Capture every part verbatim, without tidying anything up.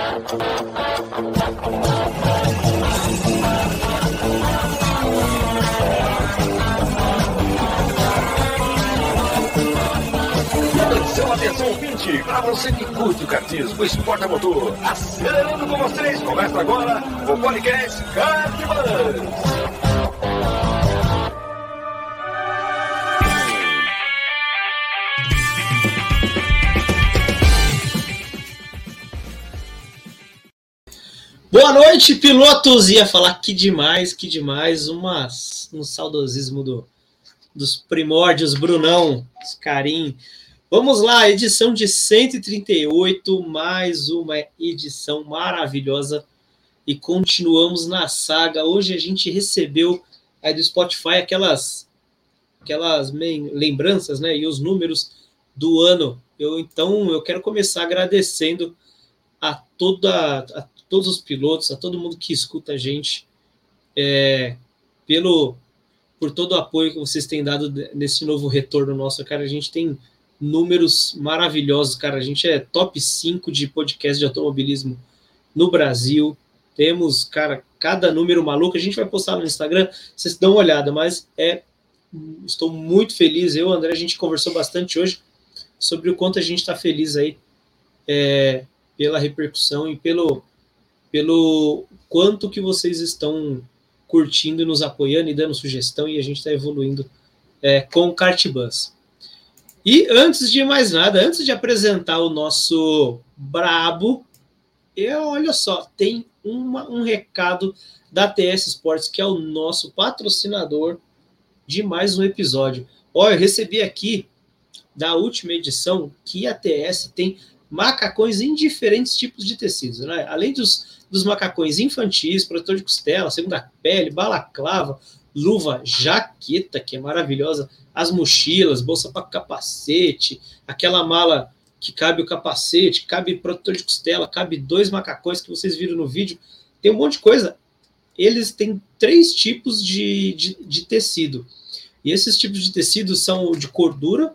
Atenção, atenção, ouvinte, para você que curte o kartismo, o esporte a motor, acelerando com vocês, começa agora o podcast Kartbus. Boa noite, pilotos! Ia falar que demais, que demais, uma, um saudosismo do, dos primórdios, Brunão, Carim. Vamos lá, edição de cento e trinta e oito, mais uma edição maravilhosa e continuamos na saga. Hoje a gente recebeu aí do Spotify aquelas, aquelas lembranças, né, e os números do ano. Eu, então eu quero começar agradecendo a, toda, a todos os pilotos, a todo mundo que escuta a gente, é, pelo, por todo o apoio que vocês têm dado nesse novo retorno nosso. Cara, a gente tem números maravilhosos, cara. A gente é top cinco de podcast de automobilismo no Brasil. Temos, cara, cada número maluco. A gente vai postar no Instagram, vocês dão uma olhada, mas é, estou muito feliz. Eu, André, a gente conversou bastante hoje sobre o quanto a gente está feliz aí é, pela repercussão e pelo, pelo quanto que vocês estão curtindo e nos apoiando e dando sugestão, e a gente está evoluindo é, com o Kartbus. E antes de mais nada, antes de apresentar o nosso brabo, eu, olha só, tem uma, um recado da T S Sports, que é o nosso patrocinador de mais um episódio. Olha, eu recebi aqui da última edição que a T S tem macacões em diferentes tipos de tecidos, né? Além dos, dos macacões infantis, protetor de costela, segunda pele, balaclava, luva, jaqueta, que é maravilhosa, as mochilas, bolsa para capacete, aquela mala que cabe o capacete, cabe protetor de costela, cabe dois macacões que vocês viram no vídeo, tem um monte de coisa. Eles têm três tipos de, de, de tecido, e esses tipos de tecido são o de cordura,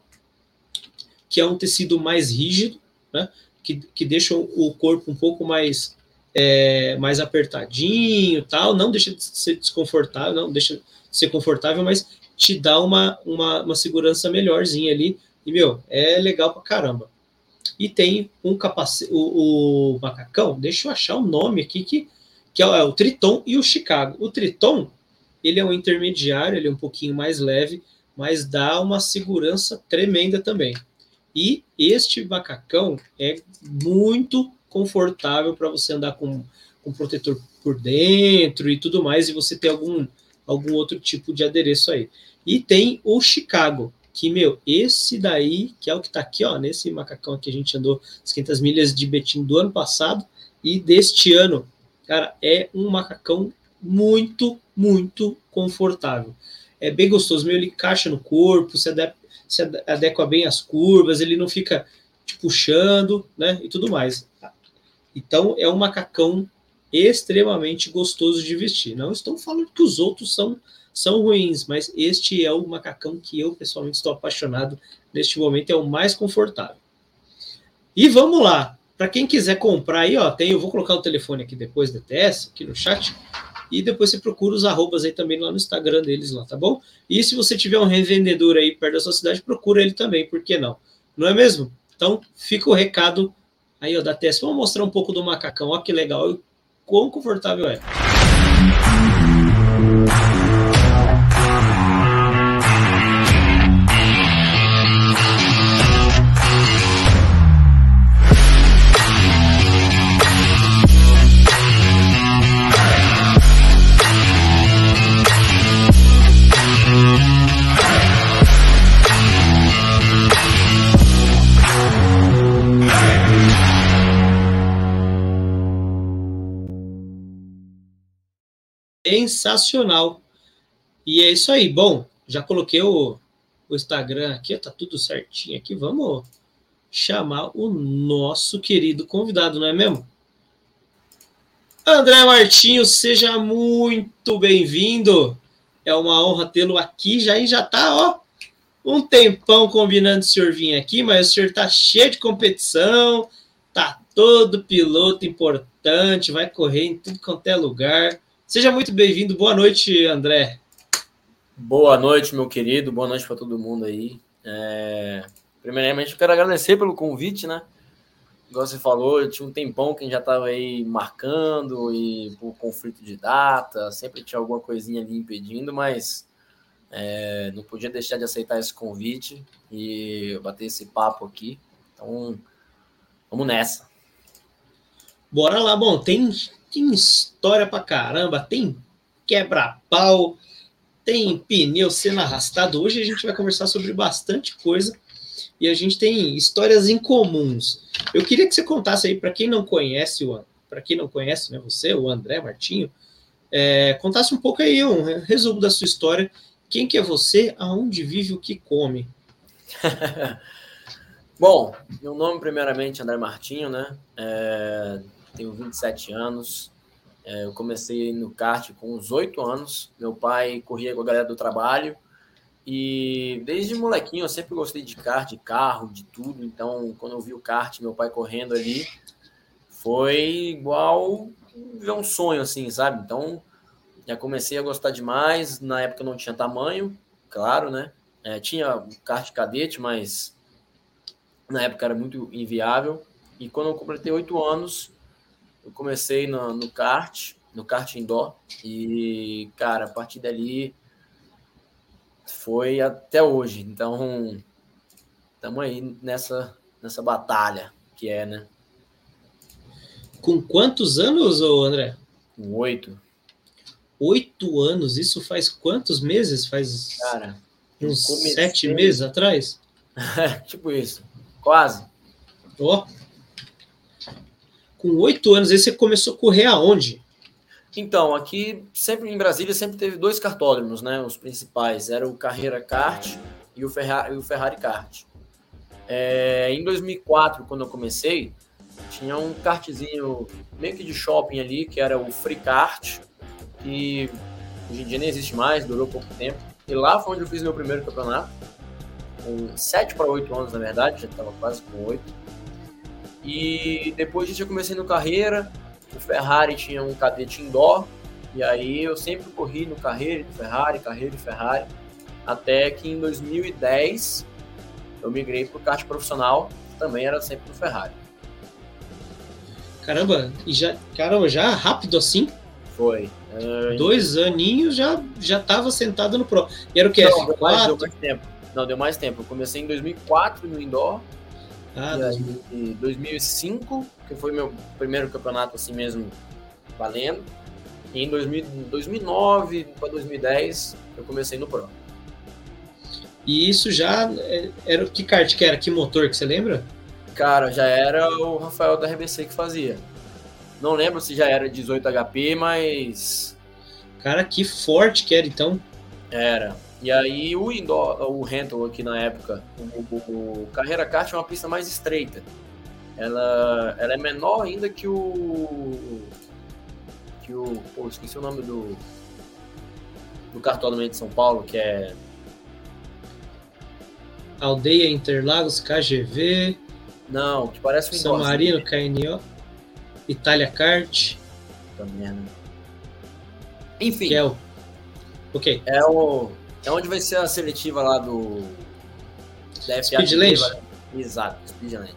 que é um tecido mais rígido, né, que, que deixa o corpo um pouco mais, é, mais apertadinho, tal, não deixa de ser desconfortável, não deixa de ser confortável, mas te dá uma, uma, uma segurança melhorzinha ali, e, meu, é legal pra caramba. E tem um capacete, o, o macacão, deixa eu achar o nome aqui, que, que é o, é o Triton e o Chicago. O Triton, ele é um intermediário, ele é um pouquinho mais leve, mas dá uma segurança tremenda também. E este macacão é muito confortável para você andar com, com protetor por dentro e tudo mais, e você ter algum, algum outro tipo de adereço aí. E tem o Chicago, que, meu, esse daí, que é o que está aqui, ó, nesse macacão que a gente andou as quinhentas milhas de Betim do ano passado e deste ano, cara, é um macacão muito, muito confortável. É bem gostoso, meu, ele encaixa no corpo, se adequa, se adequa bem às curvas, ele não fica te puxando, né, e tudo mais. Então, é um macacão extremamente gostoso de vestir. Não estou falando que os outros são, são ruins, mas este é o macacão que eu, pessoalmente, estou apaixonado. Neste momento, é o mais confortável. E vamos lá. Para quem quiser comprar aí, ó, tem, eu vou colocar o telefone aqui depois da T S, aqui no chat, e depois você procura os arrobas aí também lá no Instagram deles, lá, tá bom? E se você tiver um revendedor aí perto da sua cidade, procura ele também, por que não? Não é mesmo? Então, fica o recado aí, ó, da T S. Vamos mostrar um pouco do macacão, ó, que legal, e quão confortável é. Sensacional. E é isso aí. Bom, já coloquei o, o Instagram aqui, tá tudo certinho aqui. Vamos chamar o nosso querido convidado, não é mesmo? André Martinho, seja muito bem-vindo. É uma honra tê-lo aqui. Já já tá, ó, um tempão combinando o senhor vir aqui, mas o senhor tá cheio de competição, tá todo piloto importante, vai correr em tudo quanto é lugar. Seja muito bem-vindo. Boa noite, André. Boa noite, meu querido. Boa noite para todo mundo aí. É... Primeiramente, eu quero agradecer pelo convite, né? Igual você falou, tinha um tempão que a gente já estava aí marcando e por conflito de data, sempre tinha alguma coisinha ali impedindo, mas é, não podia deixar de aceitar esse convite e bater esse papo aqui. Então, vamos nessa. Bora lá. Bom, tem, tem história pra caramba, tem quebra-pau, tem pneu sendo arrastado. Hoje a gente vai conversar sobre bastante coisa e a gente tem histórias incomuns. Eu queria que você contasse aí, para quem não conhece, para quem não conhece, né, você, o André Martinho, é, contasse um pouco aí, um resumo da sua história. Quem que é você, aonde vive, o que come? Bom, meu nome primeiramente é André Martinho, né? É, tenho vinte e sete anos. É, eu comecei no kart com uns oito anos. Meu pai corria com a galera do trabalho. E desde molequinho eu sempre gostei de kart, de carro, de tudo. Então, quando eu vi o kart, meu pai correndo ali, foi igual ver um sonho, assim, sabe? Então, já comecei a gostar demais. Na época não tinha tamanho, claro, né? É, tinha kart cadete, mas na época era muito inviável. E quando eu completei oito anos, eu comecei no, no kart, no kart indoor. E, cara, a partir dali foi até hoje. Então, estamos aí nessa, nessa batalha que é, né? Com quantos anos, ô André? Com oito. Oito anos? Isso faz quantos meses? Faz Cara, uns comecei... sete meses atrás? Tipo isso. Quase. Ó. Com oito anos, aí você começou a correr aonde? Então, aqui, sempre em Brasília, sempre teve dois kartódromos, né? Os principais. Era o Carreira Kart e o Ferrari, o Ferrari Kart. É, em dois mil e quatro, quando eu comecei, tinha um kartzinho meio que de shopping ali, que era o Free Kart, que hoje em dia nem existe mais, durou pouco tempo. E lá foi onde eu fiz meu primeiro campeonato, com sete para oito anos, na verdade, já estava quase com oito. E depois disso eu comecei no Carreira. O Ferrari tinha um cadete indoor, e aí eu sempre corri no Carreira e no Ferrari, Carreira e Ferrari, até que em dois mil e dez eu migrei para o kart profissional, que também era sempre no Ferrari. Caramba, e já, caramba, já rápido assim? Foi. Uh, Dois em... aninhos já já estava sentado no Pro. E era o que? Não, deu mais, deu mais tempo. Não, deu mais tempo. Eu comecei em dois mil e quatro no indoor. Ah, e aí, em dois mil e cinco, que foi meu primeiro campeonato assim mesmo valendo. E em dois mil, dois mil e nove para dois mil e dez eu comecei no Pro. E isso já era que kart que era? Que motor que você lembra? Cara, já era o Rafael da R B C que fazia. Não lembro se já era dezoito H P, mas... Cara, que forte que era então. Era. E aí o indoor, o rental aqui na época, o, o, o Carreira Kart é uma pista mais estreita. Ela, ela é menor ainda que o... Que o... Pô, esqueci o nome do... Do kartódromo de São Paulo, que é... Aldeia Interlagos, K G V... Não, que parece um São Marino, K N O... Itália Kart... Puta merda. Enfim. Que é o... Ok. É o... É onde vai ser a seletiva lá do... Da F A Speedland? Exato, Speedland.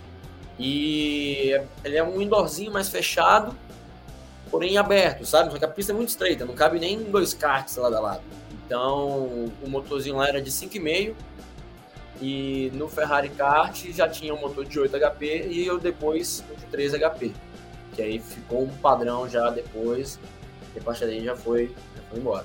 E ele é um indoorzinho mais fechado, porém aberto, sabe? Só que a pista é muito estreita, não cabe nem dois karts lado a lado. Então, o motorzinho lá era de cinco vírgula cinco e no Ferrari Kart já tinha um motor de oito H P e eu depois de três H P. Que aí ficou um padrão já depois, e a partir daí já foi, já foi embora.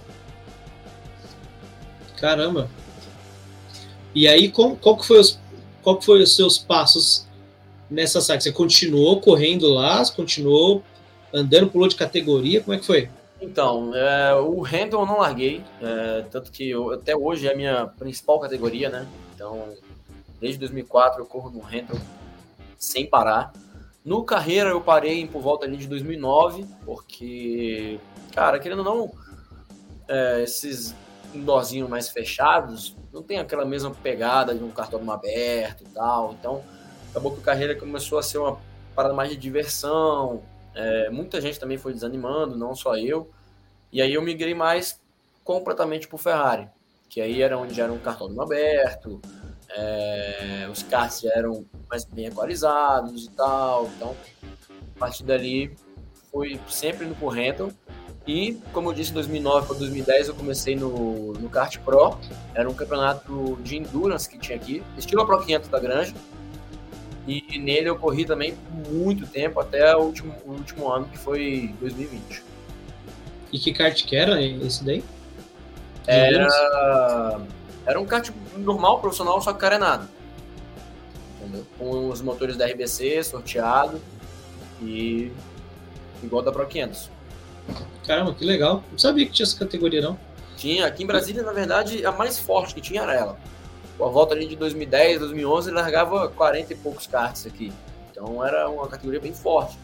Caramba. E aí, qual, qual, que foi os, qual que foi os seus passos nessa saga? Você continuou correndo lá? Você continuou andando, pulou de categoria? Como é que foi? Então, é, o handle eu não larguei, é, tanto que eu, até hoje é a minha principal categoria, né? Então, desde dois mil e quatro eu corro no handle sem parar. No Carreira eu parei por volta ali de dois mil e nove, porque, cara, querendo ou não, é, esses indoorzinhos mais fechados não tem aquela mesma pegada de um kartódromo aberto e tal. Então, acabou que o Carreira começou a ser uma parada mais de diversão, é, muita gente também foi desanimando, não só eu, e aí eu migrei mais completamente pro Ferrari, que aí era onde já era um cartódromo aberto, é, os karts já eram mais bem equalizados e tal, então a partir dali foi sempre no pro Renton. E, como eu disse, em dois mil e nove para dois mil e dez eu comecei no, no Kart Pro. Era um campeonato de endurance que tinha aqui, estilo a Pro quinhentos da Granja. E nele eu corri também por muito tempo, até o último, o último ano, que foi dois mil e vinte. E que kart que era esse daí? De endurance? Era, era um kart normal, profissional, só que carenado. Entendeu? Com os motores da R B C, sorteado, e igual da Pro quinhentos. Caramba, que legal. Não sabia que tinha essa categoria, não. Tinha, aqui em Brasília, na verdade, a mais forte que tinha era ela. Por volta ali de dois mil e dez, dois mil e onze, ele largava quarenta e poucos karts aqui. Então era uma categoria bem forte.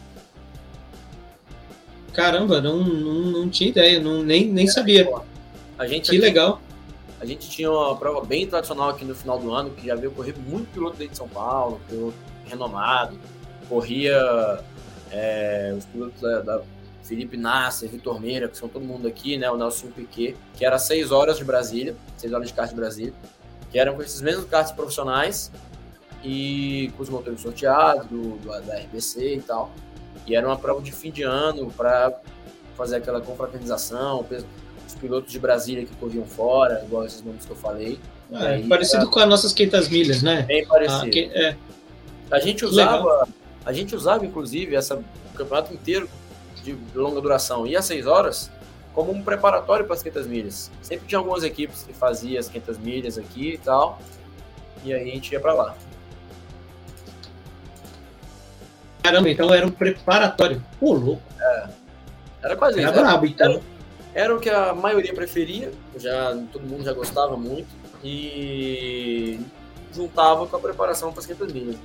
Caramba, não, não, não tinha ideia, não, nem, nem sabia. A gente Que aqui, legal. A gente tinha uma prova bem tradicional aqui no final do ano, que já veio correr muito piloto dentro de São Paulo, piloto renomado. Corria é, os pilotos da, da Felipe Nasser, Vitor Meira, que são todo mundo aqui, né? O Nelson Piquet, que era seis horas de Brasília, seis horas de kart de Brasília, que eram com esses mesmos karts profissionais e com os motores sorteados do, do, da R B C e tal. E era uma prova de fim de ano para fazer aquela confraternização, os pilotos de Brasília que corriam fora, igual esses nomes que eu falei. Ah, é parecido era... com as nossas quinhentas milhas, né? Bem parecido. Ah, que, é. A gente usava, a gente usava inclusive essa, o campeonato inteiro de longa duração e as seis horas como um preparatório para as quinhentas milhas. Sempre tinha algumas equipes que faziam as quinhentas milhas aqui e tal, e aí a gente ia para lá. Caramba, então era um preparatório. Pô, louco. É, era quase era isso. Brabo, então. Era, era o que a maioria preferia, já, todo mundo já gostava muito, e juntava com a preparação para as quinhentas milhas.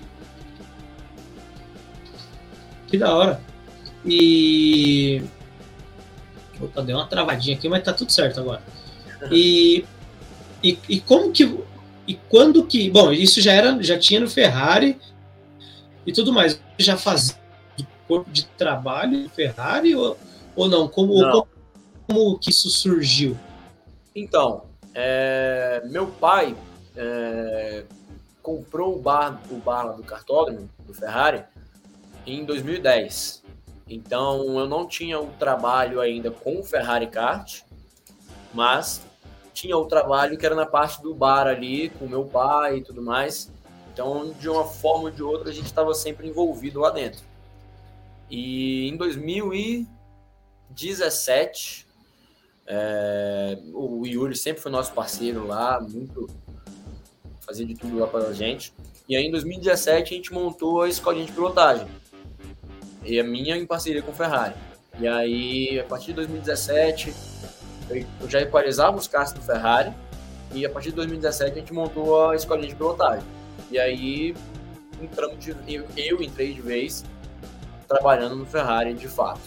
Que da hora. E... Opa, deu uma travadinha aqui, mas tá tudo certo agora. E, e, e como que... E quando que... Bom, isso já, era, já tinha no Ferrari e tudo mais. Já fazia corpo de trabalho no Ferrari ou, ou não? Como, não. Ou como, como que isso surgiu? Então, é, meu pai é, comprou o bar, o bar do cartódromo, do Ferrari, em dois mil e dez. Então, eu não tinha o trabalho ainda com o Ferrari Kart, mas tinha o trabalho que era na parte do bar ali, com meu pai e tudo mais. Então, de uma forma ou de outra, a gente estava sempre envolvido lá dentro. E em dois mil e dezessete, é, o Yuri sempre foi nosso parceiro lá, muito, fazia de tudo lá para a gente. E aí, em dois mil e dezessete, a gente montou a escolinha de pilotagem. E a minha em parceria com o Ferrari. E aí, a partir de dois mil e dezessete, eu já equalizava os carros do Ferrari. E a partir de dois mil e dezessete, a gente montou a escolinha de pilotagem. E aí, entramos de, eu, eu entrei de vez trabalhando no Ferrari de fato.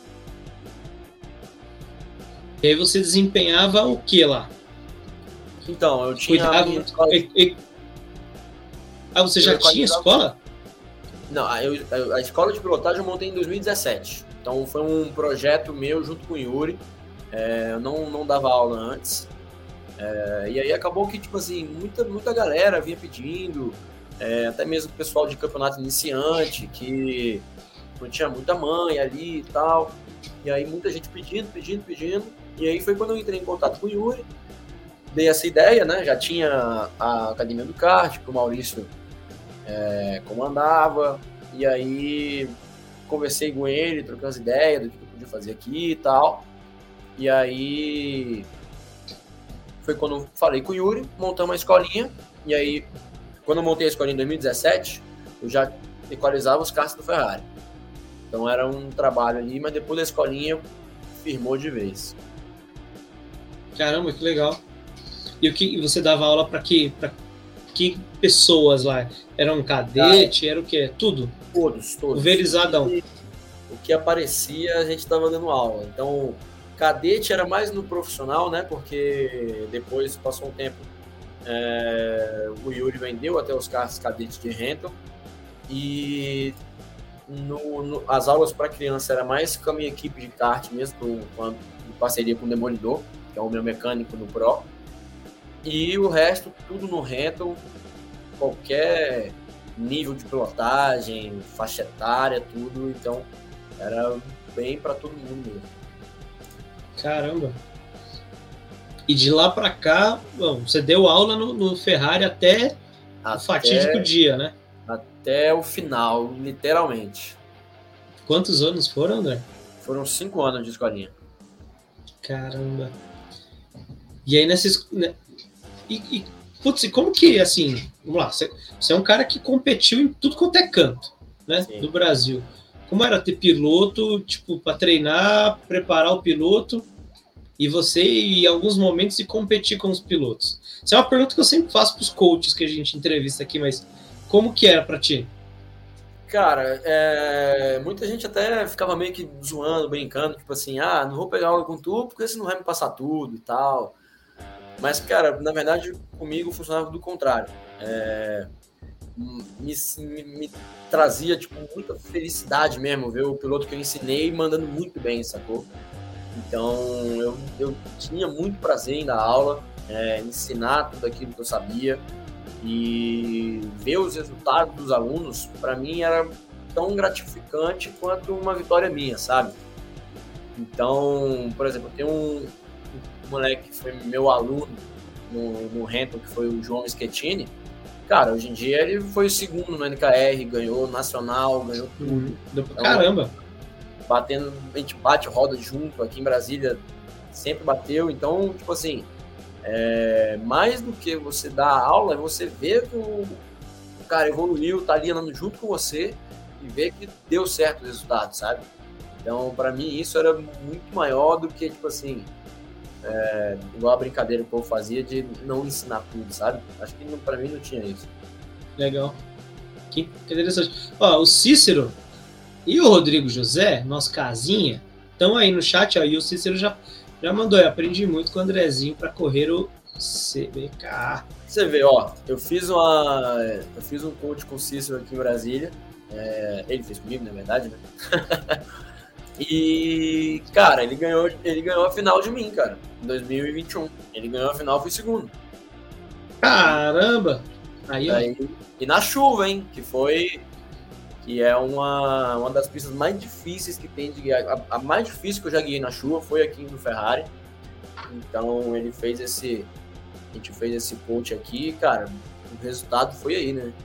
E aí você desempenhava o que lá? Então, eu tinha... Cuidava, minha escola... e, e... Ah, você já tinha escola? Não, a, eu, a escola de pilotagem eu montei em dois mil e dezessete. Então foi um projeto meu junto com o Yuri. É, eu não, não dava aula antes. É, e aí acabou que, tipo assim, muita, muita galera vinha pedindo, é, até mesmo o pessoal de campeonato iniciante, que não tinha muita mãe ali e tal. E aí muita gente pedindo, pedindo, pedindo. E aí foi quando eu entrei em contato com o Yuri. Dei essa ideia, né? Já tinha a academia do kart, que o Maurício é, comandava. E aí conversei com ele, troquei as ideias do que eu podia fazer aqui e tal. E aí foi quando eu falei com o Yuri, montamos uma escolinha. E aí, quando eu montei a escolinha em dois mil e dezessete, eu já equalizava os carros do Ferrari. Então era um trabalho ali, mas depois da escolinha firmou de vez. Caramba, que legal. E o que você dava aula para que, pra que pessoas lá? Era um cadete? Ah, era o quê? Tudo? Todos, todos. Verizadão. O que aparecia, a gente estava dando aula. Então, cadete era mais no profissional, né? Porque depois passou um tempo, é, o Yuri vendeu até os carros cadetes de Renton. E no, no, as aulas para criança era mais com a minha equipe de kart mesmo, com, com a, em parceria com o Demolidor, que é o meu mecânico no Pro. E o resto, tudo no rental, qualquer nível de pilotagem, faixa etária, tudo. Então, era bem para todo mundo mesmo. Caramba. E de lá para cá, bom, você deu aula no, no Ferrari até, até o fatídico dia, né? Até o final, literalmente. Quantos anos foram, André? Foram cinco anos de escolinha. Caramba. E aí, nesses... Né? E, e, putz, e como que, assim, vamos lá, você, você é um cara que competiu em tudo quanto é canto, né, Sim. do Brasil. Como era ter piloto, tipo, para treinar, preparar o piloto, e você, em alguns momentos, e competir com os pilotos? Isso é uma pergunta que eu sempre faço para os coaches que a gente entrevista aqui, mas como que era para ti? Cara, é, muita gente até ficava meio que zoando, brincando, tipo assim, ah, não vou pegar aula com tu porque você não vai me passar tudo e tal. Mas, cara, na verdade, comigo funcionava do contrário. É, me, me, me trazia, tipo, muita felicidade mesmo ver o piloto que eu ensinei mandando muito bem, sacou? Então, eu, eu tinha muito prazer em dar aula, é, ensinar tudo aquilo que eu sabia e ver os resultados dos alunos, para mim, era tão gratificante quanto uma vitória minha, sabe? Então, por exemplo, eu tenho um o moleque que foi meu aluno no, no Renton, que foi o João Schettini. Cara, hoje em dia ele foi o segundo no N K R, ganhou nacional, ganhou tudo. Então, caramba! Batendo, a gente bate roda junto aqui em Brasília, sempre bateu. Então, tipo assim, é, mais do que você dar aula, é você ver que o, o cara evoluiu, tá ali andando junto com você e ver que deu certo o resultado, sabe? Então, pra mim, isso era muito maior do que, tipo assim, É, igual a brincadeira que o povo fazia de não ensinar tudo, sabe? Acho que não, pra mim não tinha isso. Legal. Que interessante. Ó, o Cícero e o Rodrigo José, nosso casinha, estão aí no chat, ó, e o Cícero já, já mandou. Eu aprendi muito com o Andrezinho para correr o C B K. Você vê, ó, eu fiz uma. Eu fiz um coach com o Cícero aqui em Brasília. É, ele fez comigo, na verdade, né? E, cara, ele ganhou, ele ganhou a final de mim, cara, em dois mil e vinte e um. Ele ganhou a final, fui segundo. Caramba! Aí, ó. Aí, e na chuva, hein? Que foi. Que é uma, uma das pistas mais difíceis que tem de guiar. A, a mais difícil que eu já guiei na chuva foi aqui no Ferrari. Então, ele fez esse. A gente fez esse coach aqui, cara. O resultado foi aí, né?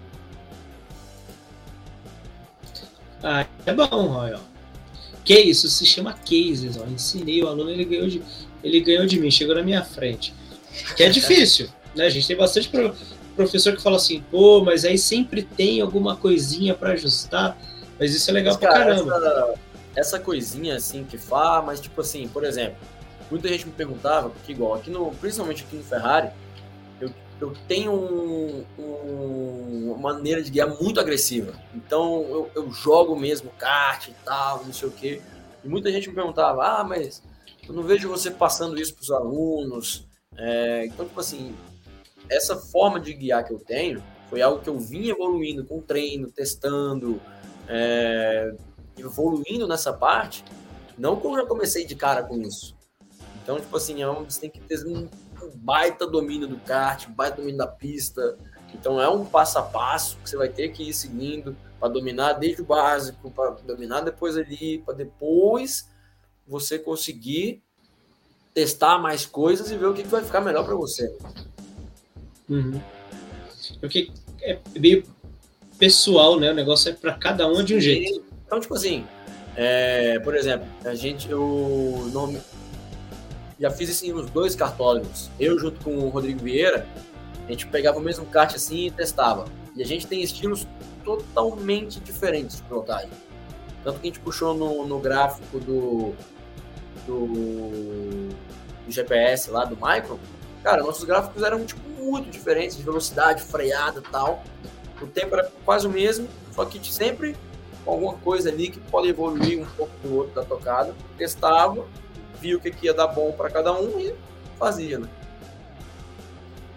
Ah, é bom, Roy, ó. Que isso se chama cases, ó. Ensinei o aluno, ele ganhou de, ele ganhou de mim, chegou na minha frente. Que é difícil, né? A gente tem bastante pro, professor que fala assim, pô, mas aí sempre tem alguma coisinha para ajustar, mas isso é legal mas, pra cara, caramba. Essa, essa coisinha assim que faz, mas tipo assim, por exemplo, muita gente me perguntava, porque igual aqui no, principalmente aqui no Ferrari, eu, eu tenho um, um, uma maneira de guiar muito agressiva. Então eu, eu jogo mesmo kart e tal, não sei o quê. E muita gente me perguntava, ah, mas eu não vejo você passando isso para os alunos. É, então, tipo assim, essa forma de guiar que eu tenho foi algo que eu vim evoluindo com treino, testando, é, evoluindo nessa parte. Não que eu já comecei de cara com isso. Então, tipo assim, você tem que ter um um baita domínio do kart, um baita domínio da pista. Então é um passo a passo que você vai ter que ir seguindo para dominar desde o básico, para dominar depois ali, para depois você conseguir testar mais coisas e ver o que vai ficar melhor para você. Uhum. Porque é meio pessoal, né? O negócio é para cada um de um jeito. Então, tipo assim, é, por exemplo, a gente, eu não já fiz isso em uns dois kartódromos. Eu, junto com o Rodrigo Vieira, a gente pegava o mesmo kart assim e testava. E a gente tem estilos totalmente diferentes de pilotagem. Tanto que a gente puxou no, no gráfico do, do, do G P S lá, do Micron. Cara, nossos gráficos eram tipo, muito diferentes, de velocidade, freada e tal. O tempo era quase o mesmo, só que sempre com alguma coisa ali que pode evoluir um pouco do outro da tocada. Testava, via o que, que ia dar bom para cada um e fazia, né?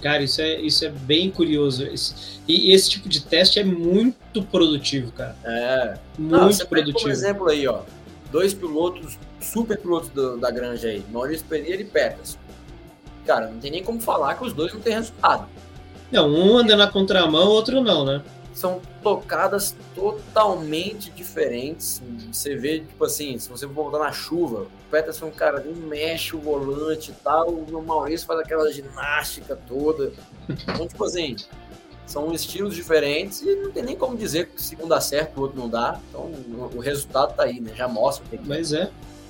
Cara, isso é, isso é bem curioso. Esse, e esse tipo de teste é muito produtivo, cara. É. Muito Não, você pega produtivo. como exemplo aí, ó. Dois pilotos, super pilotos do, da granja aí, Maurício Pereira e Peterson. Cara, não tem nem como falar que os dois não têm resultado. Não, um anda na contramão, o outro não, né? São tocadas totalmente diferentes. Você vê, tipo assim, se você voltar na chuva, o Peterson, cara, ele mexe o volante e tal, o Maurício faz aquela ginástica toda. Então, tipo assim, são estilos diferentes e não tem nem como dizer que se um dá certo, o outro não dá. Então, o resultado tá aí, né? Já mostra o que é. Mas é.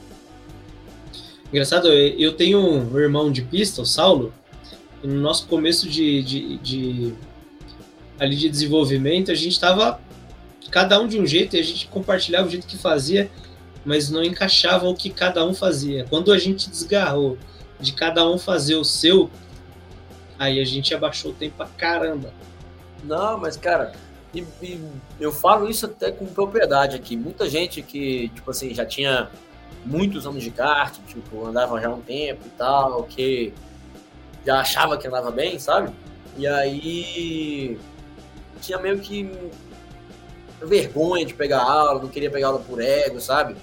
Engraçado, eu tenho um irmão de pista, o Saulo, e no nosso começo de, de, de ali de desenvolvimento, a gente estava cada um de um jeito e a gente compartilhava o jeito que fazia, mas não encaixava o que cada um fazia. Quando a gente desgarrou de cada um fazer o seu, aí a gente abaixou o tempo pra caramba. Não, mas cara, e, e eu falo isso até com propriedade aqui. Muita gente que, tipo assim, já tinha muitos anos de kart, tipo, andava já há um tempo e tal, que já achava que andava bem, sabe? E aí tinha meio que vergonha de pegar aula, não queria pegar aula por ego, sabe?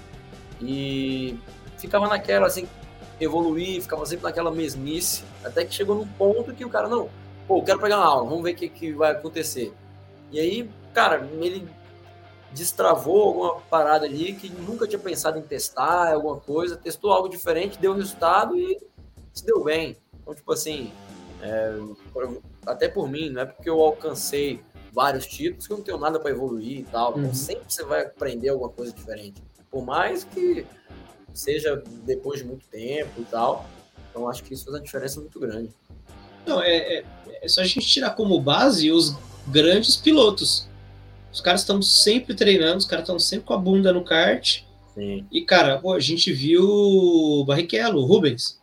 E ficava naquela, assim, evoluir, ficava sempre naquela mesmice, até que chegou num ponto que o cara, não, pô, eu quero pegar uma aula, vamos ver o que, que vai acontecer. E aí, cara, ele destravou alguma parada ali que nunca tinha pensado em testar, alguma coisa, testou algo diferente, deu resultado e se deu bem. Então, tipo assim, é, até por mim, não é porque eu alcancei vários títulos que eu não tenho nada para evoluir e tal. Então, uhum. sempre você vai aprender alguma coisa diferente. Por mais que seja depois de muito tempo e tal. Então, acho que isso faz uma diferença muito grande. Não, é, é, é só a gente tirar como base os grandes pilotos. Os caras estão sempre treinando, os caras estão sempre com a bunda no kart. Sim. E, cara, pô, a gente viu o Barrichello, o Rubens,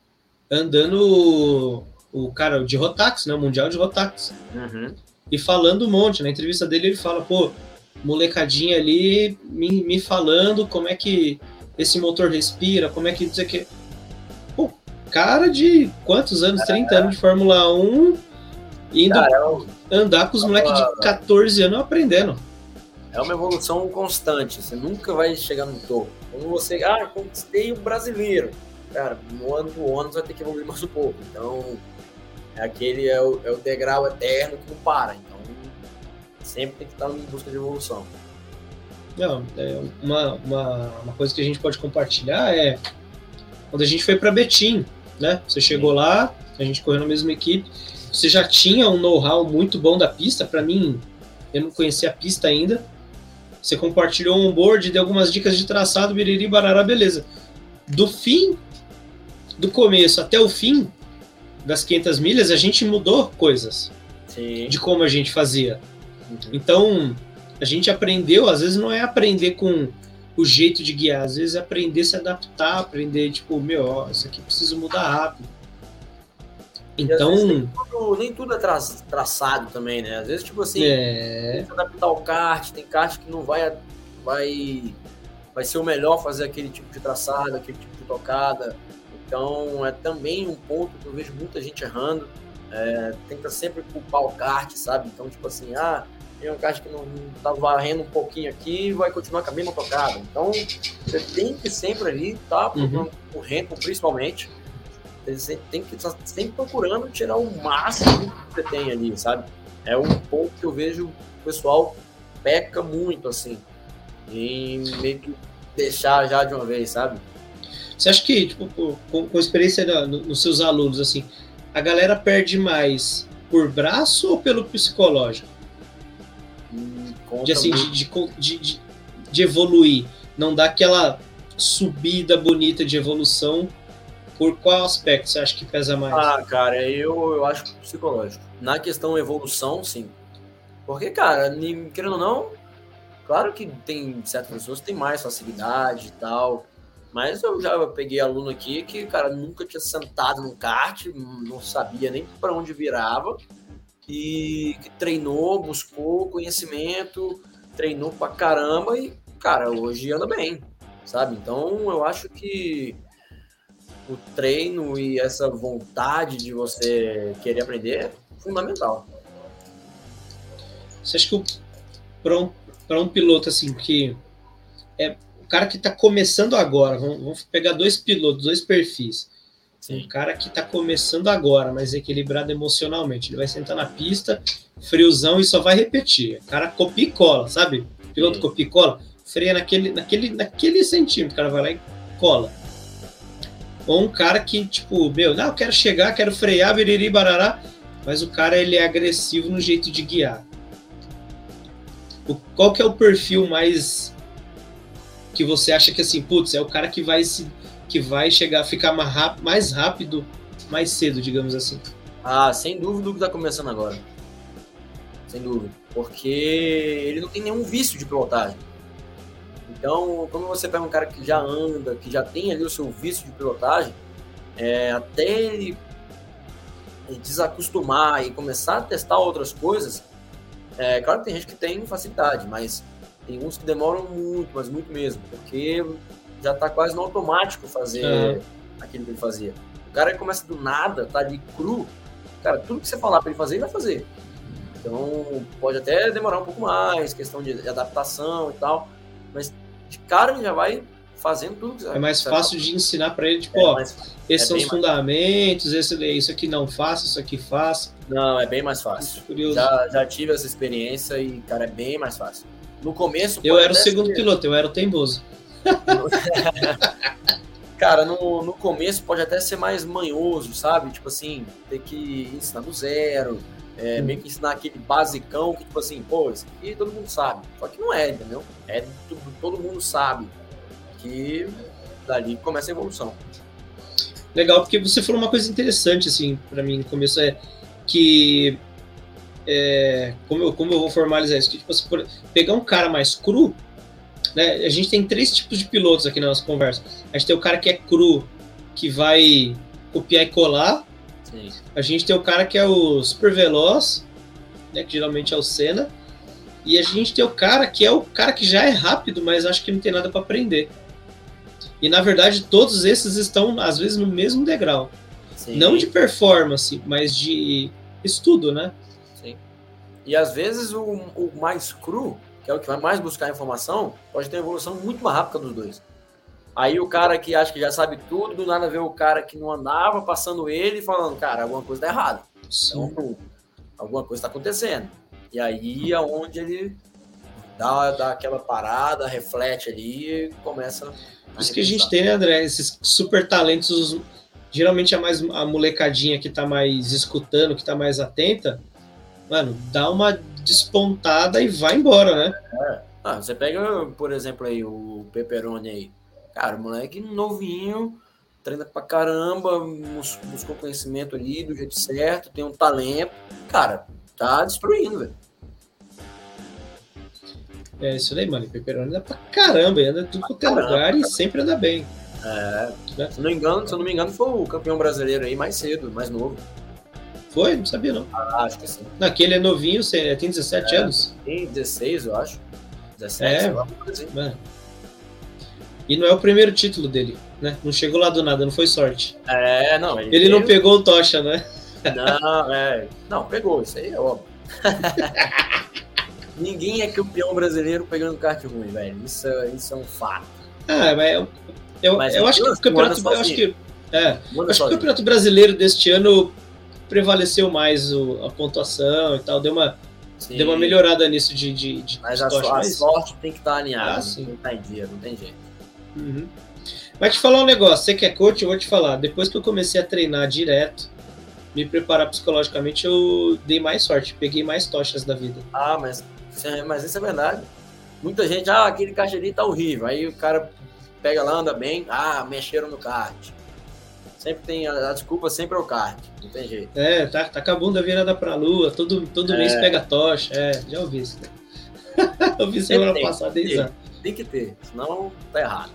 andando o cara de Rotax, né, o Mundial de Rotax. Uhum. E falando um monte. Na entrevista dele, ele fala, pô, molecadinha ali me, me falando como é que esse motor respira, como é que isso aqui. Pô, cara de quantos anos? trinta anos de Fórmula um, indo cara, eu... andar com os moleques de catorze anos aprendendo. É uma evolução constante, você nunca vai chegar no topo. Quando você, ah, conquistei o brasileiro, cara, no ano do ano você vai ter que evoluir mais um pouco. Então, aquele é o, é o degrau eterno que não para. Então, sempre tem que estar em busca de evolução. Não, é uma, uma, uma coisa que a gente pode compartilhar é quando a gente foi para Betim, né? Você chegou Sim. lá, a gente correu na mesma equipe, você já tinha um know-how muito bom da pista. Para mim, eu não conhecia a pista ainda. Você compartilhou um board, deu algumas dicas de traçado, biriri, barará, beleza. Do fim, do começo até o fim das quinhentas milhas, a gente mudou coisas. Sim. De como a gente fazia. Uhum. Então, a gente aprendeu, às vezes não é aprender com o jeito de guiar, às vezes é aprender a se adaptar, aprender, tipo, meu, ó, isso aqui preciso mudar rápido. Então... Nem tudo, nem tudo é tra traçado também, né? Às vezes, tipo assim, é... tem que adaptar o kart, tem kart que não vai, vai, vai ser o melhor fazer aquele tipo de traçado, aquele tipo de tocada. Então, é também um ponto que eu vejo muita gente errando. É, tenta sempre culpar o kart, sabe? Então, tipo assim, ah, tem um kart que não, não tá varrendo um pouquinho aqui e vai continuar com a mesma tocada. Então, você tem que sempre ali, tá? Uhum. O Renko, principalmente, você tem que estar sempre procurando tirar o máximo que você tem ali, sabe? É um ponto que eu vejo o pessoal peca muito, assim, em meio que deixar já de uma vez, sabe? Você acha que, tipo, com, com a experiência da, no, nos seus alunos, assim, a galera perde mais por braço ou pelo psicológico? Hum, de, assim, de, de, de, de evoluir, não dá aquela subida bonita de evolução. Por qual aspecto você acha que pesa mais? Ah, cara, eu, eu acho psicológico. Na questão evolução, sim. Porque, cara, querendo ou não, claro que tem certas pessoas que têm mais facilidade e tal, mas eu já peguei aluno aqui que, cara, nunca tinha sentado num kart, não sabia nem para onde virava, e que treinou, buscou conhecimento, treinou pra caramba e, cara, hoje anda bem, sabe? Então, eu acho que o treino e essa vontade de você querer aprender fundamental. Você acha que para um, para um piloto assim, que é o cara que está começando agora, vamos, vamos pegar dois pilotos, dois perfis. Sim. Um cara que está começando agora, mas equilibrado emocionalmente. Ele vai sentar na pista, friozão e só vai repetir. O cara copia e cola, sabe? O piloto Sim. copia e cola, freia naquele, naquele, naquele centímetro, o cara vai lá e cola. Ou um cara que, tipo, meu, não, eu quero chegar, quero frear, biriri, barará, mas o cara, ele é agressivo no jeito de guiar. O, qual que é o perfil mais que você acha que, assim, putz, é o cara que vai se... que vai chegar, ficar mais rápido, mais rápido, mais cedo, digamos assim? Ah, sem dúvida o que está começando agora. Sem dúvida. Porque ele não tem nenhum vício de pilotagem. Então, quando você pega um cara que já anda, que já tem ali o seu vício de pilotagem, é, até ele desacostumar e começar a testar outras coisas, é claro que tem gente que tem facilidade, mas tem uns que demoram muito, mas muito mesmo, porque já tá quase no automático fazer é. aquilo que ele fazia. O cara que começa do nada, tá ali cru, cara, tudo que você falar para ele fazer, ele vai fazer. Então, pode até demorar um pouco mais, questão de, de adaptação e tal, mas de cara ele já vai fazendo tudo que você É mais você fácil vai... de ensinar para ele, tipo, é ó, mais, esses é são os mais... fundamentos, esse, isso aqui não faça, isso aqui faça. Não, é bem mais fácil. Já, já tive essa experiência e, cara, é bem mais fácil. No começo... Eu era o segundo ser... piloto, eu era o teimoso. Cara, no, no começo pode até ser mais manhoso, sabe? Tipo assim, ter que ensinar do zero, é, hum. meio que ensinar aquele basicão que, tipo assim, pô, isso aqui todo mundo sabe. Só que não é, entendeu? É tudo, todo mundo sabe que dali começa a evolução. Legal, porque você falou uma coisa interessante, assim, pra mim no começo, é que é, como, eu, como eu vou formalizar isso? Que, tipo, assim, por, pegar um cara mais cru, né, a gente tem três tipos de pilotos aqui na nossa conversa. A gente tem o cara que é cru, que vai copiar e colar. Sim. A gente tem o cara que é o super veloz, né, que geralmente é o Senna. E a gente tem o cara que é o cara que já é rápido, mas acho que não tem nada para aprender. E na verdade todos esses estão às vezes no mesmo degrau. Sim. Não de performance, mas de estudo, né? Sim. E às vezes o, o mais cru, que é o que vai mais buscar informação, pode ter uma evolução muito mais rápida dos dois. Aí o cara que acha que já sabe tudo, do nada vê o cara que não andava, passando ele e falando, cara, alguma coisa tá errada. Então, alguma coisa tá acontecendo. E aí é onde ele dá, dá aquela parada, reflete ali e começa a Por isso que a gente tem, né, André, esses super talentos, geralmente é mais a molecadinha que tá mais escutando, que tá mais atenta, mano, dá uma despontada e vai embora, né? É. Ah, você pega, por exemplo, aí o Pepperoni aí. Cara, o moleque novinho, treina pra caramba, buscou conhecimento ali do jeito certo, tem um talento. Cara, tá destruindo, velho. É isso aí, mano. O Pepperoni anda pra caramba, anda tudo quanto é lugar e sempre anda bem. É. Né? Se não engano, se eu não me engano, foi o campeão brasileiro aí mais cedo, mais novo. Foi? Não sabia, não. Ah, acho que sim. Naquele é novinho, tem dezessete é, anos. Tem dezesseis, eu acho. dezessete, é, sei lá, assim. Mano. E não é o primeiro título dele, né? Não chegou lá do nada, não foi sorte. É, não. Ele, ele não pegou o tocha, né? Não, é. Não, pegou, isso aí é óbvio. Ninguém é campeão brasileiro pegando kart ruim, velho. Isso, isso é um fato. Ah, mas eu, eu, mas eu acho que o campeonato. Eu acho que, é, eu acho que o campeonato brasileiro deste ano prevaleceu mais o, a pontuação e tal, deu uma, deu uma melhorada nisso de, de, de Mas de a, tocha, a mas... sorte tem que estar alinhada, ah, sim. tem que estar em dia, não tem jeito. Uhum. Mas te falar um negócio, você que é coach, eu vou te falar, depois que eu comecei a treinar direto, me preparar psicologicamente, eu dei mais sorte, peguei mais tochas da vida. Ah, mas, mas isso é verdade. Muita gente, ah, aquele kart ali tá horrível, aí o cara pega lá, anda bem, ah, mexeram no kart. Sempre tem, a, a desculpa sempre é o kart, não tem jeito. É, tá, tá com a bunda virada pra lua, todo, todo é. mês pega tocha, é, já ouvi isso. Né? ouvi semana passada, tem, tem, tem que ter, senão tá errado.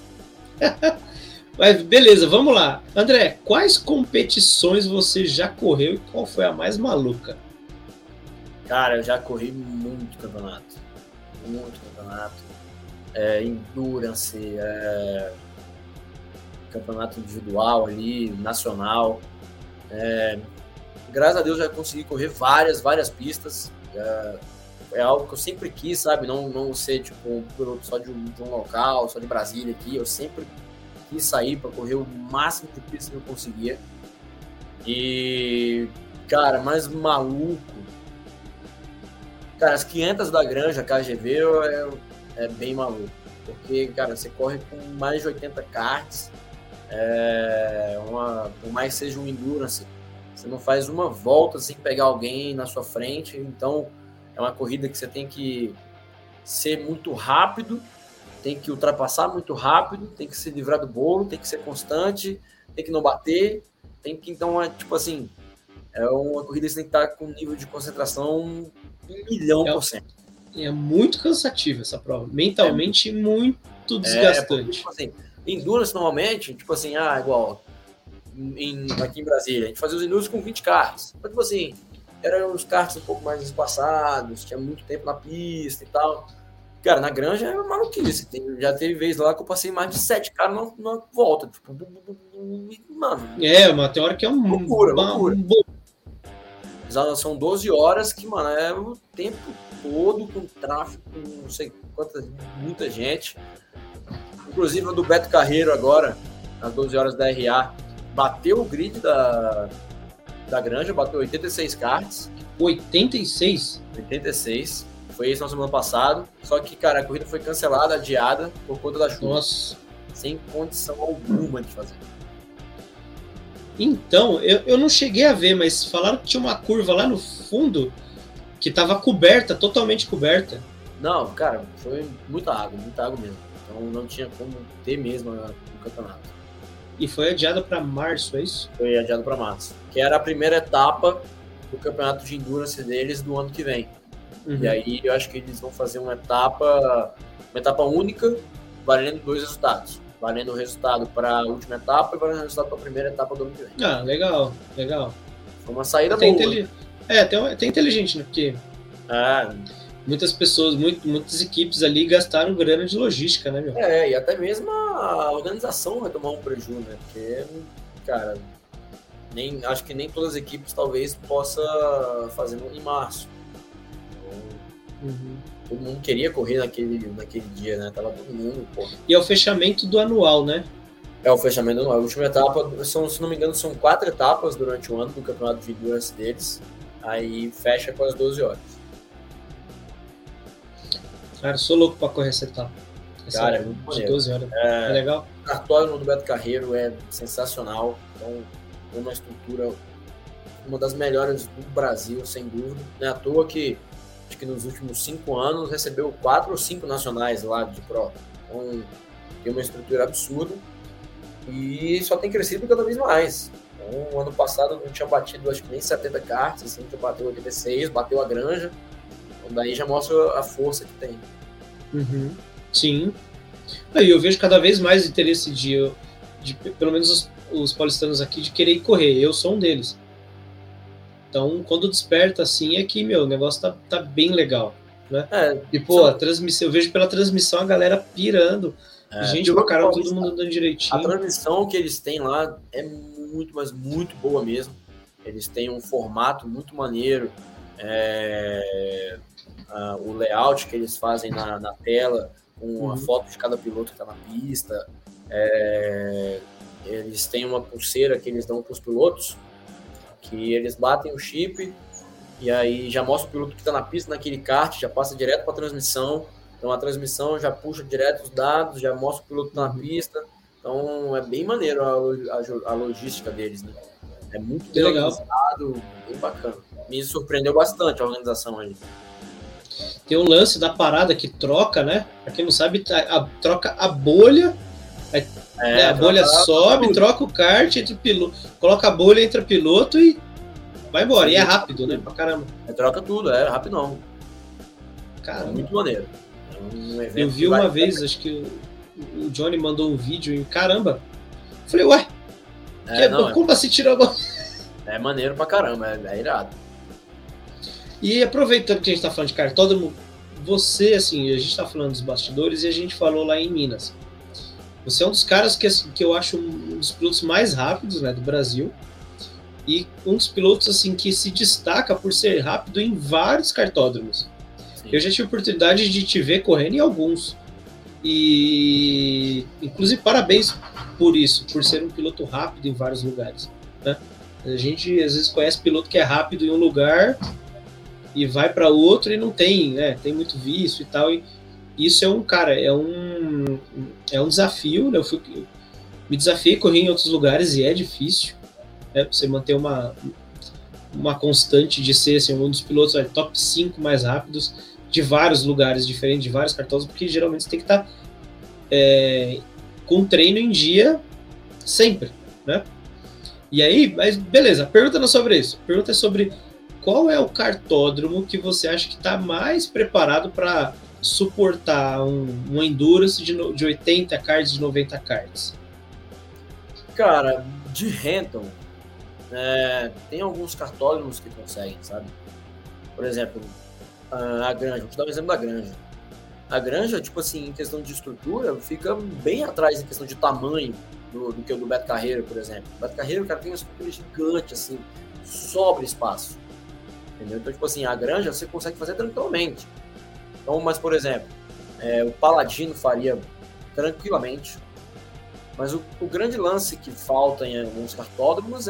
Mas beleza, vamos lá. André, quais competições você já correu e qual foi a mais maluca? Cara, eu já corri muito campeonato. Muito campeonato. É, endurance, é, campeonato individual ali, nacional. É, graças a Deus já consegui correr várias, várias pistas. É, é algo que eu sempre quis, sabe? Não, não ser tipo um piloto só de um, de um local, só de Brasília aqui. Eu sempre quis sair para correr o máximo de pistas que eu conseguia. E, cara, mais maluco. Cara, as quinhentas da Granja K G V é, é bem maluco. Porque, cara, você corre com mais de oitenta karts. É uma, por mais que seja um endurance, você não faz uma volta sem pegar alguém na sua frente. Então, é uma corrida que você tem que ser muito rápido, tem que ultrapassar muito rápido, tem que se livrar do bolo, tem que ser constante, tem que não bater, tem que, então, é tipo assim, é uma corrida que você tem que estar com um nível de concentração um milhão por cento. É muito cansativa essa prova, mentalmente é, muito desgastante. É, porque, tipo assim, endurance normalmente, tipo assim, ah, igual em, aqui em Brasília, a gente fazia os endurance com vinte karts, mas tipo assim, eram os karts um pouco mais espaçados, tinha muito tempo na pista e tal. Cara, na Granja é maluquice. Tem, já teve vez lá que eu passei mais de sete caras na, na volta. Tipo, mano. É, uma tem hora que é um. Loucura, loucura. Um... São doze horas que, mano, é o tempo todo com tráfego, não sei quanta, muita gente. Inclusive o do Beto Carreiro agora, às doze horas da R A, bateu o grid da, da Granja, bateu oitenta e seis karts. oitenta e seis? oitenta e seis. Foi isso na semana passada. Só que, cara, a corrida foi cancelada, adiada, por conta da chuva. Nossa. Sem condição alguma de fazer. Então, eu, eu não cheguei a ver, mas falaram que tinha uma curva lá no fundo que estava coberta, totalmente coberta. Não, cara, foi muita água, muita água mesmo. Então não tinha como ter mesmo o campeonato. E foi adiado para março, é isso? Foi adiado para março. Que era a primeira etapa do campeonato de endurance deles do ano que vem. Uhum. E aí eu acho que eles vão fazer uma etapa, uma etapa única, valendo dois resultados. Valendo o resultado para a última etapa e valendo o resultado para a primeira etapa do ano que vem. Ah, legal, legal. Foi uma saída até boa. Inteli... É, até, até inteligente, né? Porque é. muitas pessoas, muito, muitas equipes ali gastaram grana de logística, né, meu? É, e até mesmo a organização vai tomar um prejuízo, né? Porque, cara, nem, acho que nem todas as equipes talvez possa fazer em março. Uhum. Todo mundo queria correr naquele, naquele dia, né? Tava todo mundo, pô. E é o fechamento do anual, né? É o fechamento do anual. A última etapa, são, se não me engano, são quatro etapas durante o ano do campeonato de endurance deles. Aí fecha com as doze horas. Cara, eu sou louco pra correr essa etapa. Essa Cara, é muito de maneiro. doze horas. É, é legal? O cartódromo do Beto Carreiro é sensacional. Então, é uma estrutura, uma das melhores do Brasil, sem dúvida. Não é à toa que acho que nos últimos cinco anos recebeu quatro ou cinco nacionais lá de Pro. Então, tem uma estrutura absurda e só tem crescido cada vez mais. Então, ano passado não tinha batido acho que nem setenta karts, assim, já bateu oitenta e seis, bateu a Granja. Então, daí já mostra a força que tem. Uhum. Sim. E eu vejo cada vez mais interesse de, de pelo menos os, os paulistanos aqui, de querer ir correr. Eu sou um deles. Então, quando desperta assim, é que, meu, o negócio tá, tá bem legal, né? É, e, pô, só... a transmissão, eu vejo pela transmissão a galera pirando, é, gente pra caramba, todo mundo dando direitinho. A transmissão que eles têm lá é muito, mas muito boa mesmo. Eles têm um formato muito maneiro. É, a, o layout que eles fazem na, na tela, com uhum. a foto de cada piloto que tá na pista. É, eles têm uma pulseira que eles dão pros pilotos, que eles batem o chip e aí já mostra o piloto que está na pista naquele kart, já passa direto para a transmissão. Então a transmissão já puxa direto os dados, já mostra o piloto que está na pista. Então é bem maneiro a, a, a logística deles, né? É muito bem organizado, bem bacana. Me surpreendeu bastante a organização aí. Tem um lance da parada que troca, né? Pra quem não sabe, a, a, troca a bolha. É, é, a bolha sobe, a troca o kart, entra o piloto, coloca a bolha, entra o piloto e vai embora. Sim, e é rápido, né? Pra caramba. É, troca tudo, é rapidão. Caramba. É muito maneiro. É um Eu vi uma vez, acho que o, o Johnny mandou um vídeo e caramba. Eu falei, ué, é, que, não, como é. assim tirou a bola? É maneiro pra caramba, é, é irado. E aproveitando que a gente tá falando de cartódromo, você, assim, a gente tá falando dos bastidores e a gente falou lá em Minas. Você é um dos caras que, que eu acho um dos pilotos mais rápidos, né, do Brasil. e um dos pilotos assim que se destaca por ser rápido em vários kartódromos. Sim. Eu já tive a oportunidade de te ver correndo em alguns. E inclusive parabéns por isso, por ser um piloto rápido em vários lugares, né? A gente às vezes conhece piloto que é rápido em um lugar e vai para outro e não tem, né? Tem muito vício e tal. E isso é um cara, é um é um desafio, né? Eu fui, me desafiei a correr em outros lugares e é difícil, né? Você manter uma uma constante de ser assim, um dos pilotos olha, top cinco mais rápidos de vários lugares diferentes, de vários cartões, porque geralmente você tem que estar é, com treino em dia sempre, né? E aí, mas beleza, a pergunta não é sobre isso. A pergunta é sobre qual é o kartódromo que você acha que está mais preparado para suportar um, um endurance de, de oitenta karts, de noventa karts? Cara, de Renton, é, tem alguns kartódromos que conseguem, sabe? Por exemplo, a Granja, vou te dar um exemplo da Granja. A Granja, tipo assim, em questão de estrutura, fica bem atrás em questão de tamanho do, do que o do Beto Carreiro, por exemplo. O Beto Carreiro, o cara tem uma estrutura gigante, assim, sobra espaço. Entendeu? Então, tipo assim, a Granja você consegue fazer tranquilamente. Então, mas, por exemplo, é, o Paladino faria tranquilamente. Mas o, o grande lance que falta em alguns kartódromos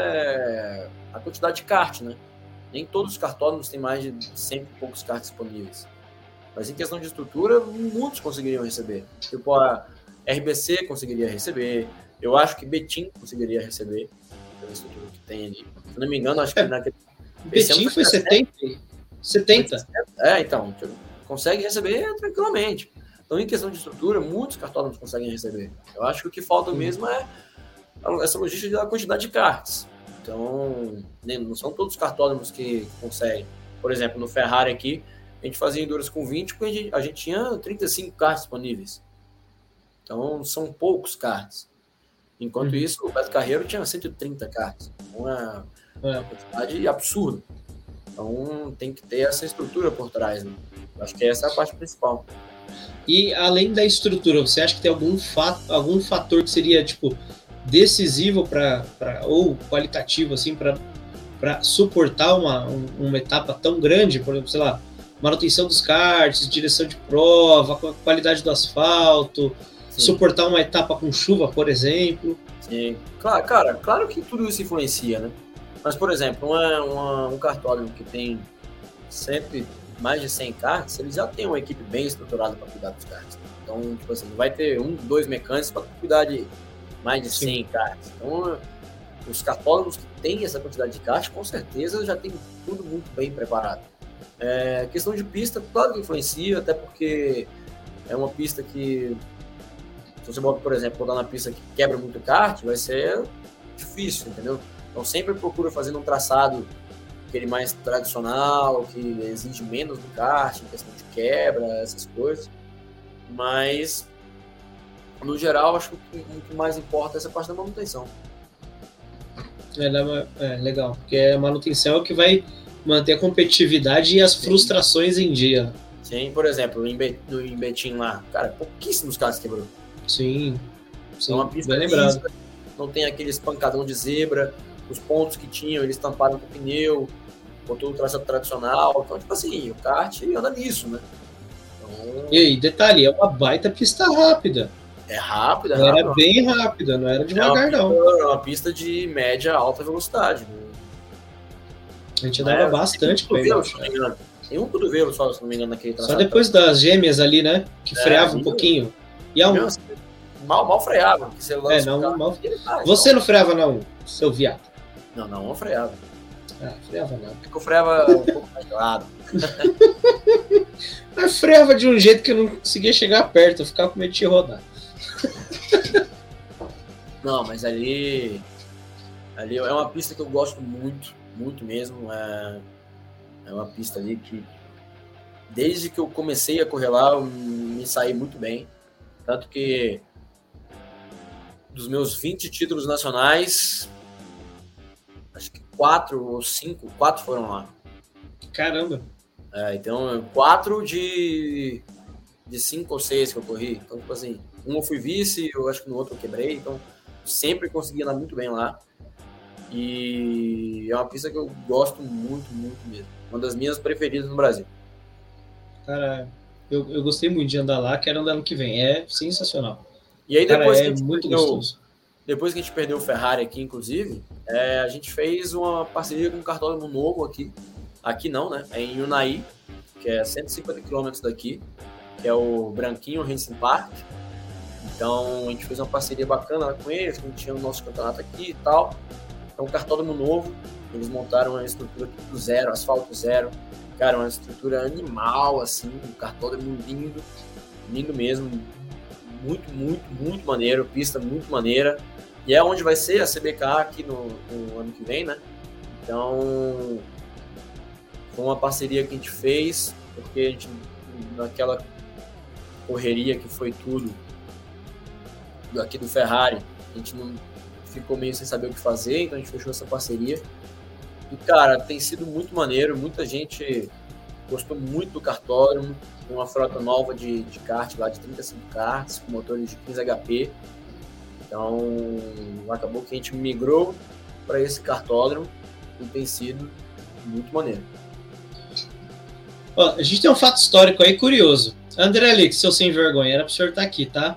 é a quantidade de kart, né? Nem todos os kartódromos têm mais de cem e poucos karts disponíveis. Mas em questão de estrutura, muitos conseguiriam receber. Tipo, a R B C conseguiria receber. Eu acho que Betim conseguiria receber. Pela estrutura que tem ali. Se não me engano, acho que é, naquele... Betim foi setenta? setenta? É, então. Consegue receber tranquilamente. Então, em questão de estrutura, muitos kartódromos conseguem receber. Eu acho que o que falta mesmo é essa logística da quantidade de karts. Então, não são todos os kartódromos que conseguem. Por exemplo, no Ferrari aqui, a gente fazia endurance com vinte, porque a gente, a gente tinha trinta e cinco karts disponíveis. Então, são poucos karts. Enquanto uhum. isso, o Beto Carreiro tinha cento e trinta karts. Uma, é. uma quantidade absurda. Então, tem que ter essa estrutura por trás. Né? Acho que essa é a parte principal. E, além da estrutura, você acha que tem algum, fato, algum fator que seria, tipo, decisivo para ou qualitativo assim para suportar uma, um, uma etapa tão grande, por exemplo, sei lá, manutenção dos karts, direção de prova, qualidade do asfalto, Sim. suportar uma etapa com chuva, por exemplo? Sim, claro, cara, claro que tudo isso influencia, né? Mas, por exemplo, uma, uma, um kartódromo que tem sempre mais de cem karts, eles já têm uma equipe bem estruturada para cuidar dos karts. Então, tipo assim, vai ter um, dois mecânicos para cuidar de mais de cem karts. Então, os kartódromos que têm essa quantidade de karts, com certeza já tem tudo muito bem preparado. É, questão de pista, claro que influencia, até porque é uma pista que, se você bota, por exemplo, botar na pista que quebra muito kart, vai ser difícil, entendeu? Então, sempre procura fazer um traçado aquele mais tradicional, que exige menos do kart, em questão de quebra, essas coisas. Mas, no geral, acho que o que mais importa é essa parte da manutenção. É, é legal, porque a manutenção é o que vai manter a competitividade e as Sim. frustrações em dia. Sim, por exemplo, em, Be- no, em Betim lá, cara, pouquíssimos carros quebrou. Sim, sim, é uma pista bem lembrado. Lisa, não tem aquele espancadão de zebra, os pontos que tinham, eles tamparam com o pneu, botou o traçado tradicional, então, tipo assim, o kart anda nisso, né? Então... E aí, detalhe, é uma baita pista rápida. É rápida, é não rápida. Era bem rápida, não era devagar, é não. É uma pista de média alta velocidade. Né? A gente andava é, bastante com ele. Tem um cotovelo só, se não me engano, naquele traçado. Só depois das gêmeas ali, né? Que é, freava um pouquinho. E a um... Assim, mal, mal freava. Que você é, não, carro, mal... Faz, você não. não freava, não, seu viado? Não, não, não freava. Ah, freava não. Porque eu freava um pouco mais de lado. Mas freava de um jeito que eu não conseguia chegar perto, eu ficava com medo de rodar. Não, mas ali ali é uma pista que eu gosto muito, muito mesmo. É, é uma pista ali que desde que eu comecei a correr lá eu me saí muito bem, tanto que dos meus vinte títulos nacionais, acho que quatro ou cinco, quatro foram lá. Caramba! É, então quatro de de cinco ou seis que eu corri, então tipo assim, um eu fui vice, eu acho que no outro eu quebrei, então sempre consegui andar muito bem lá. E é uma pista que eu gosto muito, muito mesmo. Uma das minhas preferidas no Brasil. Cara, eu, eu gostei muito de andar lá, quero andar no que vem. É sensacional. E aí depois Cara, que é a gente muito perdeu, gostoso. depois que a gente perdeu o Ferrari aqui, inclusive, é, a gente fez uma parceria com um cartódromo novo aqui. Aqui não, né? É em Unai, que é cento e cinquenta quilômetros daqui, que é o Branquinho Racing Park. Então, a gente fez uma parceria bacana lá com eles, que a gente tinha o nosso campeonato aqui e tal. É um cartódromo novo, eles montaram uma estrutura do zero, asfalto zero. Cara, uma estrutura animal, assim, um cartódromo lindo, lindo mesmo. Muito, muito, muito maneiro, pista muito maneira. E é onde vai ser a C B K aqui no, no ano que vem, né? Então, foi uma parceria que a gente fez, porque a gente, naquela correria que foi tudo aqui do Ferrari, a gente não ficou meio sem saber o que fazer, então a gente fechou essa parceria. E, cara, tem sido muito maneiro, muita gente gostou muito do cartódromo, tem uma frota nova de, de kart lá, de trinta e cinco karts, com motores de quinze H P. Então, acabou que a gente migrou para esse cartódromo e tem sido muito maneiro. Ó, a gente tem um fato histórico aí curioso. André Alix, seu sem vergonha, era pro senhor estar aqui, tá?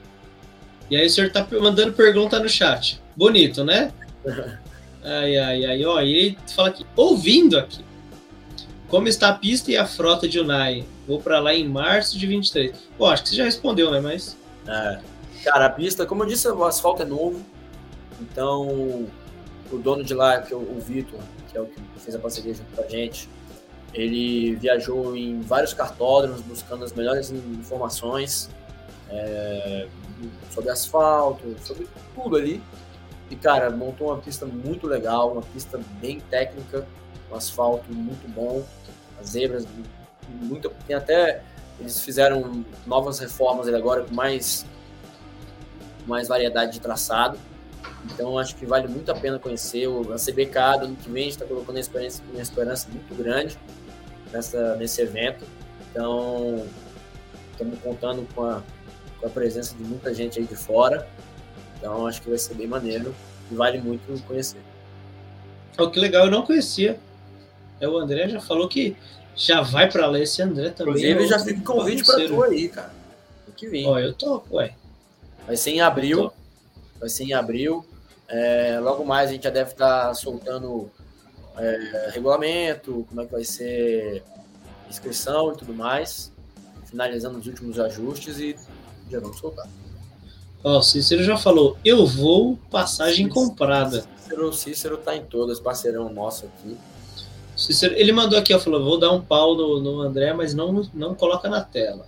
E aí o senhor tá mandando pergunta no chat. Bonito, né? Ai, ai, ai. Ó, e ele fala aqui, ouvindo aqui. Como está a pista e a frota de Unai? Vou para lá em março de vinte e três. Pô, acho que você já respondeu, né? Mas... É. Cara, a pista, como eu disse, o asfalto é novo. Então, o dono de lá, que é o Vitor, que é o que fez a parceria junto com a gente, ele viajou em vários cartódromos buscando as melhores informações é, sobre asfalto, sobre tudo ali. E, cara, montou uma pista muito legal, uma pista bem técnica, um asfalto muito bom, as zebras, muito, tem até, eles fizeram novas reformas ali agora com mais, mais variedade de traçado. Então, acho que vale muito a pena conhecer. A C B K do ano que vem, a gente está colocando uma esperança, uma esperança muito grande nessa, nesse evento. Então, estamos contando com a, com a presença de muita gente aí de fora. Então, acho que vai ser bem maneiro e vale muito conhecer. Oh, que legal, eu não conhecia. É, o André já falou que já vai para lá. Esse André também. Inclusive, é já fica o convite para tu aí, cara. Tem que vir. Ó, oh, eu tô, ué. Vai ser em abril. Vai ser em abril. É, logo mais a gente já deve estar soltando é, regulamento, como é que vai ser inscrição e tudo mais, finalizando os últimos ajustes e já vamos soltar. Ó, o Cícero já falou, eu vou, passagem Cícero, comprada. Cícero, Cícero tá em todas, parceirão nosso aqui. Cícero, ele mandou aqui, ó, falou, vou dar um pau no, no André, mas não, não coloca na tela.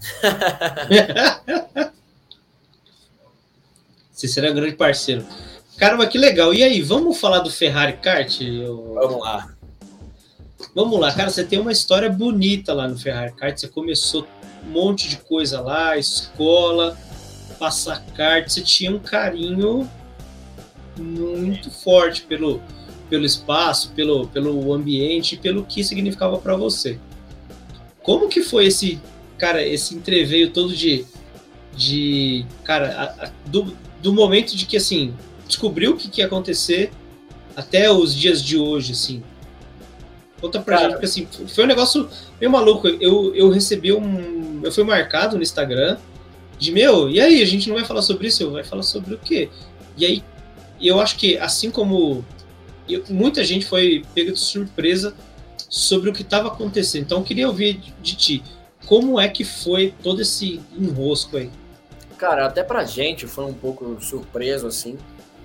Cícero é um grande parceiro. Caramba, que legal. E aí, vamos falar do Ferrari Kart? Eu... Vamos lá. Vamos lá, cara, você tem uma história bonita lá no Ferrari Kart. Você começou um monte de coisa lá, escola, passar kart. Você tinha um carinho muito forte pelo, pelo espaço, pelo, pelo ambiente, pelo que significava para você. Como que foi esse, cara, esse entreveio todo de, de cara, a, a, do, do momento de que, assim, descobriu o que, que ia acontecer até os dias de hoje, assim? Conta pra cara, gente, porque assim, foi um negócio meio maluco. Eu, eu recebi um... Eu fui marcado no Instagram de, meu, e aí, a gente não vai falar sobre isso? Eu vai falar sobre o quê? E aí, eu acho que, assim como eu, muita gente foi pega de surpresa sobre o que estava acontecendo. Então, eu queria ouvir de, de ti, como é que foi todo esse enrosco aí? Cara, até pra gente foi um pouco surpreso, assim.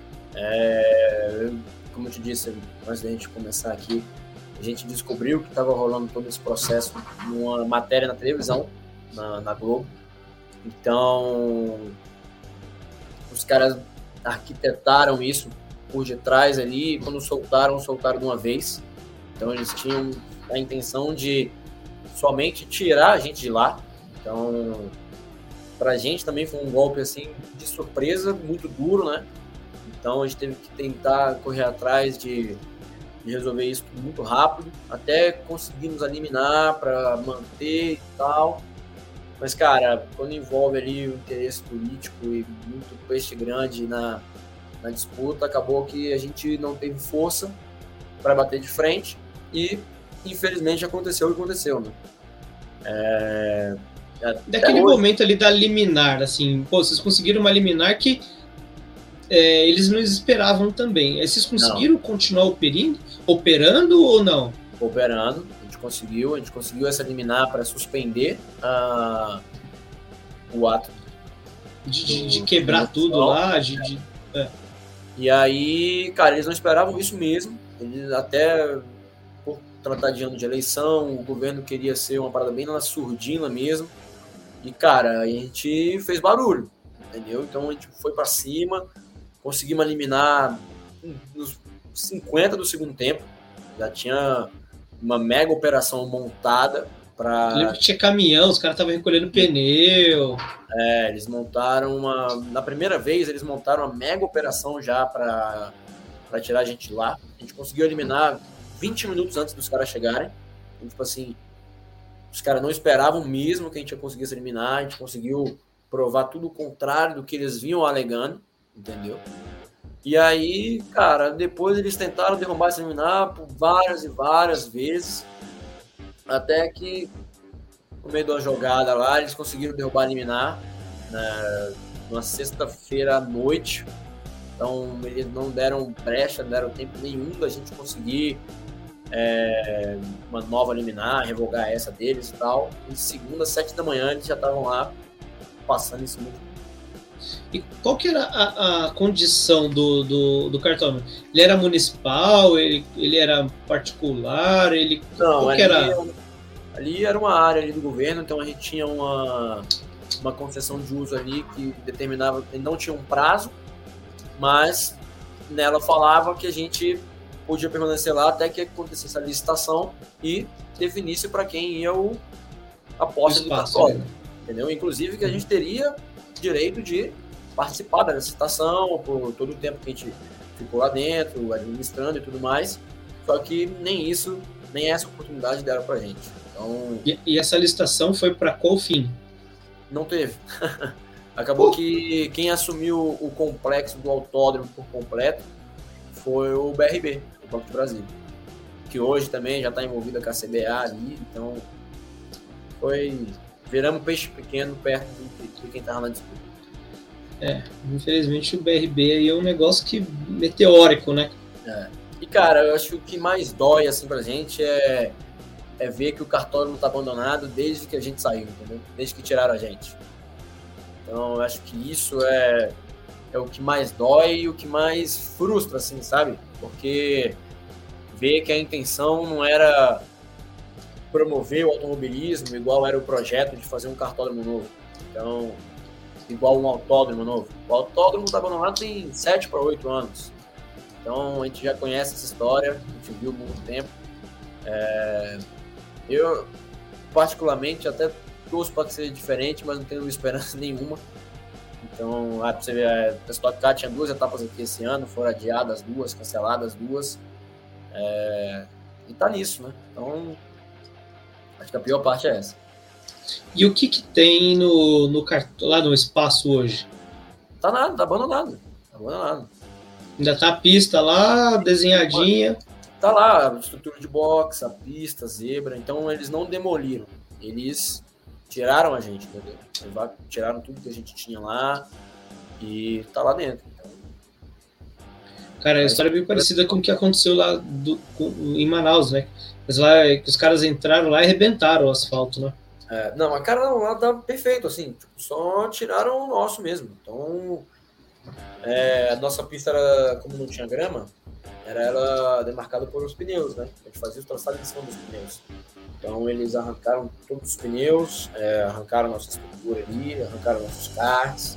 É, como eu te disse, antes da gente começar aqui, a gente descobriu que estava rolando todo esse processo numa matéria na televisão, na, na Globo. Então, os caras arquitetaram isso por detrás ali, e quando soltaram, soltaram de uma vez. Então, eles tinham a intenção de somente tirar a gente de lá. Então, pra gente também foi um golpe assim de surpresa, muito duro, né? Então, a gente teve que tentar correr atrás de de resolver isso muito rápido, até conseguimos eliminar para manter e tal. Mas, cara, quando envolve ali o interesse político e muito peixe grande na, na disputa, acabou que a gente não teve força para bater de frente e, infelizmente, aconteceu o que aconteceu, né? É... Daquele hoje... momento ali da liminar, assim, pô, vocês conseguiram uma liminar que é, eles não esperavam também. Aí vocês conseguiram não. continuar operando, operando ou não? Operando, a gente conseguiu, a gente conseguiu essa liminar para suspender uh, o ato. De, de, de quebrar do, tudo lá, de... de é. E aí, cara, eles não esperavam isso mesmo. Eles até, por tratar de ano de eleição, o governo queria ser uma parada bem na surdina mesmo. E, cara, a gente fez barulho, entendeu? Então a gente foi pra cima, conseguimos eliminar nos cinquenta do segundo tempo. Já tinha uma mega operação montada pra... Eu lembro que tinha caminhão, os caras estavam recolhendo pneu. É, eles montaram uma... Na primeira vez, eles montaram uma mega operação já pra, pra tirar a gente de lá. A gente conseguiu eliminar vinte minutos antes dos caras chegarem. Então, tipo assim... Os caras não esperavam mesmo que a gente ia conseguir se eliminar, a gente conseguiu provar tudo o contrário do que eles vinham alegando, entendeu? E aí, cara, depois eles tentaram derrubar e se eliminar por várias e várias vezes, até que, no meio de uma jogada lá, eles conseguiram derrubar e eliminar, né, numa sexta-feira à noite. Então, eles não deram brecha, não deram tempo nenhum da gente conseguir É, uma nova liminar, revogar essa deles e tal. E segunda, sete da manhã, eles já estavam lá passando em cima. E qual que era a, a condição do, do, do cartódromo? Ele era municipal? Ele, ele era particular? Ele, Não, qual ali, que era? ali era uma área ali do governo, então a gente tinha uma, uma concessão de uso ali que determinava, não tinha um prazo, mas nela falava que a gente podia permanecer lá até que acontecesse a licitação e definisse para quem ia o, a posse do cartódromo, entendeu? Inclusive que a gente teria direito de participar da licitação por todo o tempo que a gente ficou lá dentro, administrando e tudo mais, só que nem isso, nem essa oportunidade deram para a gente. Então, e, e essa licitação foi para qual fim? Não teve. Acabou uh. que quem assumiu o complexo do autódromo por completo foi o B R B, o Banco do Brasil, que hoje também já está envolvido com a C B A ali, então foi, viramos peixe pequeno perto de, de quem estava na disputa. É, infelizmente o B R B aí é um negócio que meteórico, né? É. E cara, eu acho que o que mais dói assim pra gente é, é ver que o cartódromo está abandonado desde que a gente saiu, entendeu? Desde que tiraram a gente. Então eu acho que isso é é o que mais dói e o que mais frustra, assim, sabe? Porque ver que a intenção não era promover o automobilismo igual era o projeto de fazer um cartódromo novo. Então, igual um autódromo novo. O autódromo está abandonado tem sete para oito anos. Então, a gente já conhece essa história, a gente viu há muito tempo. É... Eu, particularmente, até torço para que seja diferente, mas não tenho esperança nenhuma. Então, ah, pra você ver, a Stock Car tinha duas etapas aqui esse ano, foram adiadas duas, canceladas duas, é, e tá nisso, né? Então, acho que a pior parte é essa. E o que que tem no, no lá no espaço hoje? Tá nada, tá abandonado, tá abandonado. Ainda tá a pista lá, desenhadinha? Tá lá, a estrutura de box, a pista, a zebra, então eles não demoliram, eles tiraram a gente, entendeu? Tiraram tudo que a gente tinha lá e tá lá dentro. Então... Cara, a história é bem parecida com o que aconteceu lá do, com, em Manaus, né? Mas lá, os caras entraram lá e arrebentaram o asfalto, né? É, não, a cara lá tá perfeito, assim, tipo, só tiraram o nosso mesmo. Então, é, a nossa pista era, como não tinha grama, era ela demarcada por os pneus, né? A gente fazia os traçados em cima dos pneus. Então, eles arrancaram todos os pneus, é, arrancaram a nossa estrutura ali, arrancaram nossos carros,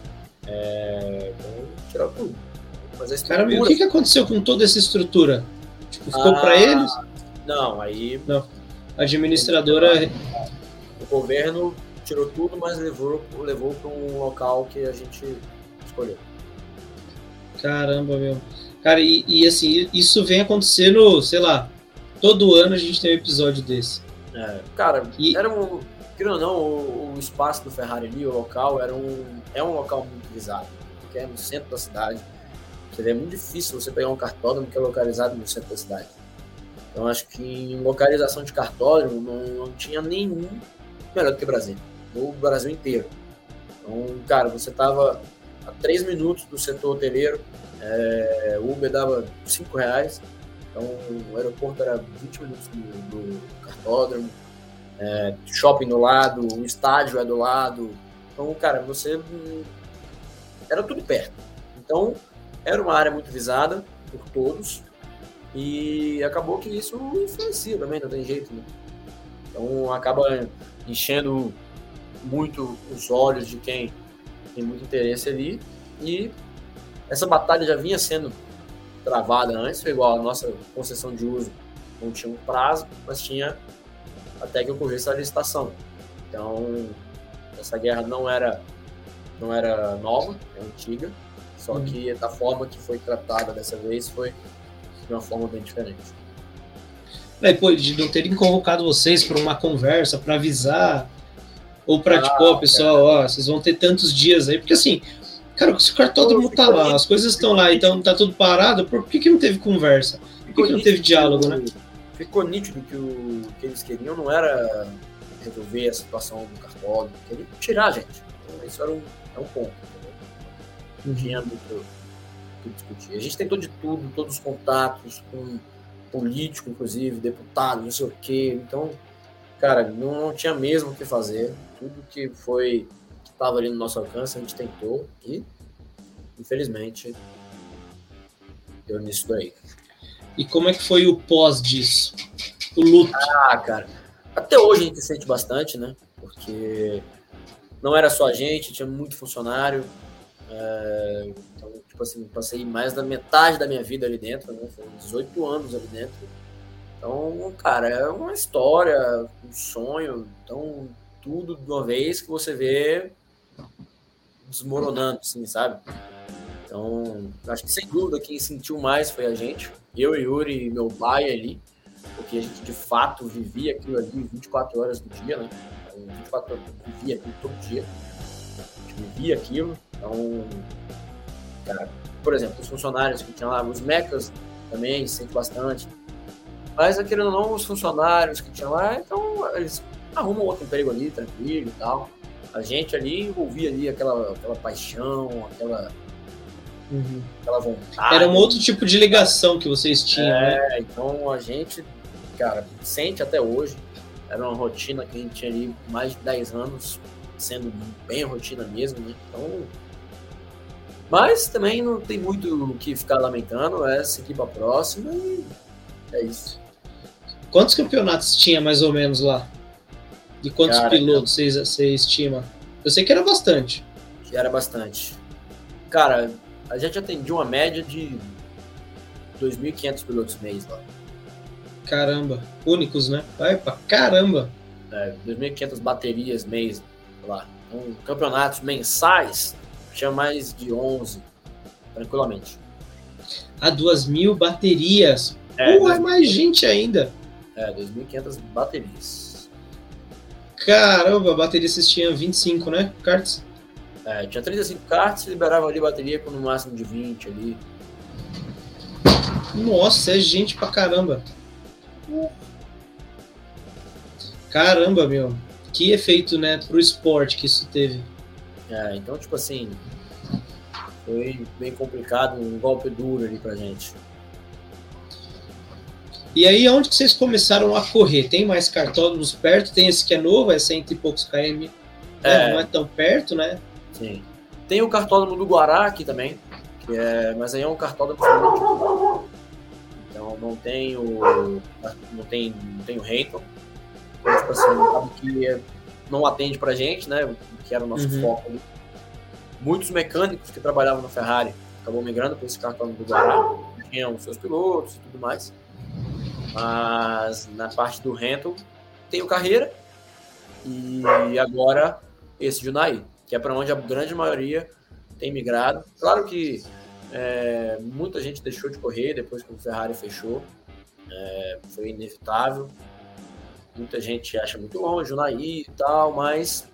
é, então, tiraram tudo. Mas a Cara, o que, que aconteceu com toda essa estrutura? Tipo, ficou ah, para eles? Não, aí... Não. A administradora... O governo tirou tudo, mas levou, levou para um local que a gente escolheu. Caramba, meu. Cara, e, e assim, isso vem acontecendo, sei lá, todo ano a gente tem um episódio desse. É, cara, e... era um... Querendo ou não, o, o espaço do Ferrari ali, o local, era um, é um local muito visado, porque é no centro da cidade. Você vê, é muito difícil você pegar um cartódromo que é localizado no centro da cidade. Então, acho que em localização de cartódromo não, não tinha nenhum melhor do que Brasília, no Brasil inteiro. Então, cara, você estava a três minutos do setor hoteleiro, é, o Uber dava cinco reais, então o aeroporto era vinte minutos do, do cartódromo, é, shopping do lado, o estádio é do lado. Então, cara, você... Era tudo perto. Então, era uma área muito visada por todos e acabou que isso influencia também, não tem jeito, né? Então, acaba enchendo muito os olhos de quem tem muito interesse ali e essa batalha já vinha sendo travada antes, foi igual a nossa concessão de uso, não tinha um prazo, mas tinha até que ocorresse a licitação. Então, essa guerra não era, não era nova, é antiga, só hum. que da forma que foi tratada dessa vez foi de uma forma bem diferente. Depois de não terem convocado vocês para uma conversa, para avisar, ou para, ah, tipo, ó, pessoal, ó, vocês vão ter tantos dias aí, porque assim, cara, se o cartódromo tá lá, as coisas estão lá, então tá tudo parado, por que que não teve conversa? Por que que não teve diálogo, né? Ficou nítido que o que eles queriam não era resolver a situação do cartódromo, queriam tirar a gente. Então, isso era um, é um ponto, entendeu? Não tinha muito o que discutir. A gente tentou de tudo, todos os contatos com político, inclusive, deputado, não sei o quê. Então, cara, não, não tinha mesmo o que fazer. Tudo que foi, que estava ali no nosso alcance, a gente tentou e, infelizmente, deu nisso daí. E como é que foi o pós disso? O luto? Ah, cara, até hoje a gente sente bastante, né? Porque não era só a gente, tinha muito funcionário. É, então, tipo assim, passei mais da metade da minha vida ali dentro, né? Foram dezoito anos ali dentro. Então, cara, é uma história, um sonho. Então, tudo de uma vez que você vê desmoronando, assim, sabe? Então, acho que sem dúvida quem sentiu mais foi a gente. Eu, Yuri e meu pai ali. Porque a gente, de fato, vivia aquilo ali vinte e quatro horas do dia, né? vinte e quatro horas, vivia aquilo todo dia. A gente vivia aquilo. Então, cara, por exemplo, os funcionários que tinham lá, os mecas também se sente bastante. Mas, querendo ou não, os funcionários que tinham lá, então, eles arrumam outro emprego ali, tranquilo e tal. A gente ali envolvia ali aquela, aquela paixão, aquela, uhum. aquela vontade. Era um outro tipo de ligação que vocês tinham, é, né? Então, a gente, cara, sente até hoje. Era uma rotina que a gente tinha ali mais de dez anos, sendo bem rotina mesmo, né? Então, mas também não tem muito o que ficar lamentando, é seguir para a próxima e é isso. Quantos campeonatos tinha mais ou menos lá? E quantos Cara, pilotos vocês, você estima? Eu sei que era bastante. Era bastante. Cara, a gente atendia uma média de dois mil e quinhentos pilotos mês lá. Caramba, únicos, né? Vai pra caramba! É, dois mil e quinhentas baterias mês lá. Então, campeonatos mensais tinha mais de onze, tranquilamente. Ah, duas mil baterias? É, Pô, é mais gente ainda. É, dois mil e quinhentas baterias. Caramba, a bateria vocês tinham vinte e cinco, né? Karts? É, tinha trinta e cinco karts e liberava ali bateria com no máximo de vinte ali. Nossa, é gente pra caramba. Caramba, meu. Que efeito, né, pro esporte que isso teve. É, então, tipo assim, foi bem complicado, um golpe duro ali pra gente. E aí, onde que vocês começaram a correr? Tem mais cartódromos perto? Tem esse que é novo, é cento e poucos km. É. Né? Não é tão perto, né? Sim. Tem o cartódromo do Guará aqui também, que é, mas aí é um cartódromo diferente. Então não tem o não tem, não tem o Hamilton. Então, tipo assim, sabe que não atende pra gente, né? Que era o nosso uhum. foco ali. Muitos mecânicos que trabalhavam na Ferrari acabou migrando para esse cartódromo do Guará, tinham seus pilotos e tudo mais. Mas na parte do Hamilton tem o Carreira e agora esse Junai, que é para onde a grande maioria tem migrado. Claro que é, muita gente deixou de correr depois que o Ferrari fechou, é, foi inevitável. Muita gente acha muito longe, Junai e tal, mas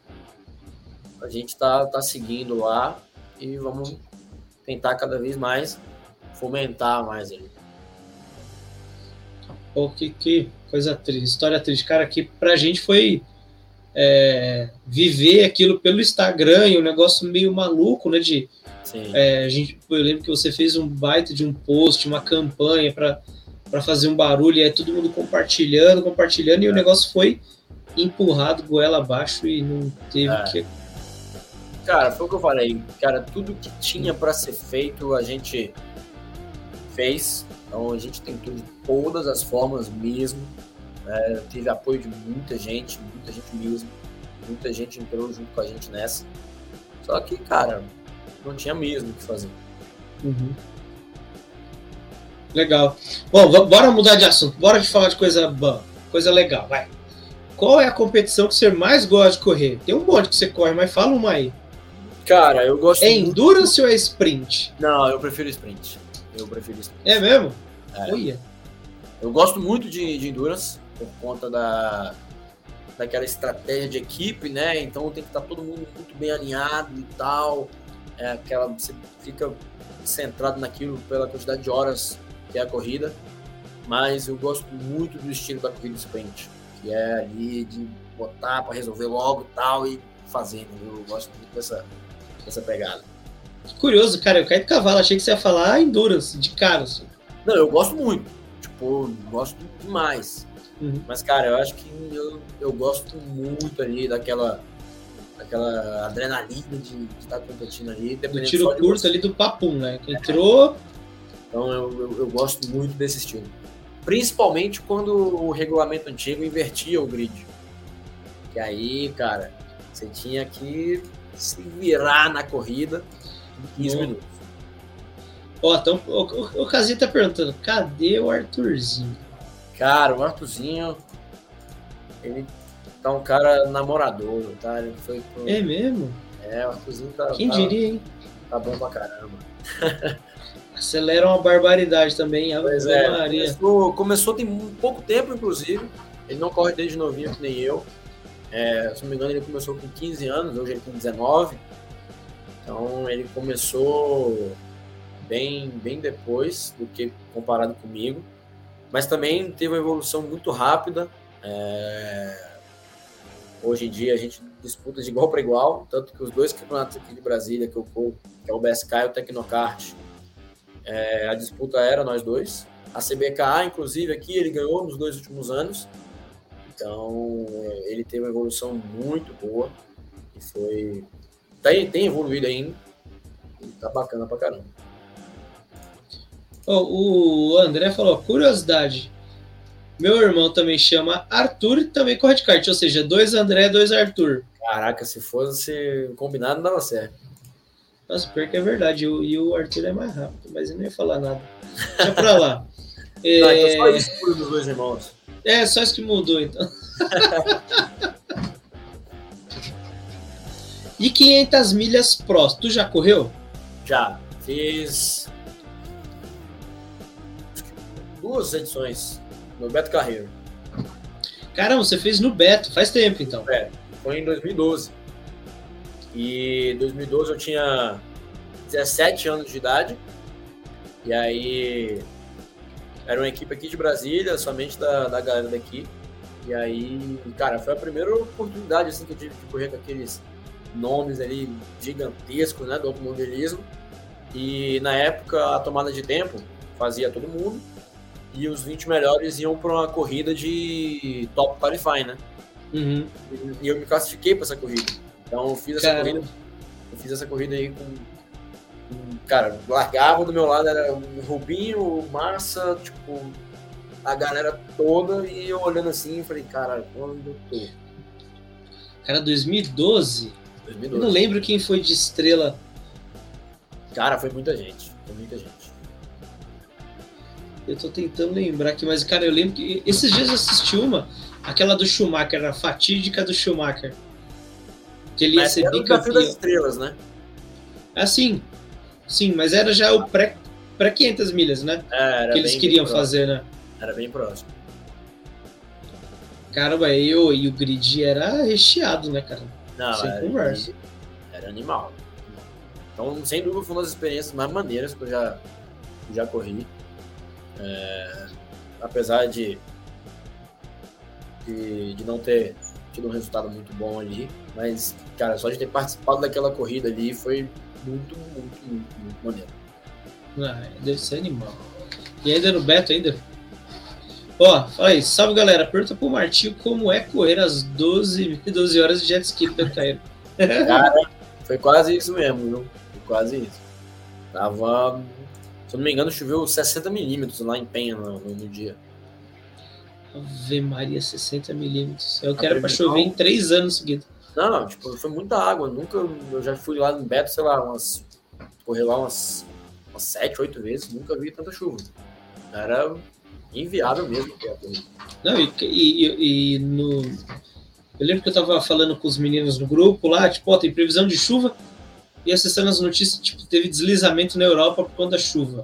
a gente tá, tá seguindo lá e vamos tentar cada vez mais fomentar mais ali. Pô, que, que coisa triste, história triste. Cara, que pra gente foi é, viver aquilo pelo Instagram e um negócio meio maluco, né? De, é, a gente, eu lembro que você fez um baita de um post, uma campanha pra, pra fazer um barulho, e aí todo mundo compartilhando, compartilhando, e é. o negócio foi empurrado goela abaixo e não teve é. que... Cara, foi o que eu falei. Cara, tudo que tinha pra ser feito, a gente fez. Então, a gente tentou de todas as formas mesmo. É, teve apoio de muita gente, muita gente mesmo. Muita gente entrou junto com a gente nessa. Só que, cara, não tinha mesmo o que fazer. Uhum. Legal. Bom, bora mudar de assunto. Bora de falar de coisa boa, coisa legal, vai. Qual é a competição que você mais gosta de correr? Tem um monte que você corre, mas fala uma aí. Cara, eu gosto É muito... endurance ou é sprint? Não, eu prefiro sprint. Eu prefiro sprint. É mesmo? É. Olha. Eu gosto muito de, de endurance, por conta da, daquela estratégia de equipe, né? Então tem que estar todo mundo muito bem alinhado e tal. É aquela, você fica centrado naquilo pela quantidade de horas que é a corrida. Mas eu gosto muito do estilo da corrida sprint, que é ali de botar para resolver logo e tal e fazer. Eu gosto muito dessa, dessa pegada. Curioso, cara, eu caí do cavalo, achei que você ia falar endurance, de cara. Assim. Não, eu gosto muito, tipo, gosto demais. Uhum. Mas, cara, eu acho que eu, eu gosto muito ali daquela, daquela adrenalina de estar competindo ali. Do tiro curto ali do papum, né? Que entrou... Então eu, eu, eu gosto muito desse estilo. Principalmente quando o regulamento antigo invertia o grid. Que aí, cara, você tinha que se virar na corrida em quinze minutos. Ó, então o, o, o Casinha tá perguntando, cadê o Arthurzinho? Cara, o Arthurzinho, ele tá um cara namorador, tá? Ele foi pro... É mesmo? É, o Arthurzinho tá... Quem tá, diria, hein? Tá bom pra caramba. Acelera uma barbaridade também, a pois é, começou, começou tem pouco tempo, inclusive. Ele não corre desde novinho, que nem eu. É, se não me engano, ele começou com quinze anos, hoje ele tem dezenove. Então, ele começou bem, bem depois do que comparado comigo. Mas também teve uma evolução muito rápida. É... Hoje em dia, a gente disputa de igual para igual. Tanto que os dois campeonatos aqui de Brasília que eu corro, que é o B S K e o Tecnokart, é, a disputa era nós dois. A C B K A, inclusive, aqui ele ganhou nos dois últimos anos. Então, ele teve uma evolução muito boa. E foi... Tem, tem evoluído ainda. E tá bacana pra caramba. Oh, o André falou, curiosidade. Meu irmão também chama Arthur e também corre de kart. Ou seja, dois André, dois Arthur. Caraca, se fosse combinado, não dava certo. Nossa, pior que é verdade. E o Arthur é mais rápido, mas eu não ia falar nada. Deixa pra lá. É... Não, então só isso por dos dois irmãos. É, só isso que mudou, então. E quinhentas milhas pró, tu já correu? Já, fiz duas edições no Beto Carreiro. Caramba, você fez no Beto, faz tempo então. É, foi em dois mil e doze. E em dois mil e doze eu tinha dezessete anos de idade. E aí era uma equipe aqui de Brasília, somente da, da galera daqui. E aí, cara, foi a primeira oportunidade assim, que eu tive de correr com aqueles nomes ali gigantescos, né, do automobilismo. E na época a tomada de tempo fazia todo mundo e os vinte melhores iam para uma corrida de top qualifying, né? Uhum. E eu me classifiquei para essa corrida. Então eu fiz essa Caramba. corrida, eu fiz essa corrida aí com, com, cara, largava do meu lado era o Rubinho, o Massa, tipo, a galera toda e eu olhando assim, falei, cara, onde eu tô? Cara, dois mil e doze? dois mil e doze. Eu não lembro quem foi de estrela. Cara, foi muita gente. Foi muita gente. Eu tô tentando lembrar aqui, mas, cara, eu lembro que esses dias eu assisti uma, aquela do Schumacher, a fatídica do Schumacher. Que ele mas ia ser era o desafio das estrelas, né? Ah, sim. Sim, mas era já o pré, pré quinhentas milhas, né? É, era que eles bem, queriam bem fazer, né? Era bem próximo. Caramba, eu e o grid era recheado, né, cara? Não, sem era, conversa. Era animal. Então, sem dúvida, foi uma das experiências mais maneiras que eu já, já corri. É, apesar de, de, de não ter tido um resultado muito bom ali, mas, cara, só de ter participado daquela corrida ali foi muito, muito, muito, muito maneiro. Ah, deve ser animal. E ainda no Beto ainda? Ó, fala aí, salve galera, pergunta pro Martinho como é correr às doze, doze horas de jet ski do Beto Carreiro. Cara, foi quase isso mesmo, viu? Foi quase isso. Tava, se eu não me engano, choveu sessenta milímetros lá em Penha no, no dia. Ave Maria, sessenta milímetros. Eu A quero pra previsão- chover em três anos seguidos. Não, tipo, foi muita água. Nunca, eu já fui lá no Beto, sei lá, umas, corri lá umas, umas sete, oito vezes, nunca vi tanta chuva. Era inviável mesmo. Não, e, e, e no... Eu lembro que eu tava falando com os meninos no grupo lá, tipo, ó, tem previsão de chuva, e acessando as notícias, tipo, teve deslizamento na Europa por conta da chuva.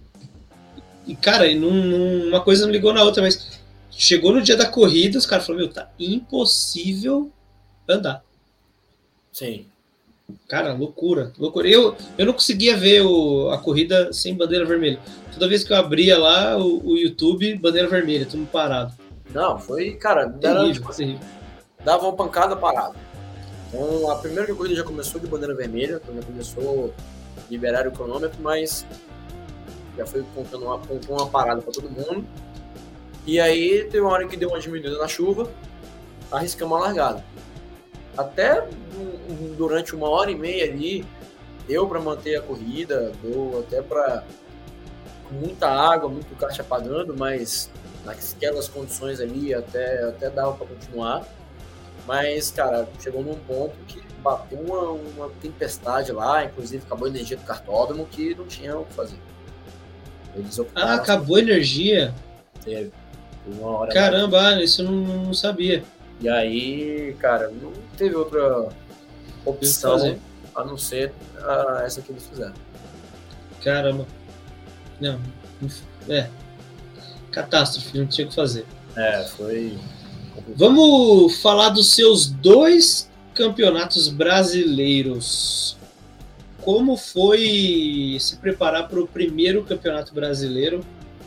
E, cara, e num, num, uma coisa não ligou na outra, mas chegou no dia da corrida, os caras falaram, meu, tá impossível andar. Sim. Cara, loucura, loucura. Eu, eu não conseguia ver o, a corrida sem bandeira vermelha. Toda vez que eu abria lá o, o YouTube, bandeira vermelha, tudo parado. Não, foi, cara, era, Terrível, tipo, terrível. dava uma pancada parada. Então, a primeira corrida já começou de bandeira vermelha, então já começou a liberar o cronômetro, mas já foi contando uma, contando uma parada para todo mundo. E aí, teve uma hora que deu uma diminuída na chuva, arriscamos a largada. Até durante uma hora e meia ali, deu para manter a corrida, deu até para... com muita água, muito kart apagando, mas naquelas condições ali até, até dava para continuar. Mas, cara, chegou num ponto que bateu uma, uma tempestade lá, inclusive acabou a energia do cartódromo, que não tinha o que fazer. Eles optaram, Ah, acabou a energia? Teve. Uma hora Caramba, lá. Isso eu não, não sabia. E aí, cara, não teve outra opção a não ser a, essa que eles fizeram. Caramba. Não, é. Catástrofe, não tinha o que fazer. É, foi... Vamos falar dos seus dois campeonatos brasileiros. Como foi se preparar para o primeiro campeonato brasileiro?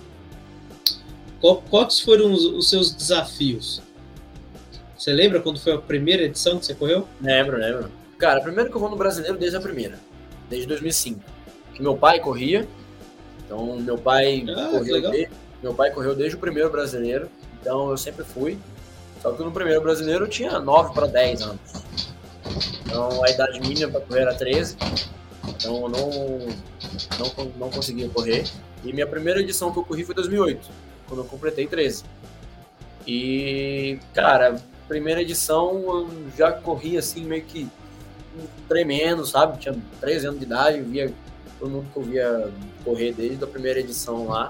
Qual, quais foram os, os seus desafios? Você lembra quando foi a primeira edição que você correu? Lembro, lembro. Cara, primeiro que eu vou no brasileiro desde a primeira, desde dois mil e cinco. Que meu pai corria, então meu pai, ah, correu desde, meu pai correu desde o primeiro brasileiro, então eu sempre fui. Só que no primeiro brasileiro eu tinha nove para dez anos. Então a idade mínima para correr era treze. Então eu não, não, não conseguia correr. E minha primeira edição que eu corri foi em dois mil e oito, quando eu completei treze. E, cara, primeira edição eu já corri assim meio que tremendo, sabe? Tinha treze anos de idade, eu via todo mundo que eu via correr desde a primeira edição lá.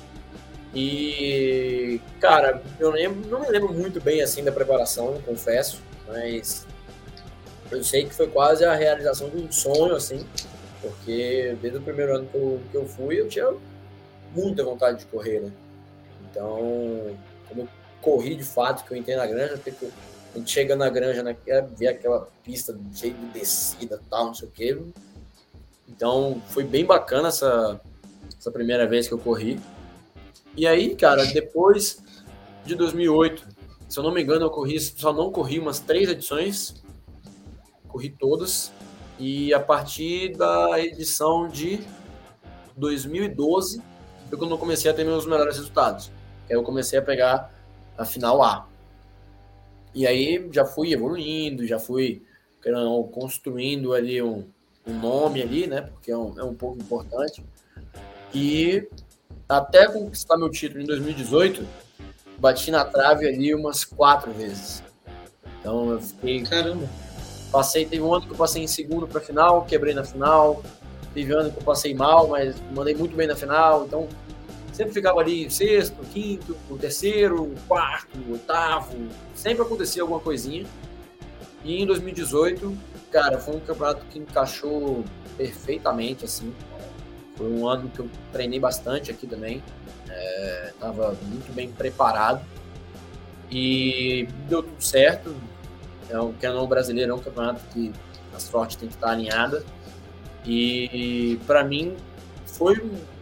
E, cara, eu lembro, não me lembro muito bem assim da preparação, confesso, mas eu sei que foi quase a realização de um sonho, assim, porque desde o primeiro ano que eu, que eu fui, eu tinha muita vontade de correr, né? Então, como eu corri de fato, que eu entrei na granja, porque a gente chega na granja, né, ver aquela pista cheia de descida e tal, não sei o quê. Então, foi bem bacana essa, essa primeira vez que eu corri. E aí, cara, depois de dois mil e oito, se eu não me engano, eu corri, só não corri umas três edições, corri todas, e a partir da edição de dois mil e doze foi quando eu comecei a ter meus melhores resultados. Aí eu comecei a pegar a final A. E aí já fui evoluindo, já fui não, construindo ali um, um nome ali, né, porque é um, é um pouco importante. E até conquistar meu título em dois mil e dezoito, bati na trave ali umas quatro vezes. Então eu fiquei... Caramba. Passei, teve um ano que eu passei em segundo para final, quebrei na final. Teve um ano que eu passei mal, mas mandei muito bem na final. Então sempre ficava ali sexto, quinto, terceiro, quarto, oitavo. Sempre acontecia alguma coisinha. E em dois mil e dezoito, cara, foi um campeonato que encaixou perfeitamente, assim. Foi um ano que eu treinei bastante aqui também. É, tava muito bem preparado. E deu tudo certo. É um campeonato brasileiro, é um campeonato que a sorte tem que estar alinhada. E para mim foi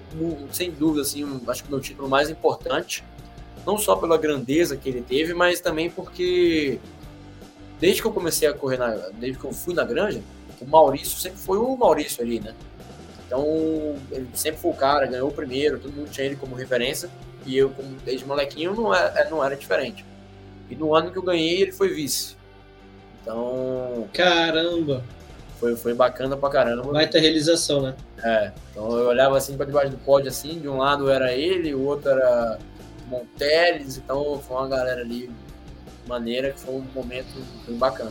sem dúvida, assim, um, acho que o meu título mais importante, não só pela grandeza que ele teve, mas também porque desde que eu comecei a correr, na, desde que eu fui na Granja, o Maurício sempre foi o Maurício ali, né? Então, ele sempre foi o cara, ganhou o primeiro, todo mundo tinha ele como referência, e eu, como desde molequinho, não era, não era diferente. E no ano que eu ganhei, ele foi vice. Então... Caramba! Foi, foi bacana pra caramba. Vai ter realização, né? É, então eu olhava assim pra debaixo do pódio, assim, de um lado era ele, o outro era Monteles, então foi uma galera ali maneira, que foi um momento bem bacana.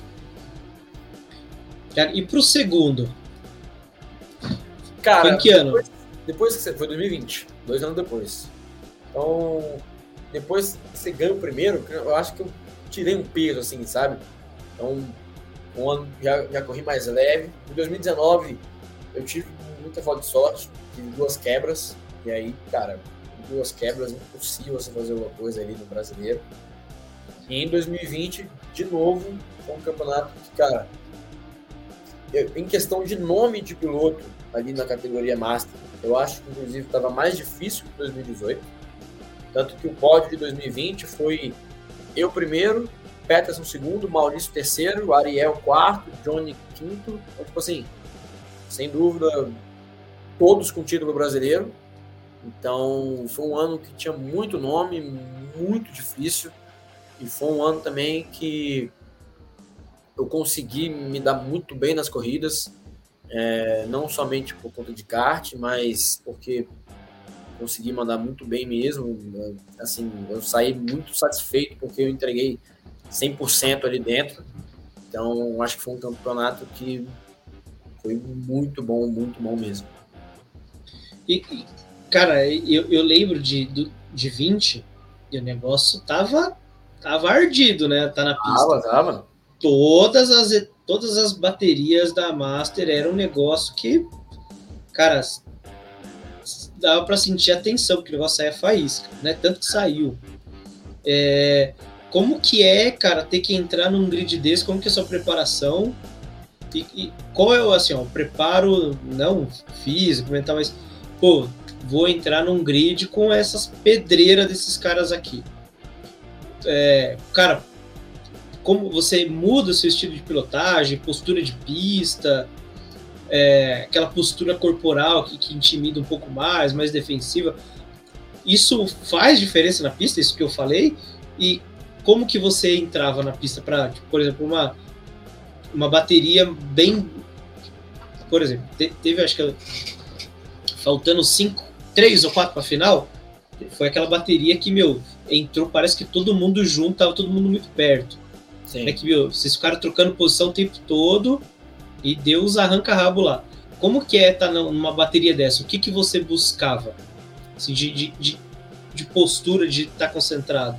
Cara, e pro segundo? Cara, foi em que ano? Depois, depois que você... Foi dois mil e vinte, dois anos depois. Então, depois que você ganha o primeiro, eu acho que eu tirei um peso, assim, sabe? Então, um ano já, já corri mais leve. Em dois mil e dezenove, eu tive muita falta de sorte, tive duas quebras, e aí, cara, duas quebras, impossível você fazer alguma coisa ali no brasileiro. E em dois mil e vinte, de novo, foi um campeonato que, cara, eu, em questão de nome de piloto ali na categoria Master, eu acho que, inclusive, estava mais difícil que dois mil e dezoito. Tanto que o pódio de dois mil e vinte foi eu primeiro, Peterson segundo, Maurício terceiro, Ariel quarto, Johnny quinto. Então, tipo assim, sem dúvida, todos com título brasileiro. Então, foi um ano que tinha muito nome, muito difícil. E foi um ano também que eu consegui me dar muito bem nas corridas. É, não somente por conta de kart, mas porque consegui mandar muito bem mesmo. Assim, eu saí muito satisfeito porque eu entreguei cem por cento ali dentro. Então, acho que foi um campeonato que foi muito bom, muito bom mesmo. E, cara, eu, eu lembro de, de vinte e o negócio tava, tava ardido, né? Tá na pista. Tava, tava. Todas as, todas as baterias da Master eram um negócio que, cara, dava pra sentir a tensão, porque o negócio saia faísca, né? Tanto que saiu. É... Como que é, cara, ter que entrar num grid desse? Como que é a sua preparação? E, e qual é o, assim, ó, o preparo, não físico, mental, mas, pô, vou entrar num grid com essas pedreiras desses caras aqui. É, cara, como você muda o seu estilo de pilotagem, postura de pista, é, aquela postura corporal que, que intimida um pouco mais, mais defensiva. Isso faz diferença na pista, isso que eu falei? E como que você entrava na pista para, tipo, por exemplo, uma, uma bateria bem... Por exemplo, teve, acho que, faltando cinco, três ou quatro para a final, foi aquela bateria que, meu, entrou, parece que todo mundo junto, tava todo mundo muito perto. Sim. É que, meu, vocês ficaram trocando posição o tempo todo e Deus arranca-rabo lá. Como que é estar numa bateria dessa? O que, que você buscava? Assim, de, de, de, de postura, de estar concentrado?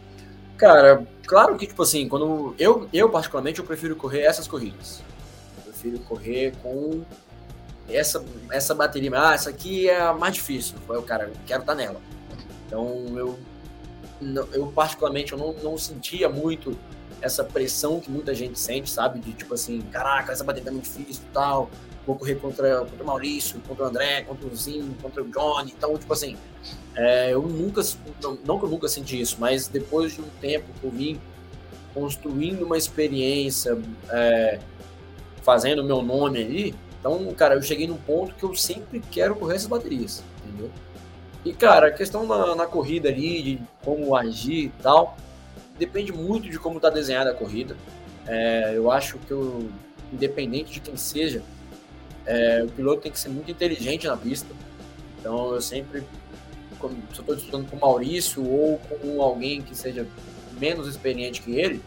Cara, claro que, tipo assim, quando eu, eu particularmente, eu prefiro correr essas corridas. Eu prefiro correr com essa, essa bateria. Ah, essa aqui é a mais difícil. Eu, cara, eu quero estar nela. Então, eu, eu particularmente, eu não, não sentia muito essa pressão que muita gente sente, sabe? De, tipo assim, caraca, essa bateria é muito difícil e tal. Vou correr contra, contra o Maurício, contra o André, contra o Zinho, contra o Johnny. Então, tipo assim, é, eu nunca, não, não que eu nunca senti isso, mas depois de um tempo que eu vim construindo uma experiência, é, fazendo o meu nome ali, então, cara, eu cheguei num ponto que eu sempre quero correr essas baterias, entendeu? E, cara, a questão na, na corrida ali, de como agir e tal, depende muito de como tá desenhada a corrida. É, eu acho que, eu, independente de quem seja, É, o piloto tem que ser muito inteligente na pista. Então eu sempre, se eu estou disputando com o Maurício ou com alguém que seja menos experiente que ele,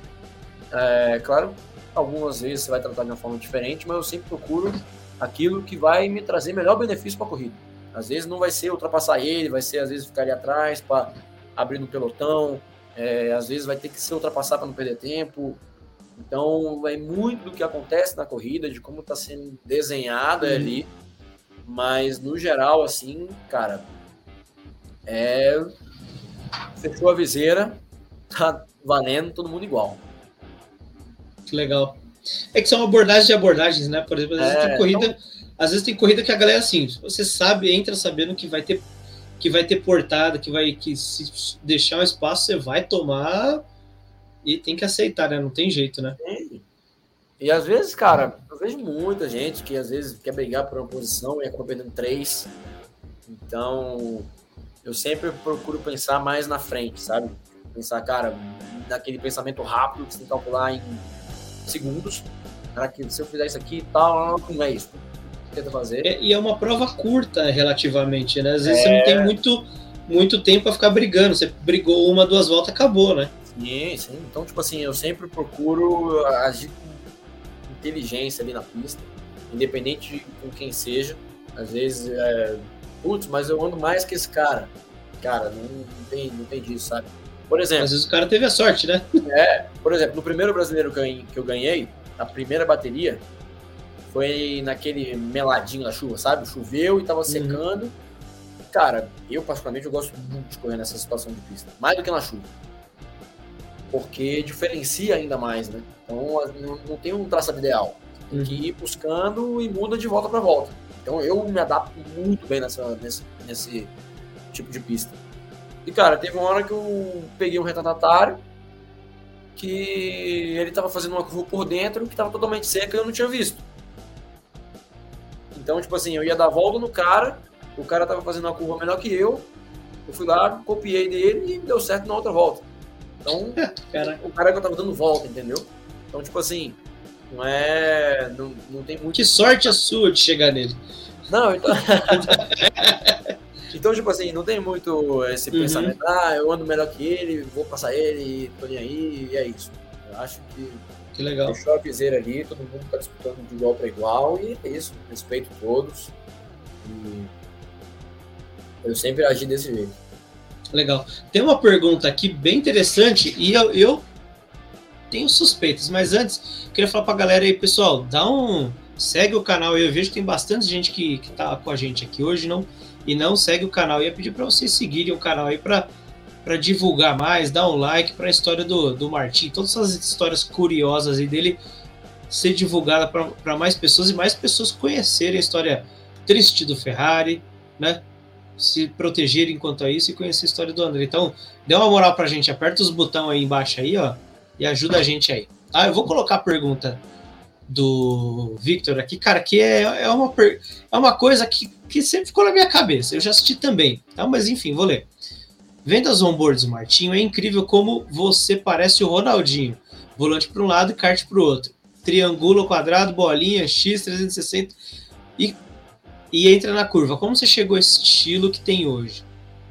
é, claro, algumas vezes você vai tratar de uma forma diferente, mas eu sempre procuro aquilo que vai me trazer melhor benefício para a corrida. Às vezes não vai ser ultrapassar ele, vai ser às vezes ficar ali atrás para abrir no pelotão, é, às vezes vai ter que se ultrapassar para não perder tempo. Então, é muito do que acontece na corrida, de como está sendo desenhada uhum. ali. Mas, no geral, assim, cara, é... fechou a viseira, tá valendo todo mundo igual. Que legal. É que são abordagens de abordagens, né? Por exemplo, às vezes é, tem corrida, então... às vezes tem corrida que a galera, assim, você sabe, entra sabendo que vai ter, que vai ter portada, que vai, que se deixar um espaço, você vai tomar e tem que aceitar, né? Não tem jeito, né? Sim. E às vezes, cara, eu vejo muita gente que às vezes quer brigar por uma posição e acaba perdendo três. Então, eu sempre procuro pensar mais na frente, sabe? Pensar, cara, naquele pensamento rápido que você tem que calcular em segundos. Cara, que se eu fizer isso aqui e tal, não é isso. Tenta fazer. É, e é uma prova curta, relativamente, né? Às vezes É. você não tem muito, muito tempo para ficar brigando. Você brigou uma, duas voltas, acabou, né? Sim, sim. Então, tipo assim, eu sempre procuro agir com inteligência ali na pista, independente de com quem seja. Às vezes, é, putz, mas eu ando mais que esse cara. Cara, não, não, tem, não tem disso, sabe? Por exemplo, Às vezes o cara teve a sorte, né? é, por exemplo, no primeiro brasileiro que eu ganhei, a primeira bateria foi naquele meladinho da chuva, sabe? Choveu e tava secando. Uhum. Cara, eu particularmente eu gosto muito de correr nessa situação de pista, mais do que na chuva. Porque diferencia ainda mais, né? Então não, não tem um traçado ideal. Tem uhum. que ir buscando e muda de volta para volta. Então eu me adapto muito bem nessa, nesse, nesse tipo de pista. E cara, teve uma hora que eu peguei um retardatário que ele tava fazendo uma curva por dentro que tava totalmente seca e eu não tinha visto. Então, tipo assim, eu ia dar volta no cara, o cara tava fazendo uma curva melhor que eu, eu fui lá, copiei dele e deu certo na outra volta. Então, o cara que eu tava dando volta, entendeu? Então, tipo assim, não é... Não, não tem muito... Que sorte a sua de chegar nele. Não, então... então, tipo assim, não tem muito esse uhum. pensamento, ah, eu ando melhor que ele, vou passar ele, tô nem aí, e é isso. Eu acho que... Que legal. Deixou a viseira ali, todo mundo tá disputando de igual para igual, e é isso, respeito todos. E eu sempre agi desse jeito. Legal. Tem uma pergunta aqui bem interessante, e eu, eu tenho suspeitas, mas antes, eu queria falar pra galera aí, pessoal, dá um... Segue o canal aí, eu vejo que tem bastante gente que, que tá com a gente aqui hoje, não, e não segue o canal. Eu ia pedir para vocês seguirem o canal aí para para divulgar mais, dar um like para a história do, do Martin, todas essas histórias curiosas aí dele ser divulgada para mais pessoas e mais pessoas conhecerem a história triste do Ferrari, né? Se protegerem quanto a isso e conhecer a história do André. Então, dê uma moral pra gente, aperta os botões aí embaixo aí, ó, e ajuda a gente aí. Ah, eu vou colocar a pergunta do Victor aqui, cara, que é, é, uma, é uma coisa que, que sempre ficou na minha cabeça, eu já assisti também, tá? Mas enfim, vou ler. Vendo as onboards do Martinho, é incrível como você parece o Ronaldinho. Volante para um lado e kart para o outro. Triângulo, quadrado, bolinha, X, trezentos e sessenta e, e entra na curva. Como você chegou a esse estilo que tem hoje?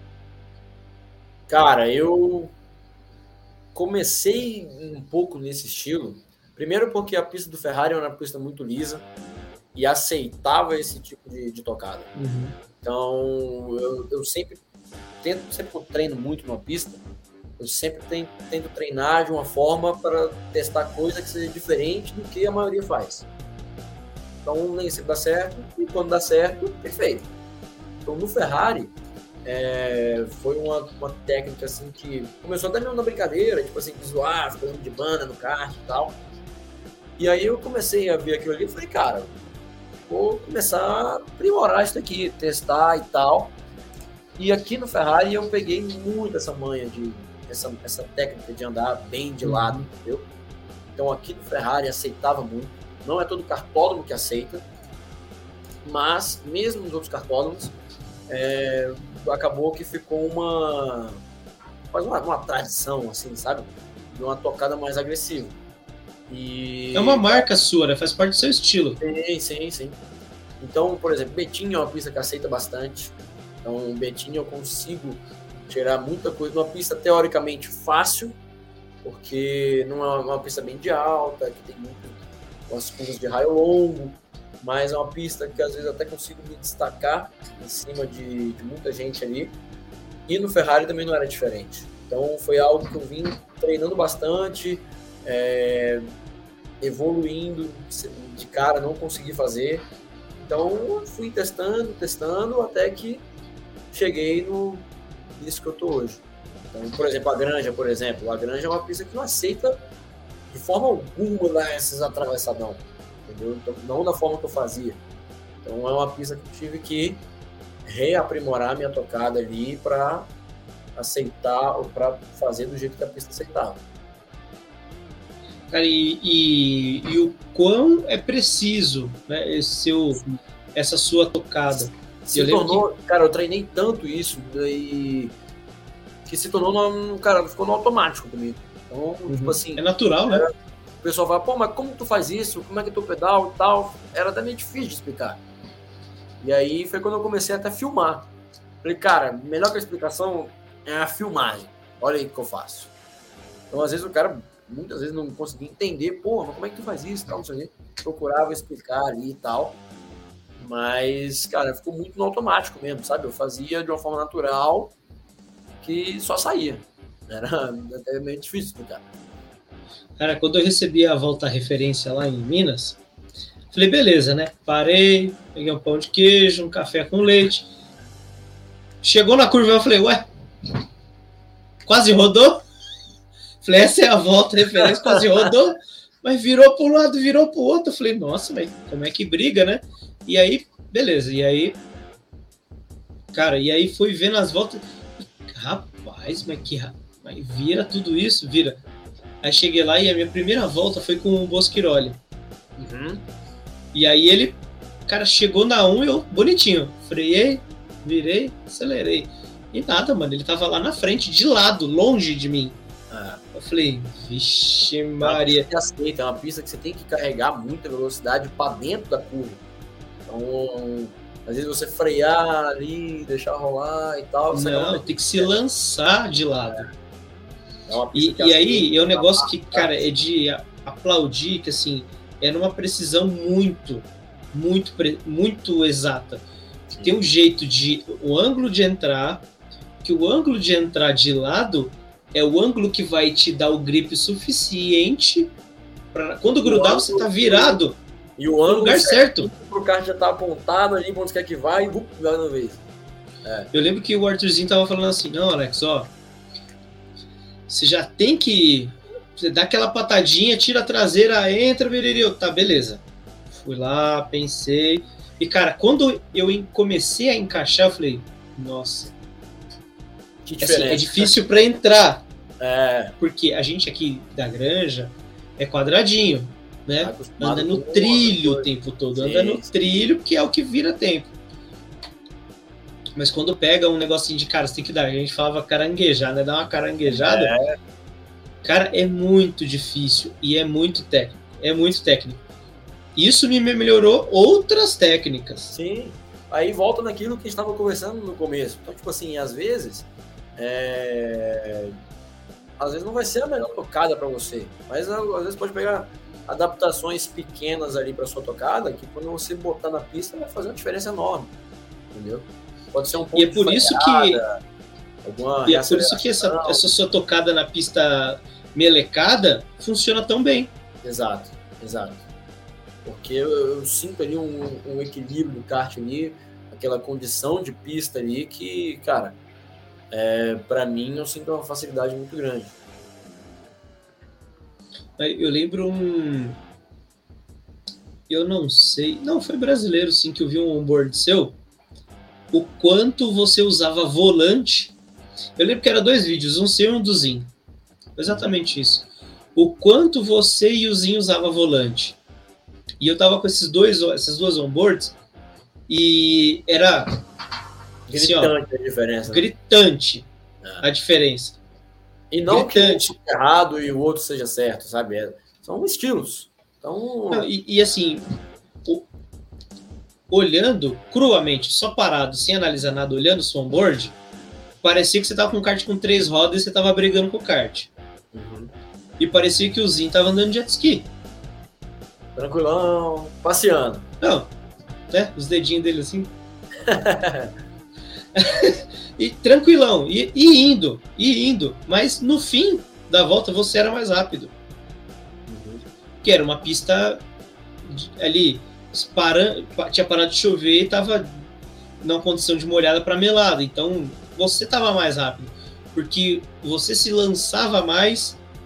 Cara, eu comecei um pouco nesse estilo. Primeiro porque a pista do Ferrari era uma pista muito lisa e aceitava esse tipo de, de tocada. Uhum. Então, eu, eu sempre... Tento, sempre que eu treino muito numa pista, eu sempre tento, tento treinar de uma forma para testar coisa que seja diferente do que a maioria faz. Então, nem sempre dá certo, e quando dá certo, perfeito. Então, no Ferrari, é, foi uma, uma técnica assim que começou até mesmo na brincadeira, tipo assim, de zoar, ficando de banda no kart e tal. E aí eu comecei a ver aquilo ali e falei, cara, vou começar a aprimorar isso aqui, testar e tal. E aqui no Ferrari eu peguei muito essa manha, de, essa, essa técnica de andar bem de lado, entendeu? Então aqui no Ferrari aceitava muito. Não é todo cartódromo que aceita, mas mesmo nos outros cartódromos, é, acabou que ficou uma, quase uma, uma tradição, assim, sabe? De uma tocada mais agressiva. E... É uma marca sua, né? Faz parte do seu estilo. Sim, sim, sim. Então, por exemplo, Betinho é uma pista que aceita bastante. Então, o Betinho eu consigo tirar muita coisa numa pista teoricamente fácil, porque não é uma pista bem de alta, que tem muito umas curvas de raio longo, mas é uma pista que às vezes até consigo me destacar em cima de, de muita gente ali. E no Ferrari também não era diferente. Então, foi algo que eu vim treinando bastante, é, evoluindo de cara, não consegui fazer. Então, fui testando, testando, até que cheguei no isso que eu tô hoje. Então, por exemplo, a Granja, por exemplo. A Granja é uma pista que não aceita de forma alguma dar esses atravessadão, entendeu? Então, não da forma que eu fazia. Então é uma pista que eu tive que reaprimorar minha tocada ali para aceitar ou para fazer do jeito que a pista aceitava. Cara, e, e, e o quão é preciso, né, esse seu, essa sua tocada. Se tornou, que... cara, eu treinei tanto isso e que se tornou, no, cara, ficou no automático comigo. Então, uhum. tipo assim... É natural, né? Era, o pessoal fala, pô, mas como tu faz isso? Como é que tu pedal e tal? Era até meio difícil de explicar. E aí foi quando eu comecei até a filmar. Falei, cara, melhor que a explicação é a filmagem. Olha aí o que eu faço. Então, às vezes, o cara, muitas vezes, não conseguia entender, pô, mas como é que tu faz isso? Tal, não sei o quê. Procurava explicar ali e tal. Mas, cara, ficou muito no automático mesmo, sabe? Eu fazia de uma forma natural que só saía. Era até meio difícil explicar. Cara, quando eu recebi a volta referência lá em Minas, falei, beleza, né? Parei, peguei um pão de queijo, um café com leite. Chegou na curva, eu falei, ué, quase rodou? Falei, essa é a volta referência, quase rodou. Mas virou para um lado, virou para o outro. Eu falei, nossa, mas como é que briga, né? E aí, beleza. E aí, cara, e aí fui vendo as voltas. Rapaz, mas que mas vira tudo isso, vira. Aí cheguei lá e a minha primeira volta foi com o Bosquiroli. Uhum. E aí ele, cara, chegou na um e eu, bonitinho, freiei, virei, acelerei. E nada, mano, ele tava lá na frente, de lado, longe de mim. Ah. Eu falei, vixe Maria. É uma pista que aceita, é uma pista que você tem que carregar muita velocidade para dentro da curva. Então, às vezes você frear ali, deixar rolar e tal. Você não, tem que se lançar de lado. É uma e pista e aí, é um pra negócio que, passar. cara, é de aplaudir, que assim, é numa precisão muito, muito, muito exata. Tem um jeito de, o ângulo de entrar, que o ângulo de entrar de lado é o ângulo que vai te dar o grip suficiente para quando grudar você tá virado e o ângulo no lugar certo. O carro já tá apontado ali, onde quer que vai, e vai de uma vez. É. Eu lembro que o Arthurzinho tava falando assim, não, Alex, ó, você já tem que você dá aquela patadinha, tira a traseira, entra, viril, tá, beleza. Fui lá, pensei, e cara, quando eu comecei a encaixar, eu falei, nossa, assim, é difícil para entrar, é. porque a gente aqui da granja é quadradinho, né? Tá anda no trilho o tempo todo, anda no trilho, que é o que vira tempo. Mas quando pega um negocinho de cara, você tem que dar, a gente falava caranguejar, né? Dar uma caranguejada, é. Cara, é muito difícil e é muito técnico, é muito técnico. Isso me melhorou outras técnicas. Sim, aí volta naquilo que a gente estava conversando no começo. Então, tipo assim, às vezes, é... às vezes não vai ser a melhor tocada para você, mas às vezes pode pegar adaptações pequenas ali para sua tocada, que quando você botar na pista vai fazer uma diferença enorme, entendeu? Pode ser um ponto e é por de isso falhada, que e é por isso que essa, essa sua tocada na pista melecada funciona tão bem. Exato, exato. Porque eu, eu sinto ali um, um equilíbrio do kart ali, aquela condição de pista ali que, cara, é, para mim eu sinto uma facilidade muito grande. Eu lembro um... Eu não sei... Não, foi brasileiro, sim, que eu vi um onboard seu. O quanto você usava volante. Eu lembro que era dois vídeos, um seu e um do Zinho. Exatamente isso. O quanto você e o Zinho usava volante. E eu tava com esses dois, essas duas onboards e era... Gritante assim, ó, a diferença. Gritante né? a diferença. E não gritante. Que um seja errado e o outro seja certo, sabe? É, são estilos. Então... Não, e, e assim, o, olhando cruamente, só parado, sem analisar nada, olhando o seu onboard, parecia que você tava com um kart com três rodas e você tava brigando com o kart. Uhum. E parecia que o Zinho tava andando de jet ski. Tranquilão, passeando. Não, né? Os dedinhos dele assim. E tranquilão, e, e indo, e indo. Mas no fim da volta você era mais rápido. Uhum. Que era uma pista ali, para, tinha parado de chover e tava numa condição de molhada para melada. Então você tava mais rápido. Porque você se lançava mais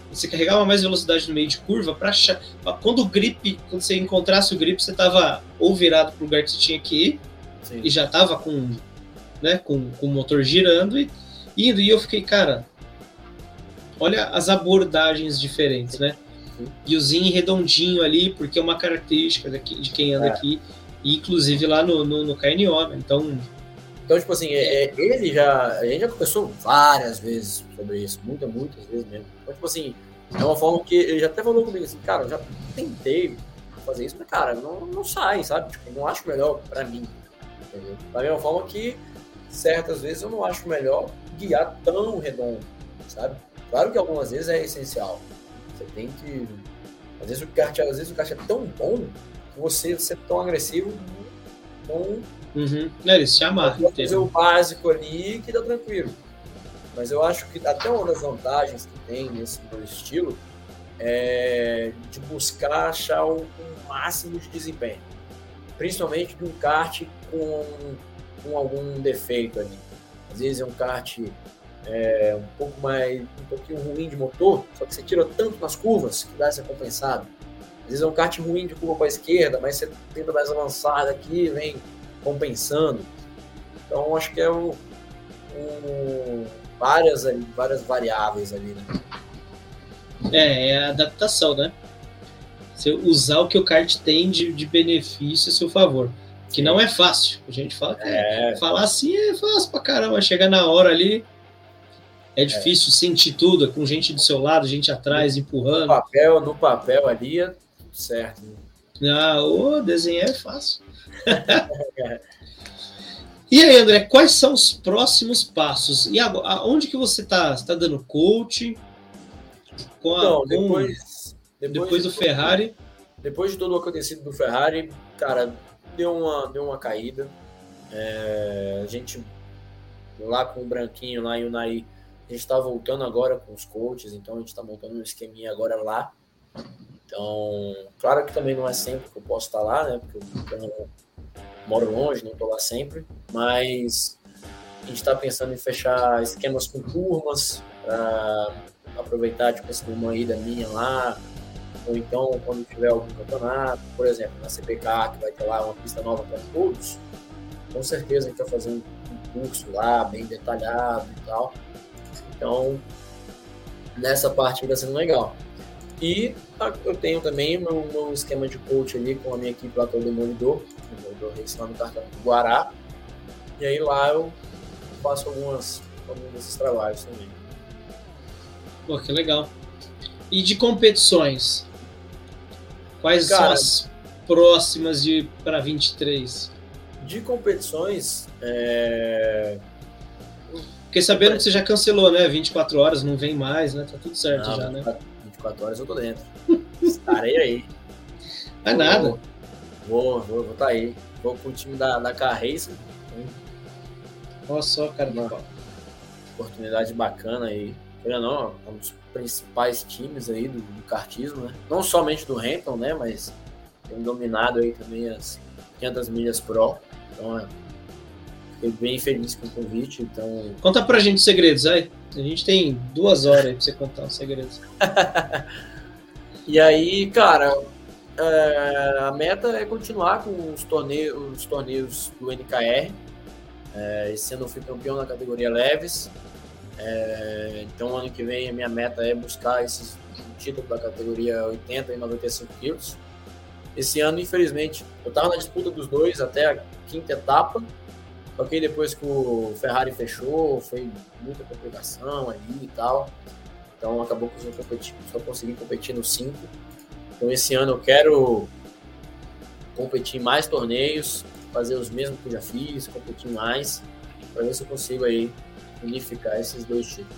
você carregava mais velocidade no meio de curva para quando o grip, quando você encontrasse o grip, você estava ou virado para o lugar que você tinha que ir, sim, e já estava com, né, com, com o motor girando e indo. E eu fiquei, cara, olha as abordagens diferentes, né? E o zinho redondinho ali, porque é uma característica daqui, de quem anda é. aqui, e inclusive lá no, no, no K N O, né? Então, então, tipo assim, é, ele já, a gente já conversou várias vezes sobre isso, muitas, muitas vezes mesmo. Então, tipo assim, é uma forma que ele já até falou comigo assim, cara, eu já tentei fazer isso, mas, cara, não, não sai, sabe? Tipo, não acho melhor pra mim, entendeu? Da mesma forma que, certas vezes, eu não acho melhor guiar tão redondo, sabe? Claro que algumas vezes é essencial. Você tem que... Às vezes o kart, às vezes o kart é tão bom que você ser tão agressivo não... Uhum. É, ele se amarra. Fazer o básico ali que dá tranquilo. Mas eu acho que até uma das vantagens que tem nesse meu estilo é de buscar achar um, um máximo de desempenho. Principalmente de um kart com, com algum defeito ali. Às vezes é um kart... É, um pouco mais, um pouquinho ruim de motor, só que você tira tanto nas curvas que dá essa compensada. Às vezes é um kart ruim de curva para a esquerda, mas você tenta mais avançado aqui, vem compensando. Então acho que é um, um, várias, ali, várias variáveis ali, né? É, é a adaptação, né? Você usar o que o kart tem de, de benefício a seu favor. Que Sim. não é fácil. A gente fala que é. falar assim é fácil pra caramba. Chega na hora ali, é difícil é. sentir tudo, é com gente do seu lado, gente atrás, no, empurrando. No papel, no papel ali é tudo certo. Né? Ah, o desenhar é fácil. E aí, André, quais são os próximos passos? E agora, onde que você está? Você está dando coach? Com a, Não, com, depois, depois, depois do de Ferrari? Todo, depois de todo o acontecido do Ferrari, cara, deu uma, deu uma caída. É, a gente, lá com o Branquinho, lá e o Naí, a gente está voltando agora com os coaches, então a gente está montando um esqueminha agora lá. Então, claro que também não é sempre que eu posso estar lá, né? Porque eu moro longe, não estou lá sempre. Mas a gente está pensando em fechar esquemas com turmas para aproveitar, tipo assim, uma ida minha lá. Ou então, quando tiver algum campeonato, por exemplo, na C P K, que vai ter lá uma pista nova para todos, com certeza a gente vai fazer um, um curso lá, bem detalhado e tal. Então, nessa parte vai sendo legal. E eu tenho também o meu, meu esquema de coach ali com a minha equipe lá, que é o Demolidor, o Demolidor Race lá no cartão do Guará. E aí lá eu faço algumas, alguns desses trabalhos também. Pô, que legal. E de competições? Quais Cara, são as próximas de para vinte e três? De competições, é... Fiquei sabendo que você já cancelou, né? vinte e quatro horas, não vem mais, né? Tá tudo certo não, já, né? vinte e quatro horas eu tô dentro. Estarei aí. Não é nada. Vou, vou, vou tá aí. Vou pro time da, da Car-Race. Olha só, cara. Uma oportunidade bacana aí. Eu não, é um dos principais times aí do, do kartismo, né? Não somente do Hamilton, né? Mas tem dominado aí também as quinhentas milhas Pro. Então, é, fiquei bem feliz com o convite. Então... Conta pra gente os segredos, aí. A gente tem duas horas aí pra você contar os segredos. E aí, cara, é, a meta é continuar com os torneios, os torneios do N K R. É, esse ano eu fui campeão na categoria leves. É, então, ano que vem, a minha meta é buscar esses títulos da categoria oitenta e noventa e cinco quilos. Esse ano, infelizmente, eu estava na disputa dos dois até a quinta etapa. Só que depois que o Ferrari fechou, foi muita complicação ali e tal. Então, acabou que eu só, competi, só consegui competir no cinco. Então, esse ano eu quero competir em mais torneios, fazer os mesmos que eu já fiz, competir mais, para ver se eu consigo aí unificar esses dois títulos.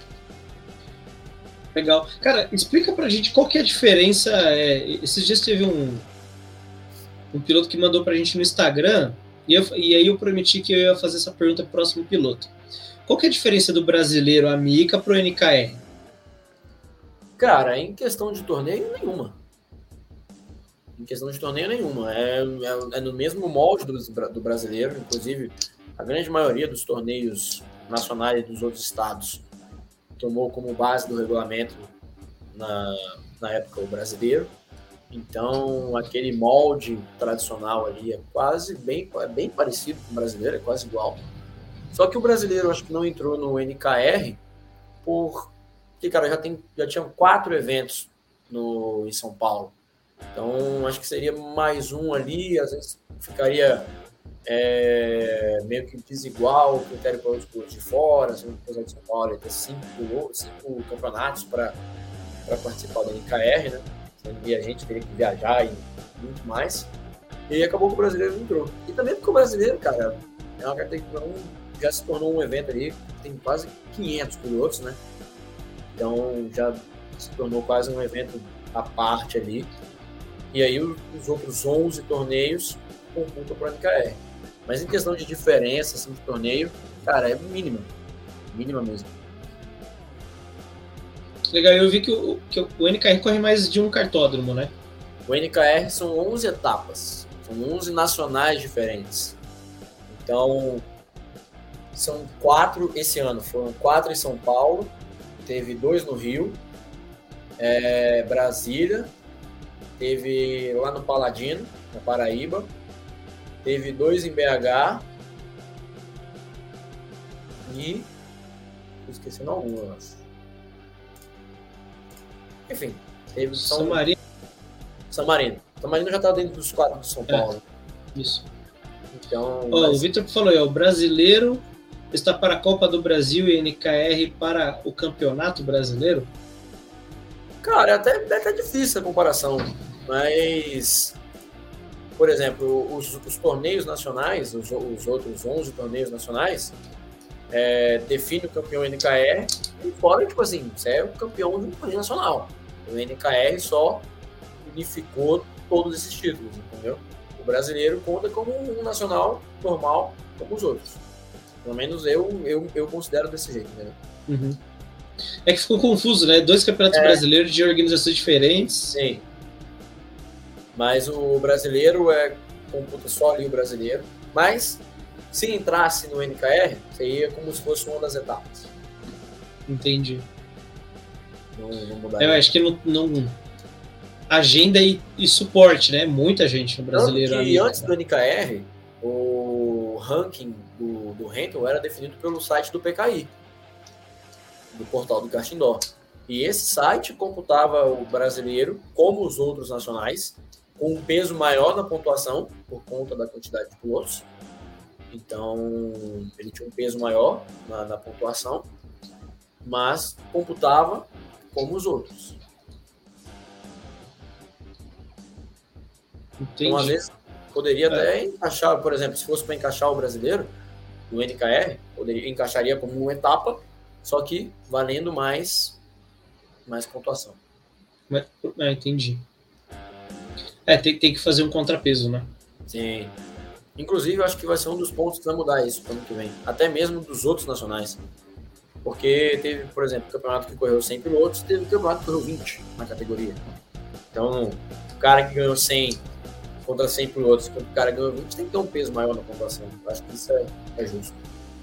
Legal. Cara, explica pra gente qual que é a diferença. É, esses dias teve um, um piloto que mandou pra gente no Instagram, e, eu, e aí eu prometi que eu ia fazer essa pergunta pro próximo piloto. Qual que é a diferença do brasileiro Amica pro N K R? Cara, em questão de torneio, nenhuma. Em questão de torneio, nenhuma. É, é, é no mesmo molde do, do brasileiro, inclusive a grande maioria dos torneios nacionais dos outros estados tomou como base do regulamento na, na época o brasileiro. Então, aquele molde tradicional ali é quase bem, é bem parecido com o brasileiro, é quase igual. Só que o brasileiro acho que não entrou no N K R porque, cara, já, tem, já tinham quatro eventos no, em São Paulo. Então, acho que seria mais um ali, às vezes ficaria é, meio que desigual o critério para os clubes de fora, assim, apesar de São Paulo ter cinco, cinco campeonatos para participar do N K R, né? E a gente teria que viajar e muito mais. E acabou que o brasileiro não entrou. E também porque o brasileiro, cara, é uma categoria, já se tornou um evento ali, tem quase quinhentos pilotos, né? Então já se tornou quase um evento à parte ali. E aí os outros onze torneios computam para o N K R. Mas em questão de diferença assim, de torneio, cara, é mínima. Mínima mesmo. Legal, eu vi que o, que o N K R corre mais de um kartódromo, né? O N K R são onze etapas, são onze nacionais diferentes. Então, são quatro esse ano, foram quatro em São Paulo, teve dois no Rio, é, Brasília, teve lá no Paladino, na Paraíba, teve dois em B H e... esqueci algum, eu acho. Enfim, teve São, São Marino. São Marino. São Marino já está dentro dos quatro de São Paulo. É, isso. Então, oh, mas... O Vitor falou, é, o brasileiro está para a Copa do Brasil e N K R para o Campeonato Brasileiro? Cara, é até, é até difícil a comparação, mas, por exemplo, os, os torneios nacionais, os, os outros onze torneios nacionais, é, define o campeão N K R e fora, tipo assim, você é o campeão de um torneio nacional. O N K R só unificou todos esses títulos, entendeu? O brasileiro conta como um nacional normal, como os outros. Pelo menos eu, eu, eu considero desse jeito, entendeu? Uhum. É que ficou confuso, né? Dois campeonatos é. brasileiros de organizações diferentes. Sim. Mas o brasileiro é computa só ali o brasileiro. Mas se entrasse no N K R, seria como se fosse uma das etapas. Entendi. Não, não mudaria. Eu acho que não, não... agenda e, e suporte, né? Muita gente no brasileiro. E antes do N K R, o ranking do, do Hamilton era definido pelo site do P K I, do portal do Kart Indoor. E esse site computava o brasileiro, como os outros nacionais, com um peso maior na pontuação, por conta da quantidade de pilotos. Então, ele tinha um peso maior na, na pontuação, mas computava como os outros. Entendi. Então, às vezes, poderia até é. encaixar, por exemplo, se fosse para encaixar o brasileiro, o N K R, poderia, encaixaria como uma etapa, só que valendo mais, mais pontuação. Ah, entendi. É, tem, tem que fazer um contrapeso, né? Sim. Inclusive, eu acho que vai ser um dos pontos que vai mudar isso para o ano que vem. Até mesmo dos outros nacionais. Porque teve, por exemplo, o campeonato que correu cem pilotos, teve o campeonato que correu vinte na categoria. Então, o cara que ganhou cem contra cem pilotos, o cara que ganhou vinte, tem que ter um peso maior na pontuação. Eu acho que isso é, é justo.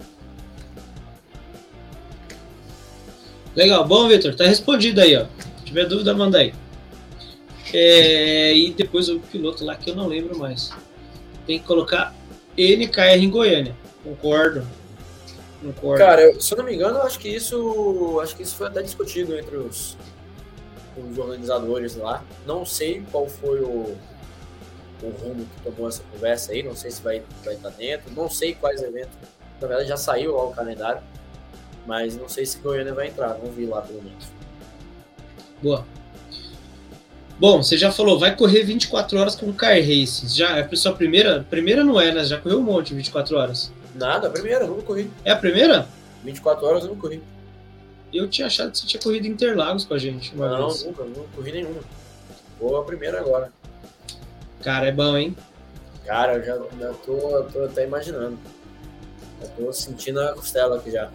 Legal. Bom, Vitor, tá respondido aí, ó. Se tiver dúvida, manda aí. É, e depois o piloto lá que eu não lembro mais. Tem que colocar N K R em Goiânia. Concordo. Concordo. Cara, eu, se eu não me engano, eu acho que isso, acho que isso foi até discutido entre os, os organizadores lá. Não sei qual foi o, o rumo que tomou essa conversa aí. Não sei se vai, vai estar dentro. Não sei quais eventos. Na verdade, já saiu lá o calendário. Mas não sei se Goiânia vai entrar. Não vi lá, pelo menos. Boa. Bom, você já falou, vai correr vinte e quatro horas com Car Racing. Já é a sua primeira? Primeira não é, né? Já correu um monte vinte e quatro horas. Nada, a primeira, eu nunca corri. É a primeira? vinte e quatro horas eu não corri. Eu tinha achado que você tinha corrido Interlagos com a gente. Uma não, vez. nunca, não corri nenhuma. Vou a primeira agora. Cara, é bom, hein? Cara, eu já, já tô, tô até imaginando. Já tô sentindo a costela aqui já.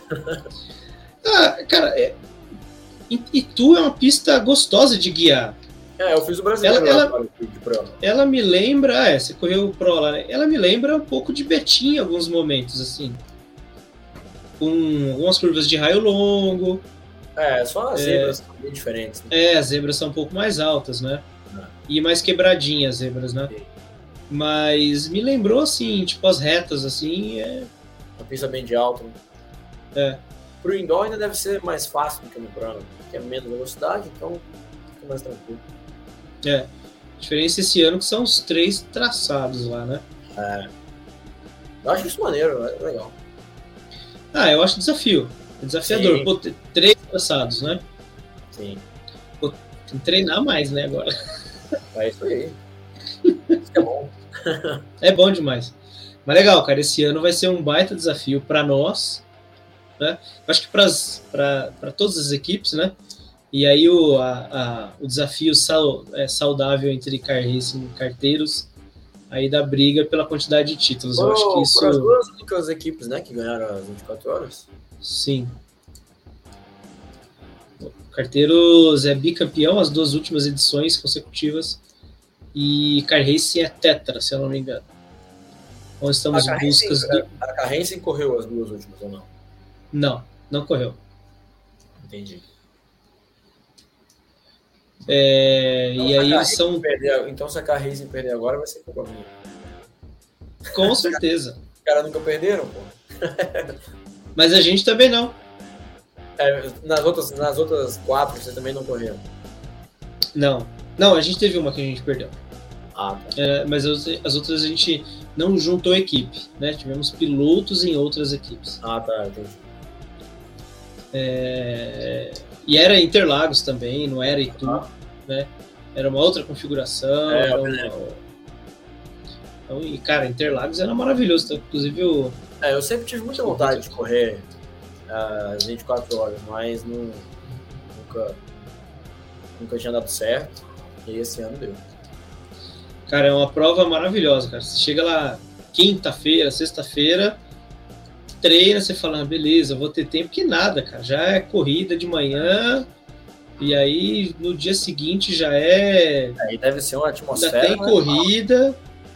Ah, cara, é... Itu é uma pista gostosa de guiar. É, eu fiz o brasileiro ela, lá, ela, de Pro. Ela me lembra, ah, é, você correu o Pro lá, né? Ela me lembra um pouco de Betim em alguns momentos, assim. Com algumas curvas de raio longo. É, só as zebras são bem diferentes. Né? É, as zebras são um pouco mais altas, né? Ah. E mais quebradinhas as zebras, né? Sim. Mas me lembrou, assim, tipo, as retas, assim, é... Uma pista bem de alto. Né? É. Pro indoor ainda deve ser mais fácil do que no plano, que é menos velocidade, então fica mais tranquilo. É. A diferença esse ano que são os três traçados lá, né? É. Eu acho isso maneiro, é legal. Ah, eu acho desafio. É desafiador. Sim. Pô, ter três traçados, né? Sim. Pô, tem que treinar mais, né, agora. É isso aí. Isso que é bom. É bom demais. Mas legal, cara, esse ano vai ser um baita desafio para nós, né? Eu acho que para todas as equipes, né? E aí o, a, a, o desafio sal, é, saudável entre car racing e carteiros, aí da briga pela quantidade de títulos. Eu Oh, acho que isso... Foram as duas únicas equipes, né, que ganharam as vinte e quatro horas. Sim. O Carteiros é bicampeão as duas últimas edições consecutivas e Car Racing é tetra, se eu não me engano. Onde estamos em buscas Racing, do... A Car Racing correu as duas últimas ou não? Não, não correu. Entendi. É, Então, e aí eles são... Perder, então se a Car Racing perder agora vai ser culpa minha. Com certeza. Os caras nunca perderam, pô. Mas a gente também não. É, nas, outras, nas outras quatro você também não correu? Não. Não, a gente teve uma que a gente perdeu. Ah, tá. É, mas as, as outras a gente não juntou equipe, né? Tivemos pilotos em outras equipes. Ah, tá, entendi. É, e era Interlagos também, não era Itu, Ah. né? Era uma outra configuração. É, era uma... Então, e, cara, Interlagos era maravilhoso. Então, inclusive, o... É, eu sempre tive muita vontade de correr as vinte e quatro horas, mas não, nunca, nunca tinha dado certo. E esse ano deu. Cara, é uma prova maravilhosa, cara. Você chega lá quinta-feira, sexta-feira, treina, você fala, ah, beleza, vou ter tempo, que nada, cara. Já é corrida de manhã, e aí no dia seguinte já é... Aí deve ser uma Ainda atmosfera... tem corrida,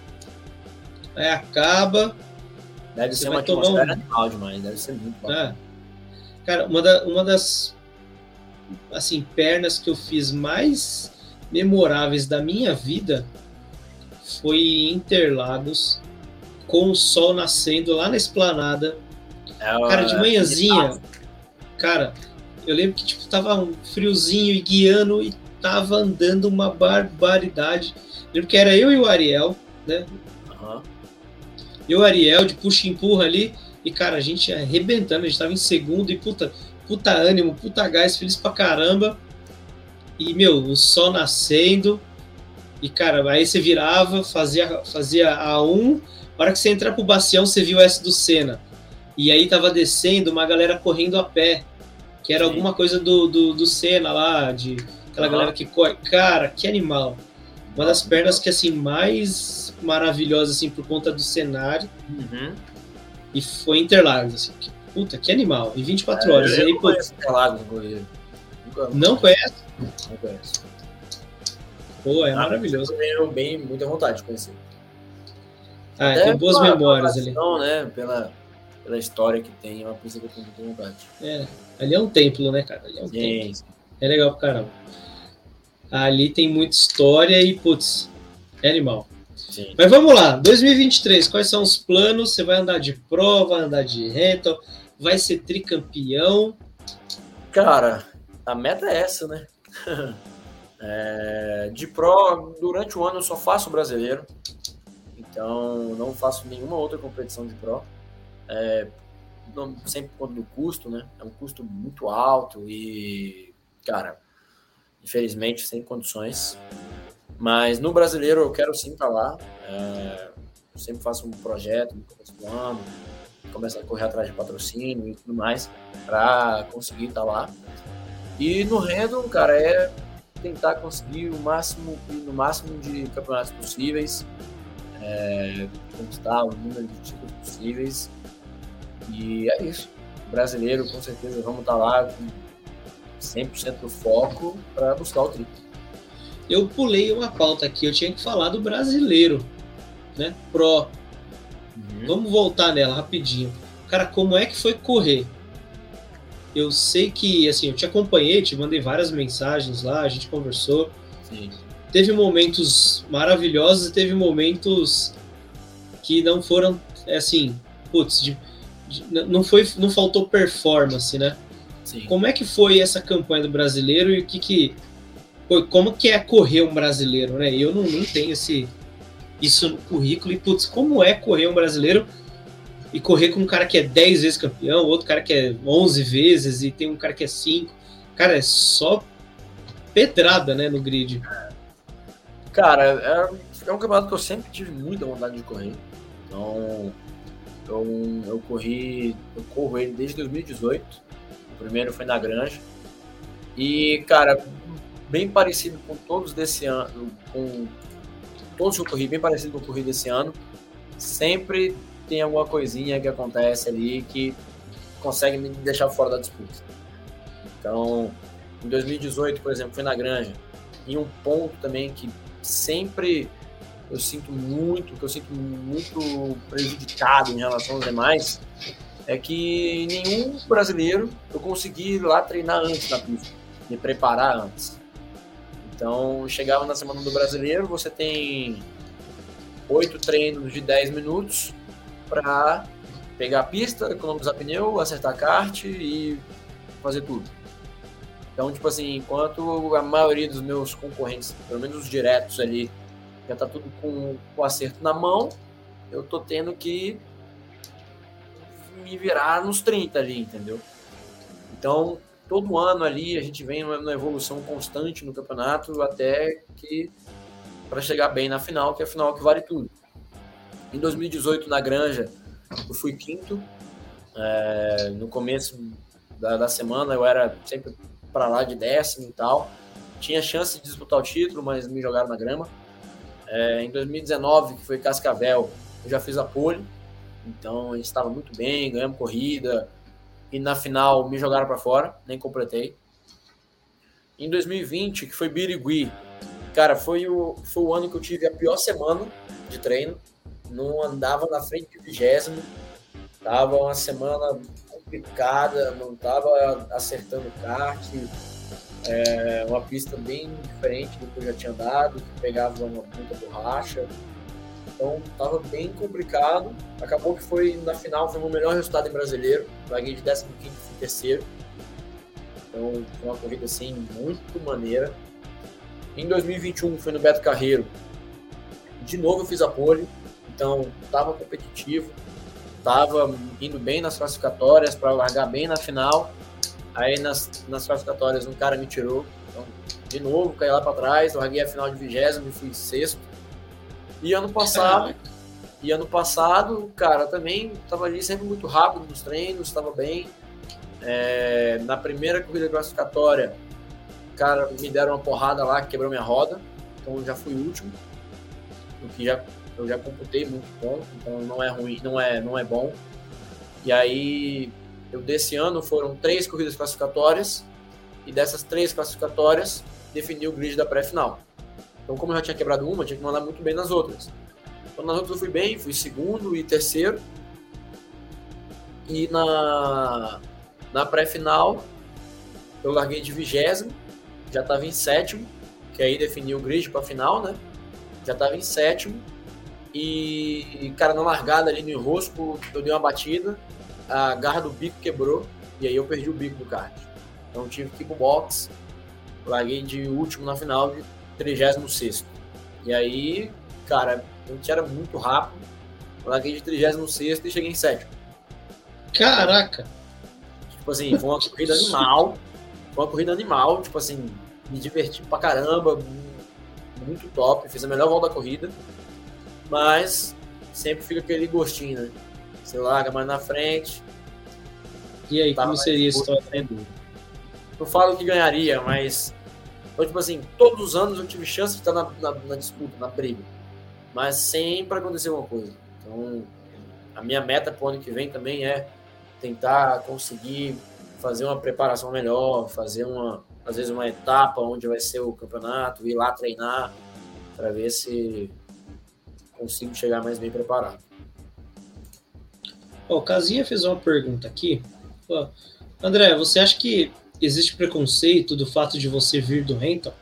aí acaba... Deve Você ser uma vai tomar atmosfera um- animal demais, deve ser muito bacana. Ah, cara, uma, da- uma das assim, pernas que eu fiz mais memoráveis da minha vida foi em Interlagos, com o sol nascendo lá na esplanada. É, Cara, de manhãzinha, cara, eu lembro que tipo, tava um friozinho e guiando e tava andando uma barbaridade. Lembro que era eu e o Ariel, né? Aham. E o Ariel de puxa e empurra ali, e cara, a gente arrebentando, a gente tava em segundo, e puta, puta ânimo, puta gás, feliz pra caramba. E, meu, o sol nascendo, e cara, aí você virava, fazia, fazia a um, na hora que você entrar pro Bacião, você viu o S do Senna. E aí tava descendo uma galera correndo a pé, que era Sim. alguma coisa do, do, do Senna lá, de aquela Uhum. galera que corre. Cara, que animal. Uma das pernas que, assim, mais maravilhosa, assim, por conta do cenário. Uhum. E foi Interlagos, assim. Que, puta, que animal. E vinte e quatro horas. Eu E aí, não pô, conheço Interlagos, inclusive. Nunca- não conhece? Não conheço. Pô, é Ah, maravilhoso. Eu tenho bem, muita vontade de conhecer. Ah, Até tem boas pela- memórias pela ali. tradição, né? Pela, pela história que tem, é uma coisa que eu tenho muita vontade. É, ali é um templo, né, cara? Ali é um templo. Sim. É legal pra caramba. Ali tem muita história e, putz, é animal. Sim. Mas vamos lá, dois mil e vinte e três, quais são os planos? Você vai andar de Pro, vai andar de rental, vai ser tricampeão. Cara, a meta é essa, né? É, de Pro, durante o ano eu só faço brasileiro. Então, não faço nenhuma outra competição de Pro. É, não, sempre por conta do custo, né? É um custo muito alto e, cara, infelizmente, sem condições. Mas no brasileiro eu quero sim estar lá. É, eu sempre faço um projeto no começo do ano, começo a correr atrás de patrocínio e tudo mais, para conseguir estar lá. E no Random, cara, é tentar conseguir o máximo, no máximo de campeonatos possíveis, é, conquistar o número de títulos possíveis. E é isso. Brasileiro, com certeza, vamos estar lá com cem por cento do foco para buscar o triplo. Eu pulei uma pauta aqui, eu tinha que falar do brasileiro, né? Pro. Uhum. Vamos voltar nela rapidinho. Cara, como é que foi correr? eu sei que, assim, eu te acompanhei, te mandei várias mensagens lá, a gente conversou. Sim. Teve momentos maravilhosos e teve momentos que não foram, assim, putz, de, de, não, foi, não faltou performance, né? Sim. Como é que foi essa campanha do brasileiro e o que que... Como que é correr um brasileiro, né? Eu não, não tenho esse, isso no currículo. E, putz, como é correr um brasileiro e correr com um cara que é dez vezes campeão, outro cara que é onze vezes e tem um cara que é cinco. Cara, é só pedrada, né, no grid. Cara, é, é um campeonato que eu sempre tive muita vontade de correr. Então, eu, eu corri, eu corro ele desde dois mil e dezoito. O primeiro foi na Granja. E, cara, bem parecido com todos desse ano, com todos que eu corri, bem parecido com o que eu corri desse ano. Sempre tem alguma coisinha que acontece ali que consegue me deixar fora da disputa. Então, em dois mil e dezoito, por exemplo, fui na Granja. E um ponto também que sempre eu sinto muito, que eu sinto muito prejudicado em relação aos demais, é que nenhum brasileiro eu consegui ir lá treinar antes da pista, me preparar antes. Então, chegava na semana do brasileiro, você tem oito treinos de dez minutos para pegar a pista, economizar pneu, acertar kart e fazer tudo. Então, tipo assim, enquanto a maioria dos meus concorrentes, pelo menos os diretos ali, já tá tudo com o acerto na mão, eu tô tendo que me virar nos trinta ali, entendeu? Então, todo ano ali a gente vem numa evolução constante no campeonato até que para chegar bem na final, que é a final que vale tudo. Em dois mil e dezoito, na Granja, eu fui quinto. É, no começo da, da semana eu era sempre para lá de décimo e tal. Tinha chance de disputar o título, mas me jogaram na grama. É, em dois mil e dezenove, que foi Cascavel, eu já fiz a pole. Então a gente estava muito bem, ganhamos corrida. E na final me jogaram para fora, nem completei. Em dois mil e vinte, que foi Birigui, cara, foi o, foi o ano que eu tive a pior semana de treino. Não andava na frente de vigésimo. Tava uma semana complicada, não tava acertando kart. É, uma pista bem diferente do que eu já tinha dado, que pegava uma muita borracha. Então tava bem complicado. Acabou que foi na final, foi o meu melhor resultado em brasileiro. Larguei de décimo quinto e terceiro. Então foi uma corrida assim muito maneira. Em dois mil e vinte e um foi no Beto Carreiro. De novo eu fiz a pole. Então tava competitivo. Tava indo bem nas classificatórias para largar bem na final. Aí nas, nas classificatórias um cara me tirou. Então, de novo, caí lá para trás. Larguei a final de vigésimo e fui sexto. E ano passado, e ano passado, cara, também tava ali sempre muito rápido nos treinos, estava bem. É, na primeira corrida classificatória, cara, me deram uma porrada lá que quebrou minha roda. Então eu já fui último. O que já eu já computei muito ponto, então não é ruim, não é, não é bom. E aí, eu desse ano foram três corridas classificatórias, e dessas três classificatórias, defini o grid da pré-final. Então, como eu já tinha quebrado uma, eu tinha que mandar muito bem nas outras. Então, nas outras eu fui bem, fui segundo e terceiro. E na, na pré-final, eu larguei de vigésimo, já estava em sétimo, que aí defini o grid para a final, né? Já estava em sétimo. E, cara, na largada ali no enrosco, eu dei uma batida, a garra do bico quebrou, e aí eu perdi o bico do kart. Então tive que ir pro box, larguei de último na final, de trigésimo sexto. E aí, cara, a gente era muito rápido, larguei de trigésimo sexto e cheguei em sétimo. Caraca! Tipo assim, foi uma corrida animal, foi uma corrida animal, tipo assim, me diverti pra caramba, muito top, fiz a melhor volta da corrida. Mas sempre fica aquele gostinho, né? Você larga mais na frente. E aí, como seria isso? Não falo que ganharia, mas... Então, tipo assim, todos os anos eu tive chance de estar na, na, na disputa, na briga. Mas sempre aconteceu alguma coisa. Então, a minha meta para o ano que vem também é tentar conseguir fazer uma preparação melhor, fazer uma, às vezes uma etapa onde vai ser o campeonato, ir lá treinar, para ver se consigo chegar mais bem preparado. Ó, o Casinha fez uma pergunta aqui. Ó, André, você acha que existe preconceito do fato de você vir do rental?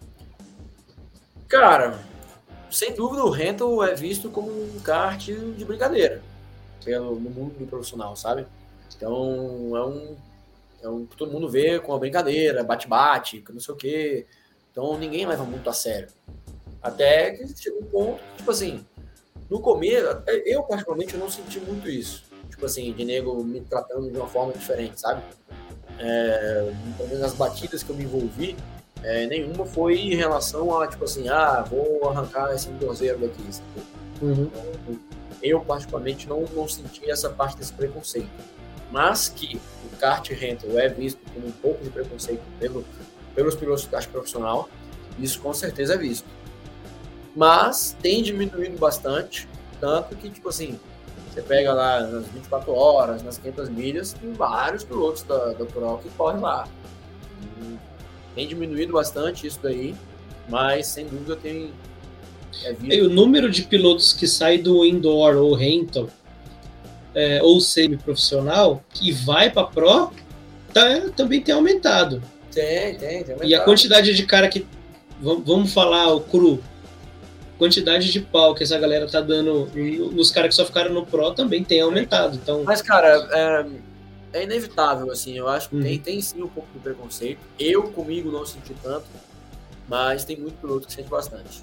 Cara, sem dúvida o rental é visto como um kart de brincadeira pelo, no mundo do profissional, sabe? Então é um, é um todo mundo vê com a brincadeira, bate-bate, não sei o quê. Então ninguém leva muito a sério. Até que chega um ponto que, tipo assim, no começo, eu particularmente eu não senti muito isso. Tipo assim, de nego me tratando de uma forma diferente, sabe? É, pelo menos nas batidas que eu me envolvi, é, nenhuma foi em relação a, tipo assim, ah, vou arrancar esse endorzeiro daqui. Uhum. Então, eu, particularmente, não, não senti essa parte desse preconceito. Mas que o kart rental é visto com um pouco de preconceito pelo, pelos pilotos de kart profissional, isso com certeza é visto. Mas tem diminuído bastante, tanto que, tipo assim, você pega lá nas vinte e quatro horas, nas quinhentas milhas, tem vários pilotos da, da Pro que correm lá. E tem diminuído bastante isso daí, mas sem dúvida tem... É e o número de pilotos que sai do indoor ou rental, é, ou semi-profissional, que vai para Pro, tá, também tem aumentado. Tem, tem, tem aumentado. E a quantidade de cara que... Vamos falar o cru. Quantidade de pau que essa galera tá dando nos caras que só ficaram no Pro também tem aumentado. Então... Mas, cara, é, é inevitável, assim. Eu acho que uhum. tem, tem sim um pouco de preconceito. Eu, comigo, não senti tanto, mas tem muito piloto que sente bastante.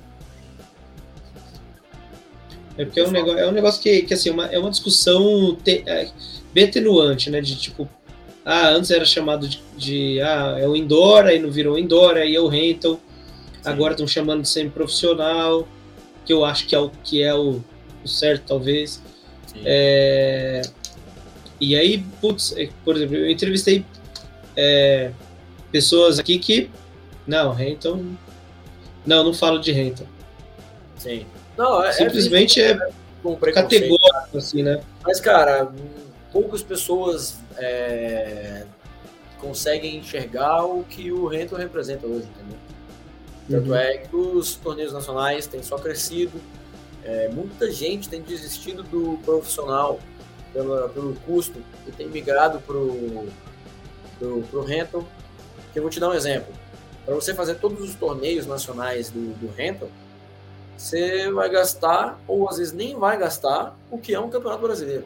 É porque é um negócio, é um negócio que, que assim, uma, é uma discussão te, é, bem atenuante, né? De tipo, ah, antes era chamado de, de ah, é o indoor, aí não virou indoor, aí é o rental, sim. Agora estão chamando de semi-profissional, que eu acho que é o, que é o, o certo, talvez. É, e aí, putz, por exemplo, eu entrevistei é, pessoas aqui que, não, rental, não, não falo de rental. Sim. Não, é, simplesmente é, é categórico, assim, né? Mas, cara, poucas pessoas é, conseguem enxergar o que o rental representa hoje, entendeu? Tanto uhum. é que os torneios nacionais têm só crescido, é, muita gente tem desistido do profissional pelo, pelo custo e tem migrado pro, pro, pro rental. Eu vou te dar um exemplo. Para você fazer todos os torneios nacionais do, do rental, você vai gastar, ou às vezes nem vai gastar, o que é um campeonato brasileiro.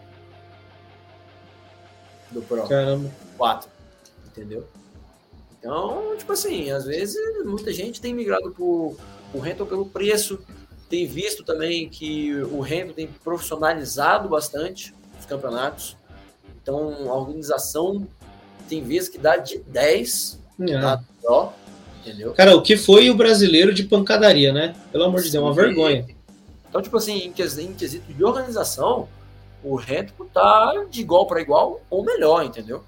Do Pro. Caramba. quatro. Entendeu? Então, tipo assim, às vezes muita gente tem migrado pro, pro rental pelo preço. Tem visto também que o rental tem profissionalizado bastante os campeonatos. Então, a organização tem vezes que dá de dez é. Dá Pro. Entendeu? Cara, o que foi o brasileiro de pancadaria, né? Pelo amor de Deus, uma vergonha. Então, tipo assim, em quesito de organização, o rental tá de igual para igual ou melhor, entendeu?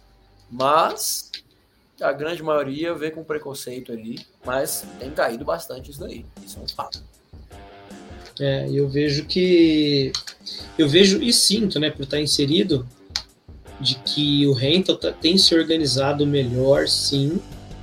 Mas a grande maioria vê com preconceito ali, mas tem caído bastante isso daí. Isso é um fato. É, eu vejo que... Eu vejo e sinto, né, por estar inserido, de que o rental tá, tem se organizado melhor, sim.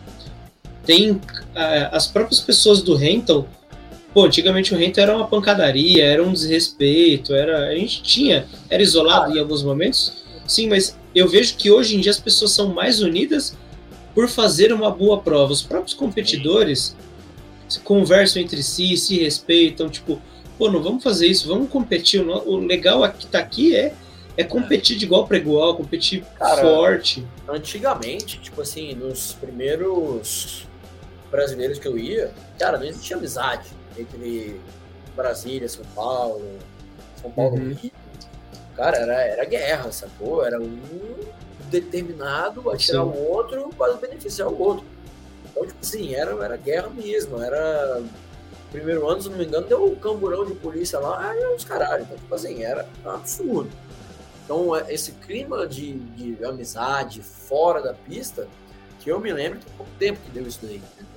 Tem uh, as próprias pessoas do rental. Pô, antigamente o rental era uma pancadaria, era um desrespeito, era, a gente tinha, era isolado ah, em alguns momentos, sim, mas eu vejo que hoje em dia as pessoas são mais unidas por fazer uma boa prova. Os próprios competidores se conversam entre si, se respeitam, tipo, pô, não vamos fazer isso, vamos competir. O legal aqui tá aqui é, é competir de igual para igual, competir Cara, forte. Antigamente, tipo assim, nos primeiros brasileiros que eu ia, cara, não existia amizade entre Brasília, São Paulo, São Paulo, uhum. Rio. Cara, era, era guerra, sacou? Era um determinado a tirar o outro para beneficiar o outro. Então, tipo assim, era, era guerra mesmo. Era... Primeiro ano, se não me engano, deu um camburão de polícia lá, e uns caralho. Então, tipo assim, era um absurdo. Então, esse clima de, de amizade fora da pista, que eu me lembro que tem pouco tempo que deu isso daí. Entendeu?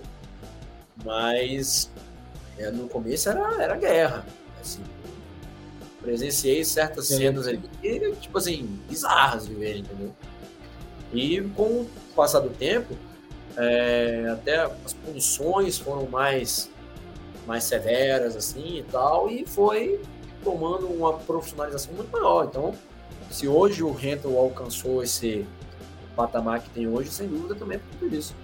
Mas é, no começo era, era guerra. Assim, presenciei certas é. cenas ali, tipo assim, bizarras de ver, entendeu? E com o passar do tempo, é, até as punições foram mais, mais severas, assim, e tal, e foi tomando uma profissionalização muito maior. Então, se hoje o rental alcançou esse, patamar que tem hoje, sem dúvida também por tudo isso.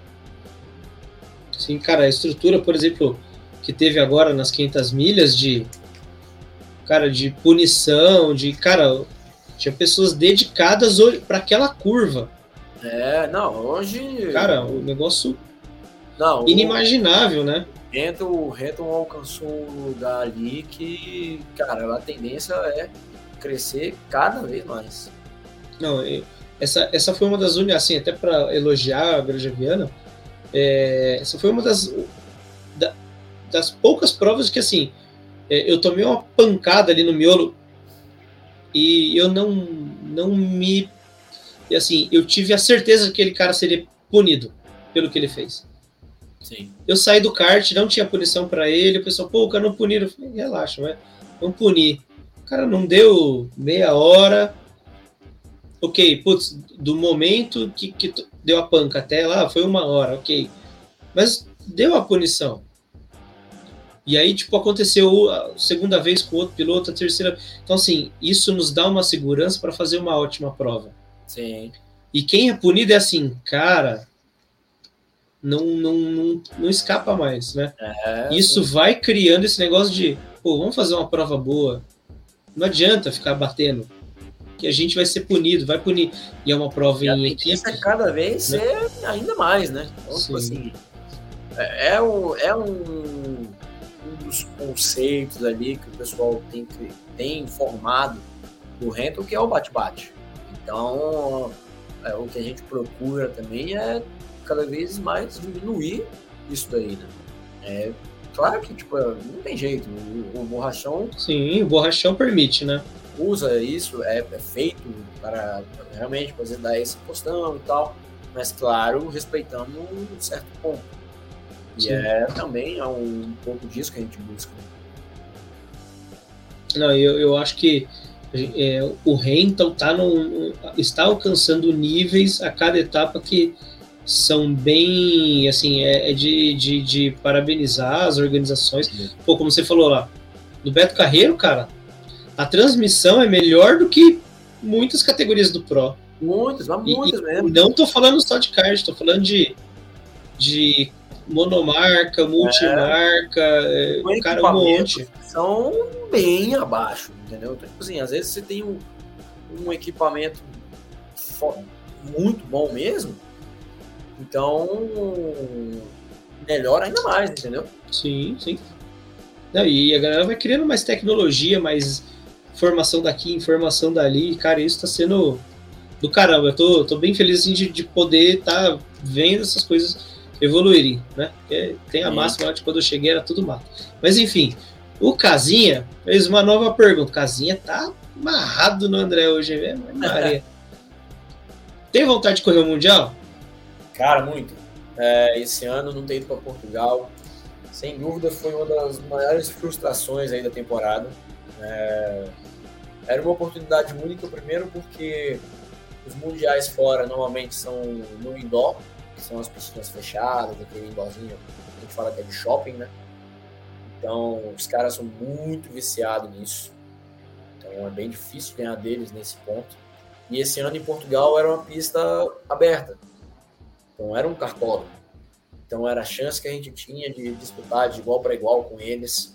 Sim, cara, a estrutura, por exemplo, que teve agora nas quinhentas milhas de, cara, de punição, de, cara, tinha pessoas dedicadas para aquela curva. É, não, hoje... Cara, o negócio não, inimaginável, o... né? O Hamilton alcançou um lugar ali que, cara, a tendência é crescer cada vez mais. Não, essa, essa foi uma das únicas, assim, até para elogiar a Granja Viana, é, essa foi uma das, da, das poucas provas que, assim, é, eu tomei uma pancada ali no miolo e eu não, não me... Assim, eu tive a certeza que aquele cara seria punido pelo que ele fez. Sim. Eu saí do kart, não tinha punição para ele, o pessoal, pô, o cara não puniram. Eu falei, relaxa, vai, vamos punir. O cara não deu meia hora. Ok, putz, do momento que, que deu a panca até lá, foi uma hora, ok. Mas deu a punição. E aí, tipo, aconteceu a segunda vez com o outro piloto, a terceira. Então, assim, isso nos dá uma segurança para fazer uma ótima prova. Sim. E quem é punido é assim, cara... Não, não, não, não escapa mais, né? É, isso sim. Vai criando esse negócio de, pô, vamos fazer uma prova boa. Não adianta ficar batendo, que a gente vai ser punido, vai punir. E é uma prova e em a equipe. É cada vez né? ser ainda mais, né? Então, tipo assim, é, é, um, é um, um dos conceitos ali que o pessoal tem, tem formado do Hamilton, que é o bate-bate. Então, é, o que a gente procura também é cada vez mais diminuir isso daí, né? É claro que, tipo, não tem jeito, o, o borrachão... Sim, o borrachão permite, né? Usa isso, é, é feito para realmente fazer dar essa postão e tal, mas, claro, respeitando um certo ponto. E Sim. é também é um, um pouco disso que a gente busca. Não, eu, eu acho que é, o Hamilton tá num, está alcançando níveis a cada etapa que são bem, assim, é, é de, de, de parabenizar as organizações. Sim. Pô, como você falou lá, do Beto Carreiro, cara, a transmissão é melhor do que muitas categorias do Pro. Muitas, mas muitas e, mesmo. Não tô falando só de kart, tô falando de, de monomarca, multimarca, é, cara, um monte. São bem abaixo, entendeu? Então, tipo assim, às vezes você tem um, um equipamento muito bom mesmo, então melhora ainda mais, entendeu? Sim, sim. Não, e a galera vai criando mais tecnologia, mais informação daqui, informação dali, e, cara, isso tá sendo do caramba. Eu tô, tô bem feliz assim, de, de poder estar tá vendo essas coisas evoluírem, né? Porque tem a Sim. máxima lá de quando eu cheguei era tudo mato. Mas enfim, o Casinha fez uma nova pergunta. O Casinha tá amarrado no André hoje, é Maria. Tem vontade de correr o Mundial? Cara, muito. É, esse ano não ter ido para Portugal, sem dúvida, foi uma das maiores frustrações aí da temporada. É, era uma oportunidade única, primeiro porque os mundiais fora normalmente são no indoor, que são as piscinas fechadas, aquele indoorzinho, a gente fala que é de shopping, né? Então, os caras são muito viciados nisso. Então, é bem difícil ganhar deles nesse ponto. E esse ano em Portugal era uma pista aberta. Então, era um cartódromo. Então, era a chance que a gente tinha de disputar de igual para igual com eles.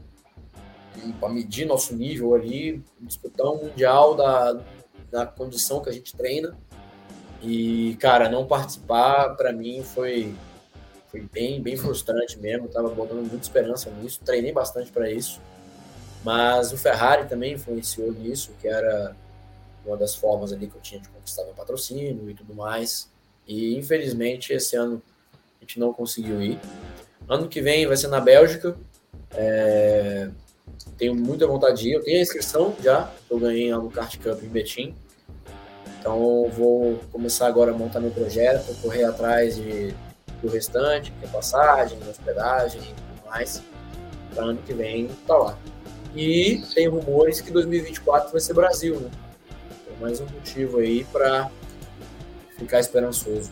E para medir nosso nível ali, disputar um mundial da, da condição que a gente treina. E, cara, não participar, para mim, foi... Foi bem, bem frustrante mesmo, estava botando muita esperança nisso, treinei bastante para isso, mas o Ferrari também influenciou nisso, que era uma das formas ali que eu tinha de conquistar meu patrocínio e tudo mais, e infelizmente esse ano a gente não conseguiu ir. Ano que vem vai ser na Bélgica, é... tenho muita vontade de ir, eu tenho a inscrição já, eu ganhei lá no Kart Cup em Betim, então vou começar agora a montar meu projeto, correr atrás de do restante, que é passagem, hospedagem e tudo mais, para ano que vem tá lá. E tem rumores que dois mil e vinte e quatro vai ser Brasil, né? Então, mais um motivo aí para ficar esperançoso.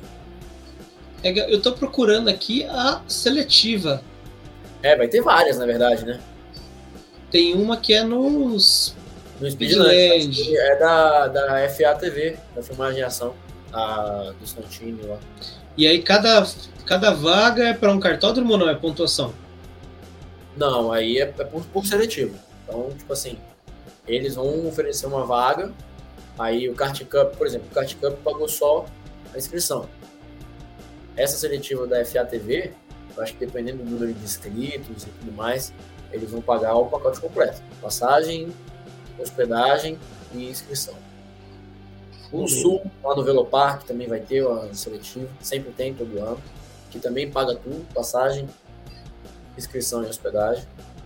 Eu tô procurando aqui a seletiva. É, vai ter várias, na verdade, né? Tem uma que é nos... No Speedland. É da, da F A T V, da Filmagem e Ação. a do Santini lá. E aí cada, cada vaga é para um cartódromo ou não? É pontuação? Não, aí é, é por, por seletivo. Então, tipo assim, eles vão oferecer uma vaga, aí o Kart Cup, por exemplo, o Kart Cup pagou só a inscrição. Essa seletiva da F A T V, eu acho que dependendo do número de inscritos e tudo mais, eles vão pagar o pacote completo. Passagem, hospedagem e inscrição. No Sul, lá no Velopark, também vai ter uma seletiva, sempre tem todo ano, que também paga tudo, passagem, inscrição e hospedagem.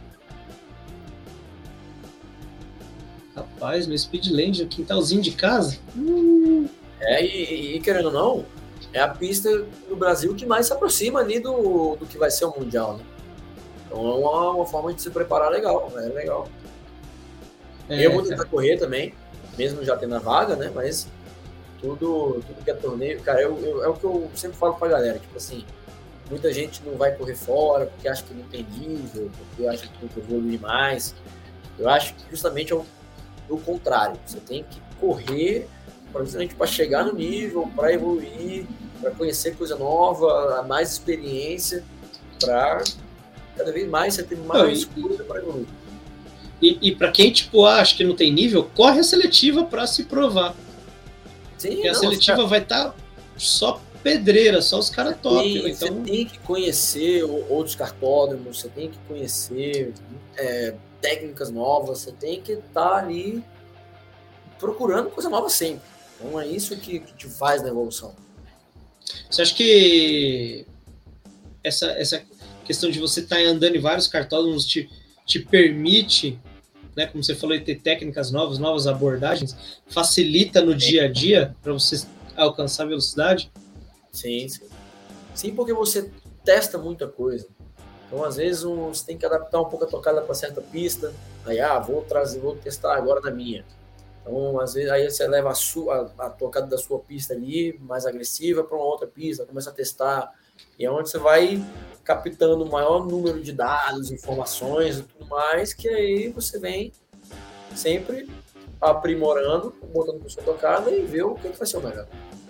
Rapaz, no Speedland, o quintalzinho de casa? Hum. É, e, e querendo ou não, é a pista no Brasil que mais se aproxima ali do, do que vai ser o Mundial, né? Então é uma, uma forma de se preparar legal, é legal. É, eu vou tentar correr também, mesmo já tendo a vaga, né? Mas tudo, tudo que é torneio, cara, eu, eu, é o que eu sempre falo pra galera, tipo assim, muita gente não vai correr fora porque acha que não tem nível, porque acha que tem que evoluir mais. Eu acho que justamente é o, o contrário, você tem que correr justamente para chegar no nível, para evoluir, para conhecer coisa nova, mais experiência, para cada vez mais você ter mais não, coisa para evoluir. E, e para quem tipo acha que não tem nível, corre a seletiva para se provar. Sim, porque não, a seletiva cara... vai estar tá só pedreira, só os caras top. Né? Então... Você tem que conhecer outros cartódromos, você tem que conhecer é, técnicas novas, você tem que estar tá ali procurando coisa nova sempre. Então é isso que, que te faz na evolução. Você acha que essa, essa questão de você estar tá andando em vários cartódromos te, te permite, né, como você falou, ter técnicas novas, novas abordagens, facilita no dia a dia para você alcançar velocidade? Sim, sim. Sim, porque você testa muita coisa. Então, às vezes, um, você tem que adaptar um pouco a tocada para certa pista. Aí, ah, vou trazer, vou testar agora na minha. Então, às vezes, aí você leva a, sua, a, a tocada da sua pista ali, mais agressiva, para uma outra pista, começa a testar. E é onde você vai captando o maior número de dados, informações e tudo mais, que aí você vem sempre aprimorando, botando para sua tocada e ver o que vai ser o melhor.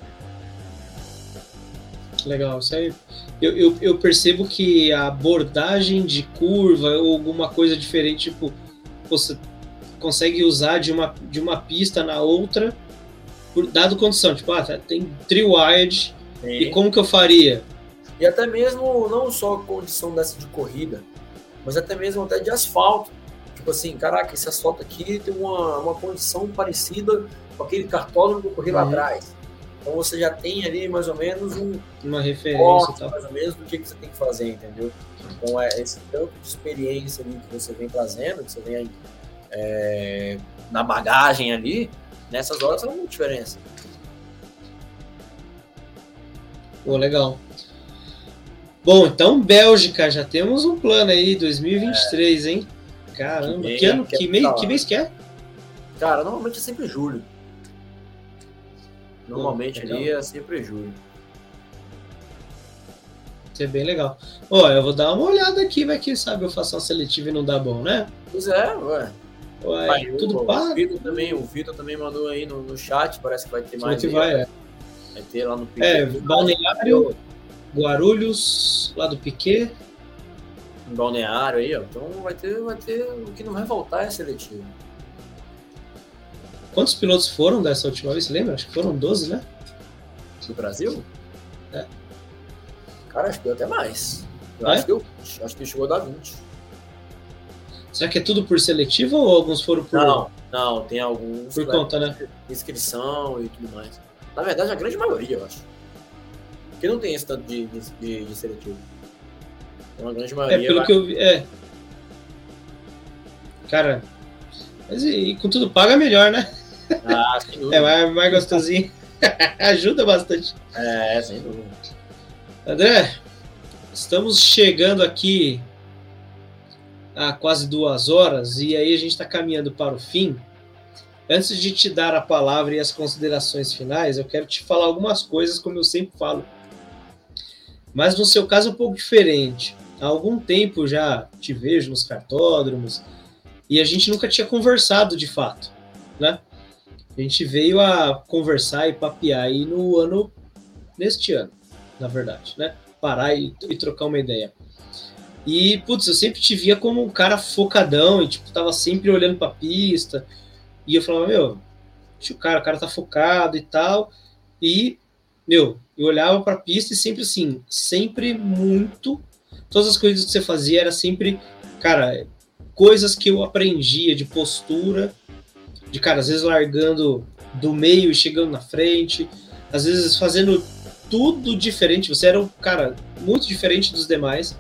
Legal, isso aí. Eu, eu, eu percebo que a abordagem de curva ou alguma coisa diferente, tipo, você consegue usar de uma, de uma pista na outra, por dado condição, tipo, ah, tem tri-wide, e como que eu faria? E até mesmo, não só condição dessa de corrida, mas até mesmo até de asfalto. Tipo assim, caraca, esse asfalto aqui tem uma, uma condição parecida com aquele cartódromo que eu corri lá uhum. atrás. Então você já tem ali mais ou menos um, uma referência, tal. mais ou menos do que, que você tem que fazer, entendeu? Então é esse tanto de experiência ali que você vem trazendo, que você vem é, na bagagem ali, nessas horas faz muita diferença. Pô, legal. Bom, então Bélgica, já temos um plano aí, dois mil e vinte e três, é. hein? Caramba, que, bem, que ano, que, que, mês, que mês que é? Cara, normalmente é sempre julho. Normalmente Pô, ali é sempre julho. Isso é bem legal. Ó, eu vou dar uma olhada aqui, vai que sabe eu faço uma seletiva e não dá bom, né? Pois é, ué. Ué, Pai, tudo o, pago. O Vitor também, o Vitor também mandou aí no, no chat, parece que vai ter mais. Que vai, é. Vai ter lá no Piquet. É, Balneário, Guarulhos, lá do Piquet. Um balneário aí, ó. Então vai ter, vai ter. O que não vai voltar é seletivo. Quantos pilotos foram dessa última vez? Você lembra? Acho que foram doze, né? Do Brasil? É. Cara, acho que deu até mais. Eu é? acho que deu vinte. Acho que chegou a dar vinte. Será que é tudo por seletivo ou alguns foram por... Não, não. Tem alguns... Por conta, né? Inscrição e tudo mais. Na verdade, a grande maioria, eu acho. Porque não tem esse tanto de, de, de seletivo. Uma grande maioria... É, pelo vai... que eu vi... É. Cara... Mas e, e com tudo paga é melhor, né? Ah, sem dúvida. É mais, mais gostosinho. Ajuda bastante. É, sem dúvida. André, estamos chegando aqui a quase duas horas e aí a gente está caminhando para o fim. Antes de te dar a palavra e as considerações finais, eu quero te falar algumas coisas, como eu sempre falo. Mas no seu caso é um pouco diferente. Há algum tempo já te vejo nos cartódromos e a gente nunca tinha conversado de fato, né? A gente veio a conversar e papear aí no ano, neste ano, na verdade, né? Parar e, e trocar uma ideia. E, putz, eu sempre te via como um cara focadão e, tipo, tava sempre olhando pra pista. E eu falava, meu, deixa o cara, o cara tá focado e tal. E, meu, eu olhava pra pista e sempre assim, sempre muito... Todas as coisas que você fazia era sempre, cara, coisas que eu aprendia de postura, de, cara, às vezes largando do meio e chegando na frente, às vezes fazendo tudo diferente. Você era um cara muito diferente dos demais.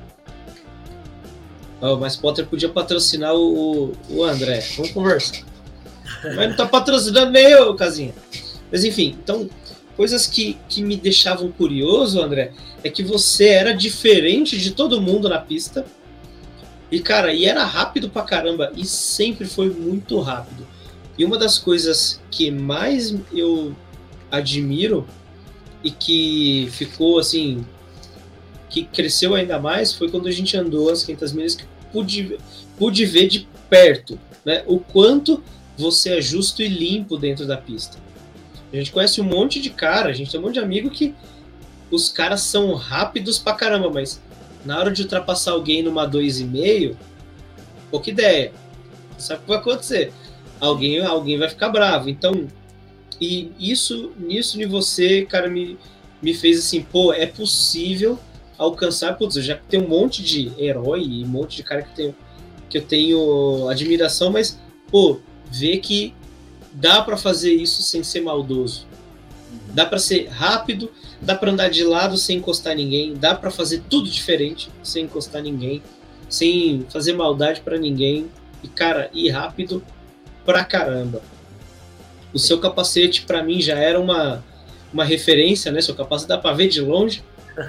Oh, mas Potter podia patrocinar o, o André. Vamos conversar. Mas não tá patrocinando nem eu, Casinha. Mas enfim, então, coisas que, que me deixavam curioso, André, é que você era diferente de todo mundo na pista. E, cara, e era rápido pra caramba. E sempre foi muito rápido. E uma das coisas que mais eu admiro e que ficou, assim, que cresceu ainda mais foi quando a gente andou as quinhentas milhas, que pude, pude ver de perto, né, o quanto você é justo e limpo dentro da pista. A gente conhece um monte de cara, a gente tem um monte de amigo que os caras são rápidos pra caramba, mas na hora de ultrapassar alguém numa dois e meio, pouca ideia. Sabe o que vai acontecer? Alguém, alguém vai ficar bravo. Então, e isso, nisso de você, cara, me, me fez assim, pô, é possível alcançar, putz, eu já tenho um monte de herói e um monte de cara que, tenho, que eu tenho admiração, mas, pô, ver que dá pra fazer isso sem ser maldoso. Dá pra ser rápido, dá pra andar de lado sem encostar ninguém, dá pra fazer tudo diferente sem encostar ninguém, sem fazer maldade pra ninguém, e, cara, ir rápido pra caramba. O seu capacete, pra mim, já era uma, uma referência, né? Seu capacete dá pra ver de longe.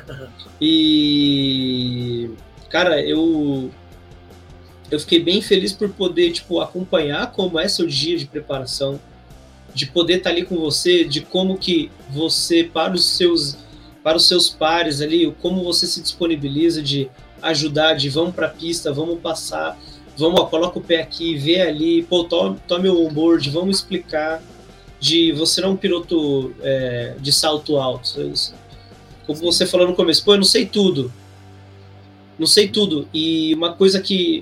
E, cara, eu eu fiquei bem feliz por poder, tipo, acompanhar como é seu dia de preparação, de poder estar ali com você, de como que você, para os seus, para os seus pares ali, como você se disponibiliza de ajudar, de vamos pra pista, vamos passar, vamos, ó, coloca o pé aqui, vê ali, pô, tome, tome o onboard, vamos explicar, de você não é um piloto é, de salto alto, como você falou no começo, pô, eu não sei tudo, não sei tudo, e uma coisa que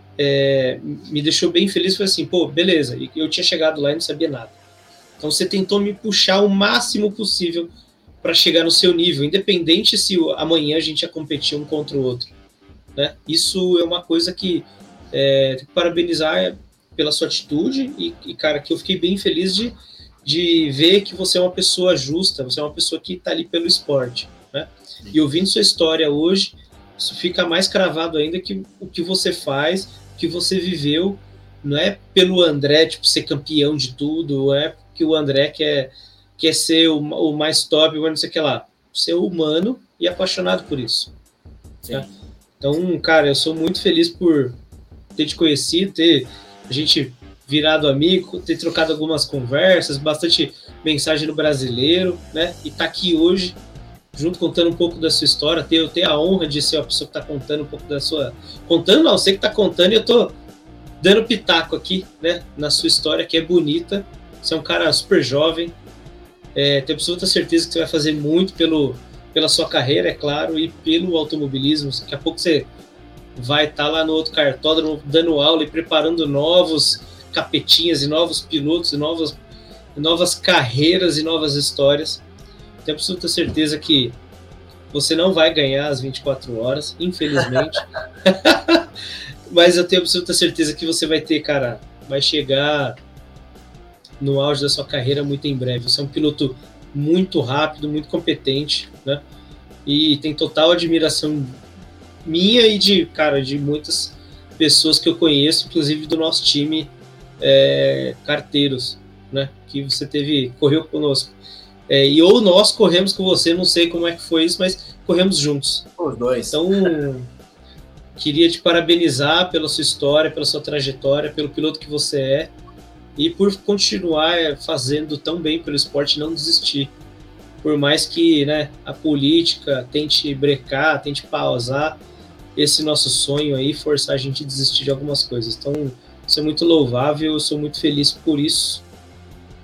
é, me deixou bem feliz foi assim, pô, beleza, eu tinha chegado lá e não sabia nada, então você tentou me puxar o máximo possível para chegar no seu nível, independente se amanhã a gente ia competir um contra o outro, né? Isso é uma coisa que é, tem que parabenizar pela sua atitude e, e, cara, que eu fiquei bem feliz de, de ver que você é uma pessoa justa, você é uma pessoa que está ali pelo esporte, né? E ouvindo sua história hoje, isso fica mais cravado ainda que o que você faz, o que você viveu, não é pelo André, tipo, ser campeão de tudo, não é porque o André quer, quer ser o, o mais top, não sei o que lá, ser humano e apaixonado por isso. Tá? Então, cara, eu sou muito feliz por ter te conhecido, ter a gente virado amigo, ter trocado algumas conversas, bastante mensagem no Brasileiro, né? E tá aqui hoje, junto, contando um pouco da sua história, ter, eu tenho a honra de ser uma pessoa que tá contando um pouco da sua... Contando não, você que tá contando e eu tô dando pitaco aqui, né? Na sua história, que é bonita. Você é um cara super jovem, é, tenho absoluta certeza que você vai fazer muito pelo, pela sua carreira, é claro, e pelo automobilismo. Daqui a pouco você vai estar tá lá no outro cartódromo dando aula e preparando novos capetinhas e novos pilotos e novas, novas carreiras e novas histórias. Tenho absoluta certeza que você não vai ganhar as vinte e quatro horas, infelizmente. Mas eu tenho absoluta certeza que você vai ter, cara, vai chegar no auge da sua carreira muito em breve. Você é um piloto muito rápido, muito competente, né? E tem total admiração minha e de, cara, de muitas pessoas que eu conheço, inclusive do nosso time é, carteiros, né? Que você teve, correu conosco. É, e ou nós corremos com você, não sei como é que foi isso, mas corremos juntos. Os dois. Então, queria te parabenizar pela sua história, pela sua trajetória, pelo piloto que você é, e por continuar fazendo tão bem pelo esporte e não desistir. Por mais que, né, a política tente brecar, tente pausar esse nosso sonho aí, forçar a gente a desistir de algumas coisas. Então, isso é muito louvável, eu sou muito feliz por isso.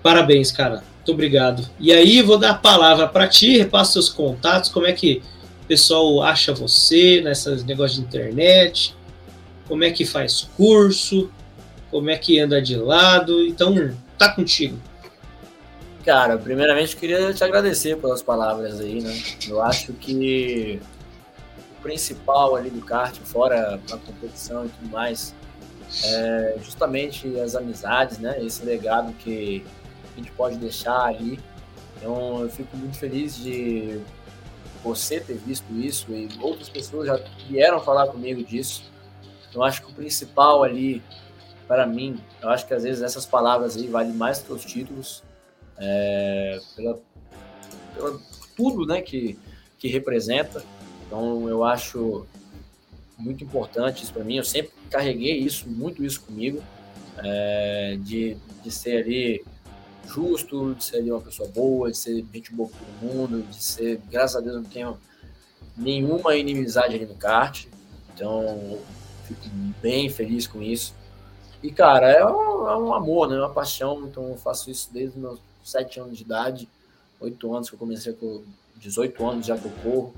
Parabéns, cara. Muito obrigado. E aí, vou dar a palavra para ti, repassa seus contatos, como é que o pessoal acha você nesses negócios de internet, como é que faz curso, como é que anda de lado. Então, tá contigo. Cara, primeiramente eu queria te agradecer pelas palavras aí, né? Eu acho que o principal ali do kart, fora a competição e tudo mais, é justamente as amizades, né? Esse legado que a gente pode deixar ali. Então, eu fico muito feliz de você ter visto isso e outras pessoas já vieram falar comigo disso. Eu acho que o principal ali, para mim, eu acho que às vezes essas palavras aí valem mais que os títulos, é, pela, pela tudo, né, que, que representa. Então, eu acho muito importante isso para mim. Eu sempre carreguei isso, muito isso comigo, é, de, de ser ali justo, de ser ali uma pessoa boa, de ser gente boa com todo mundo, de ser, graças a Deus, eu não tenho nenhuma inimizade ali no kart. Então, eu fico bem feliz com isso. E, cara, é um, é um amor, né? É uma paixão. Então, eu faço isso desde os meus sete anos de idade, oito anos que eu comecei com dezoito anos já que eu corro.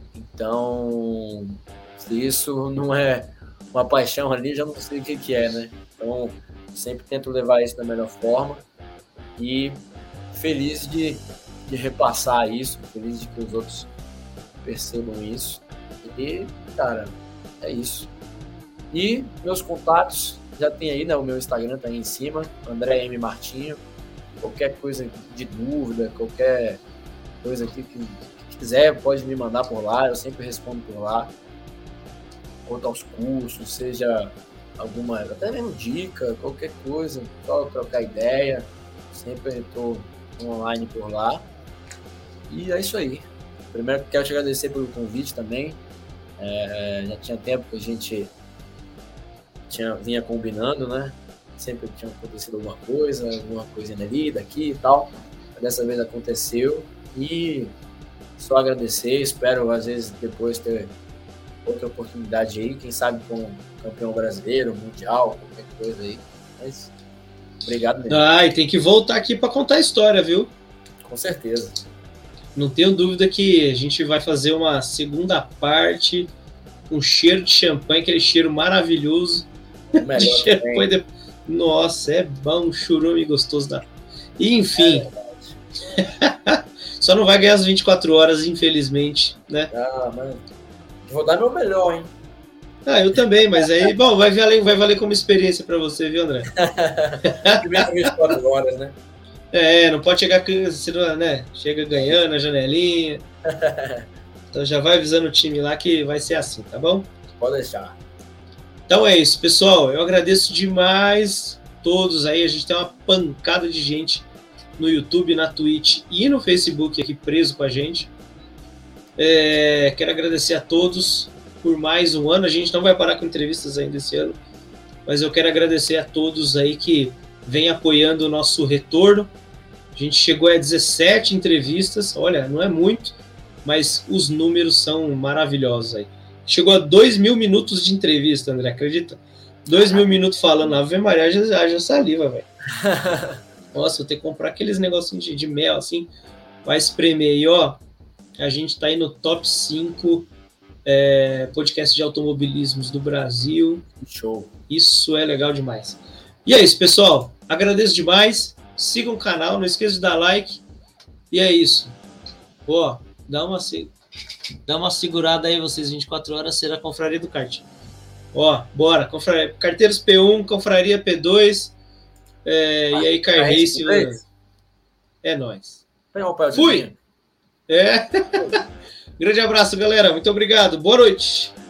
Então, se isso não é uma paixão ali, já não sei o que, que é, né? Então, sempre tento levar isso da melhor forma e feliz de, de repassar isso, feliz de que os outros percebam isso. E, cara, é isso. E meus contatos já tem aí, né? O meu Instagram tá aí em cima, André M. Martinho. Qualquer coisa de dúvida, qualquer coisa aqui que, que quiser, pode me mandar por lá, eu sempre respondo por lá. Quanto aos cursos, seja alguma, até mesmo dica, qualquer coisa, só trocar ideia. Sempre estou online por lá. E é isso aí. Primeiro, quero te agradecer pelo convite também. É, já tinha tempo que a gente tinha, vinha combinando, né? Sempre tinha acontecido alguma coisa, alguma coisinha ali, daqui e tal. Dessa vez aconteceu. E só agradecer. Espero, às vezes, depois ter outra oportunidade aí. Quem sabe com campeão brasileiro, mundial, qualquer coisa aí. Mas obrigado mesmo. Ah, e tem que voltar aqui para contar a história, viu? Com certeza. Não tenho dúvida que a gente vai fazer uma segunda parte, um cheiro de champanhe, aquele cheiro maravilhoso. De champanhe. De... Nossa, é bom, um churume gostoso da... E, enfim, é só não vai ganhar as vinte e quatro horas, infelizmente, né? Ah, mas vou dar meu melhor, hein? Ah, eu também, mas aí, bom, vai valer, vai valer como experiência para você, viu, André? Primeiro vinte e quatro horas, né? É, não pode chegar, né? Chega ganhando a janelinha. Então já vai avisando o time lá que vai ser assim, tá bom? Pode deixar. Então é isso, pessoal. Eu agradeço demais todos aí. A gente tem uma pancada de gente no YouTube, na Twitch e no Facebook aqui preso com a gente. É, quero agradecer a todos por mais um ano. A gente não vai parar com entrevistas ainda esse ano, mas eu quero agradecer a todos aí que vem apoiando o nosso retorno. A gente chegou a dezessete entrevistas. Olha, não é muito, mas os números são maravilhosos aí. Chegou a dois mil minutos de entrevista, André, acredita? Dois mil minutos falando, Ave Maria, já, já saliva, velho. Nossa, vou ter que comprar aqueles negocinhos de, de mel, assim, vai espremer. E, ó, a gente tá aí no top cinco é, podcast de automobilismos do Brasil. Show. Isso é legal demais. E é isso, pessoal. Agradeço demais. Sigam o canal, não esqueça de dar like. E é isso. Ó, dá uma... Dá uma segurada aí, vocês, vinte e quatro horas será a Confraria do Kart. Ó, bora. Confraria, Carteiros P um, Confraria P dois. É, ah, e aí, Car Race. É nóis. Fui! É. Grande abraço, galera. Muito obrigado. Boa noite.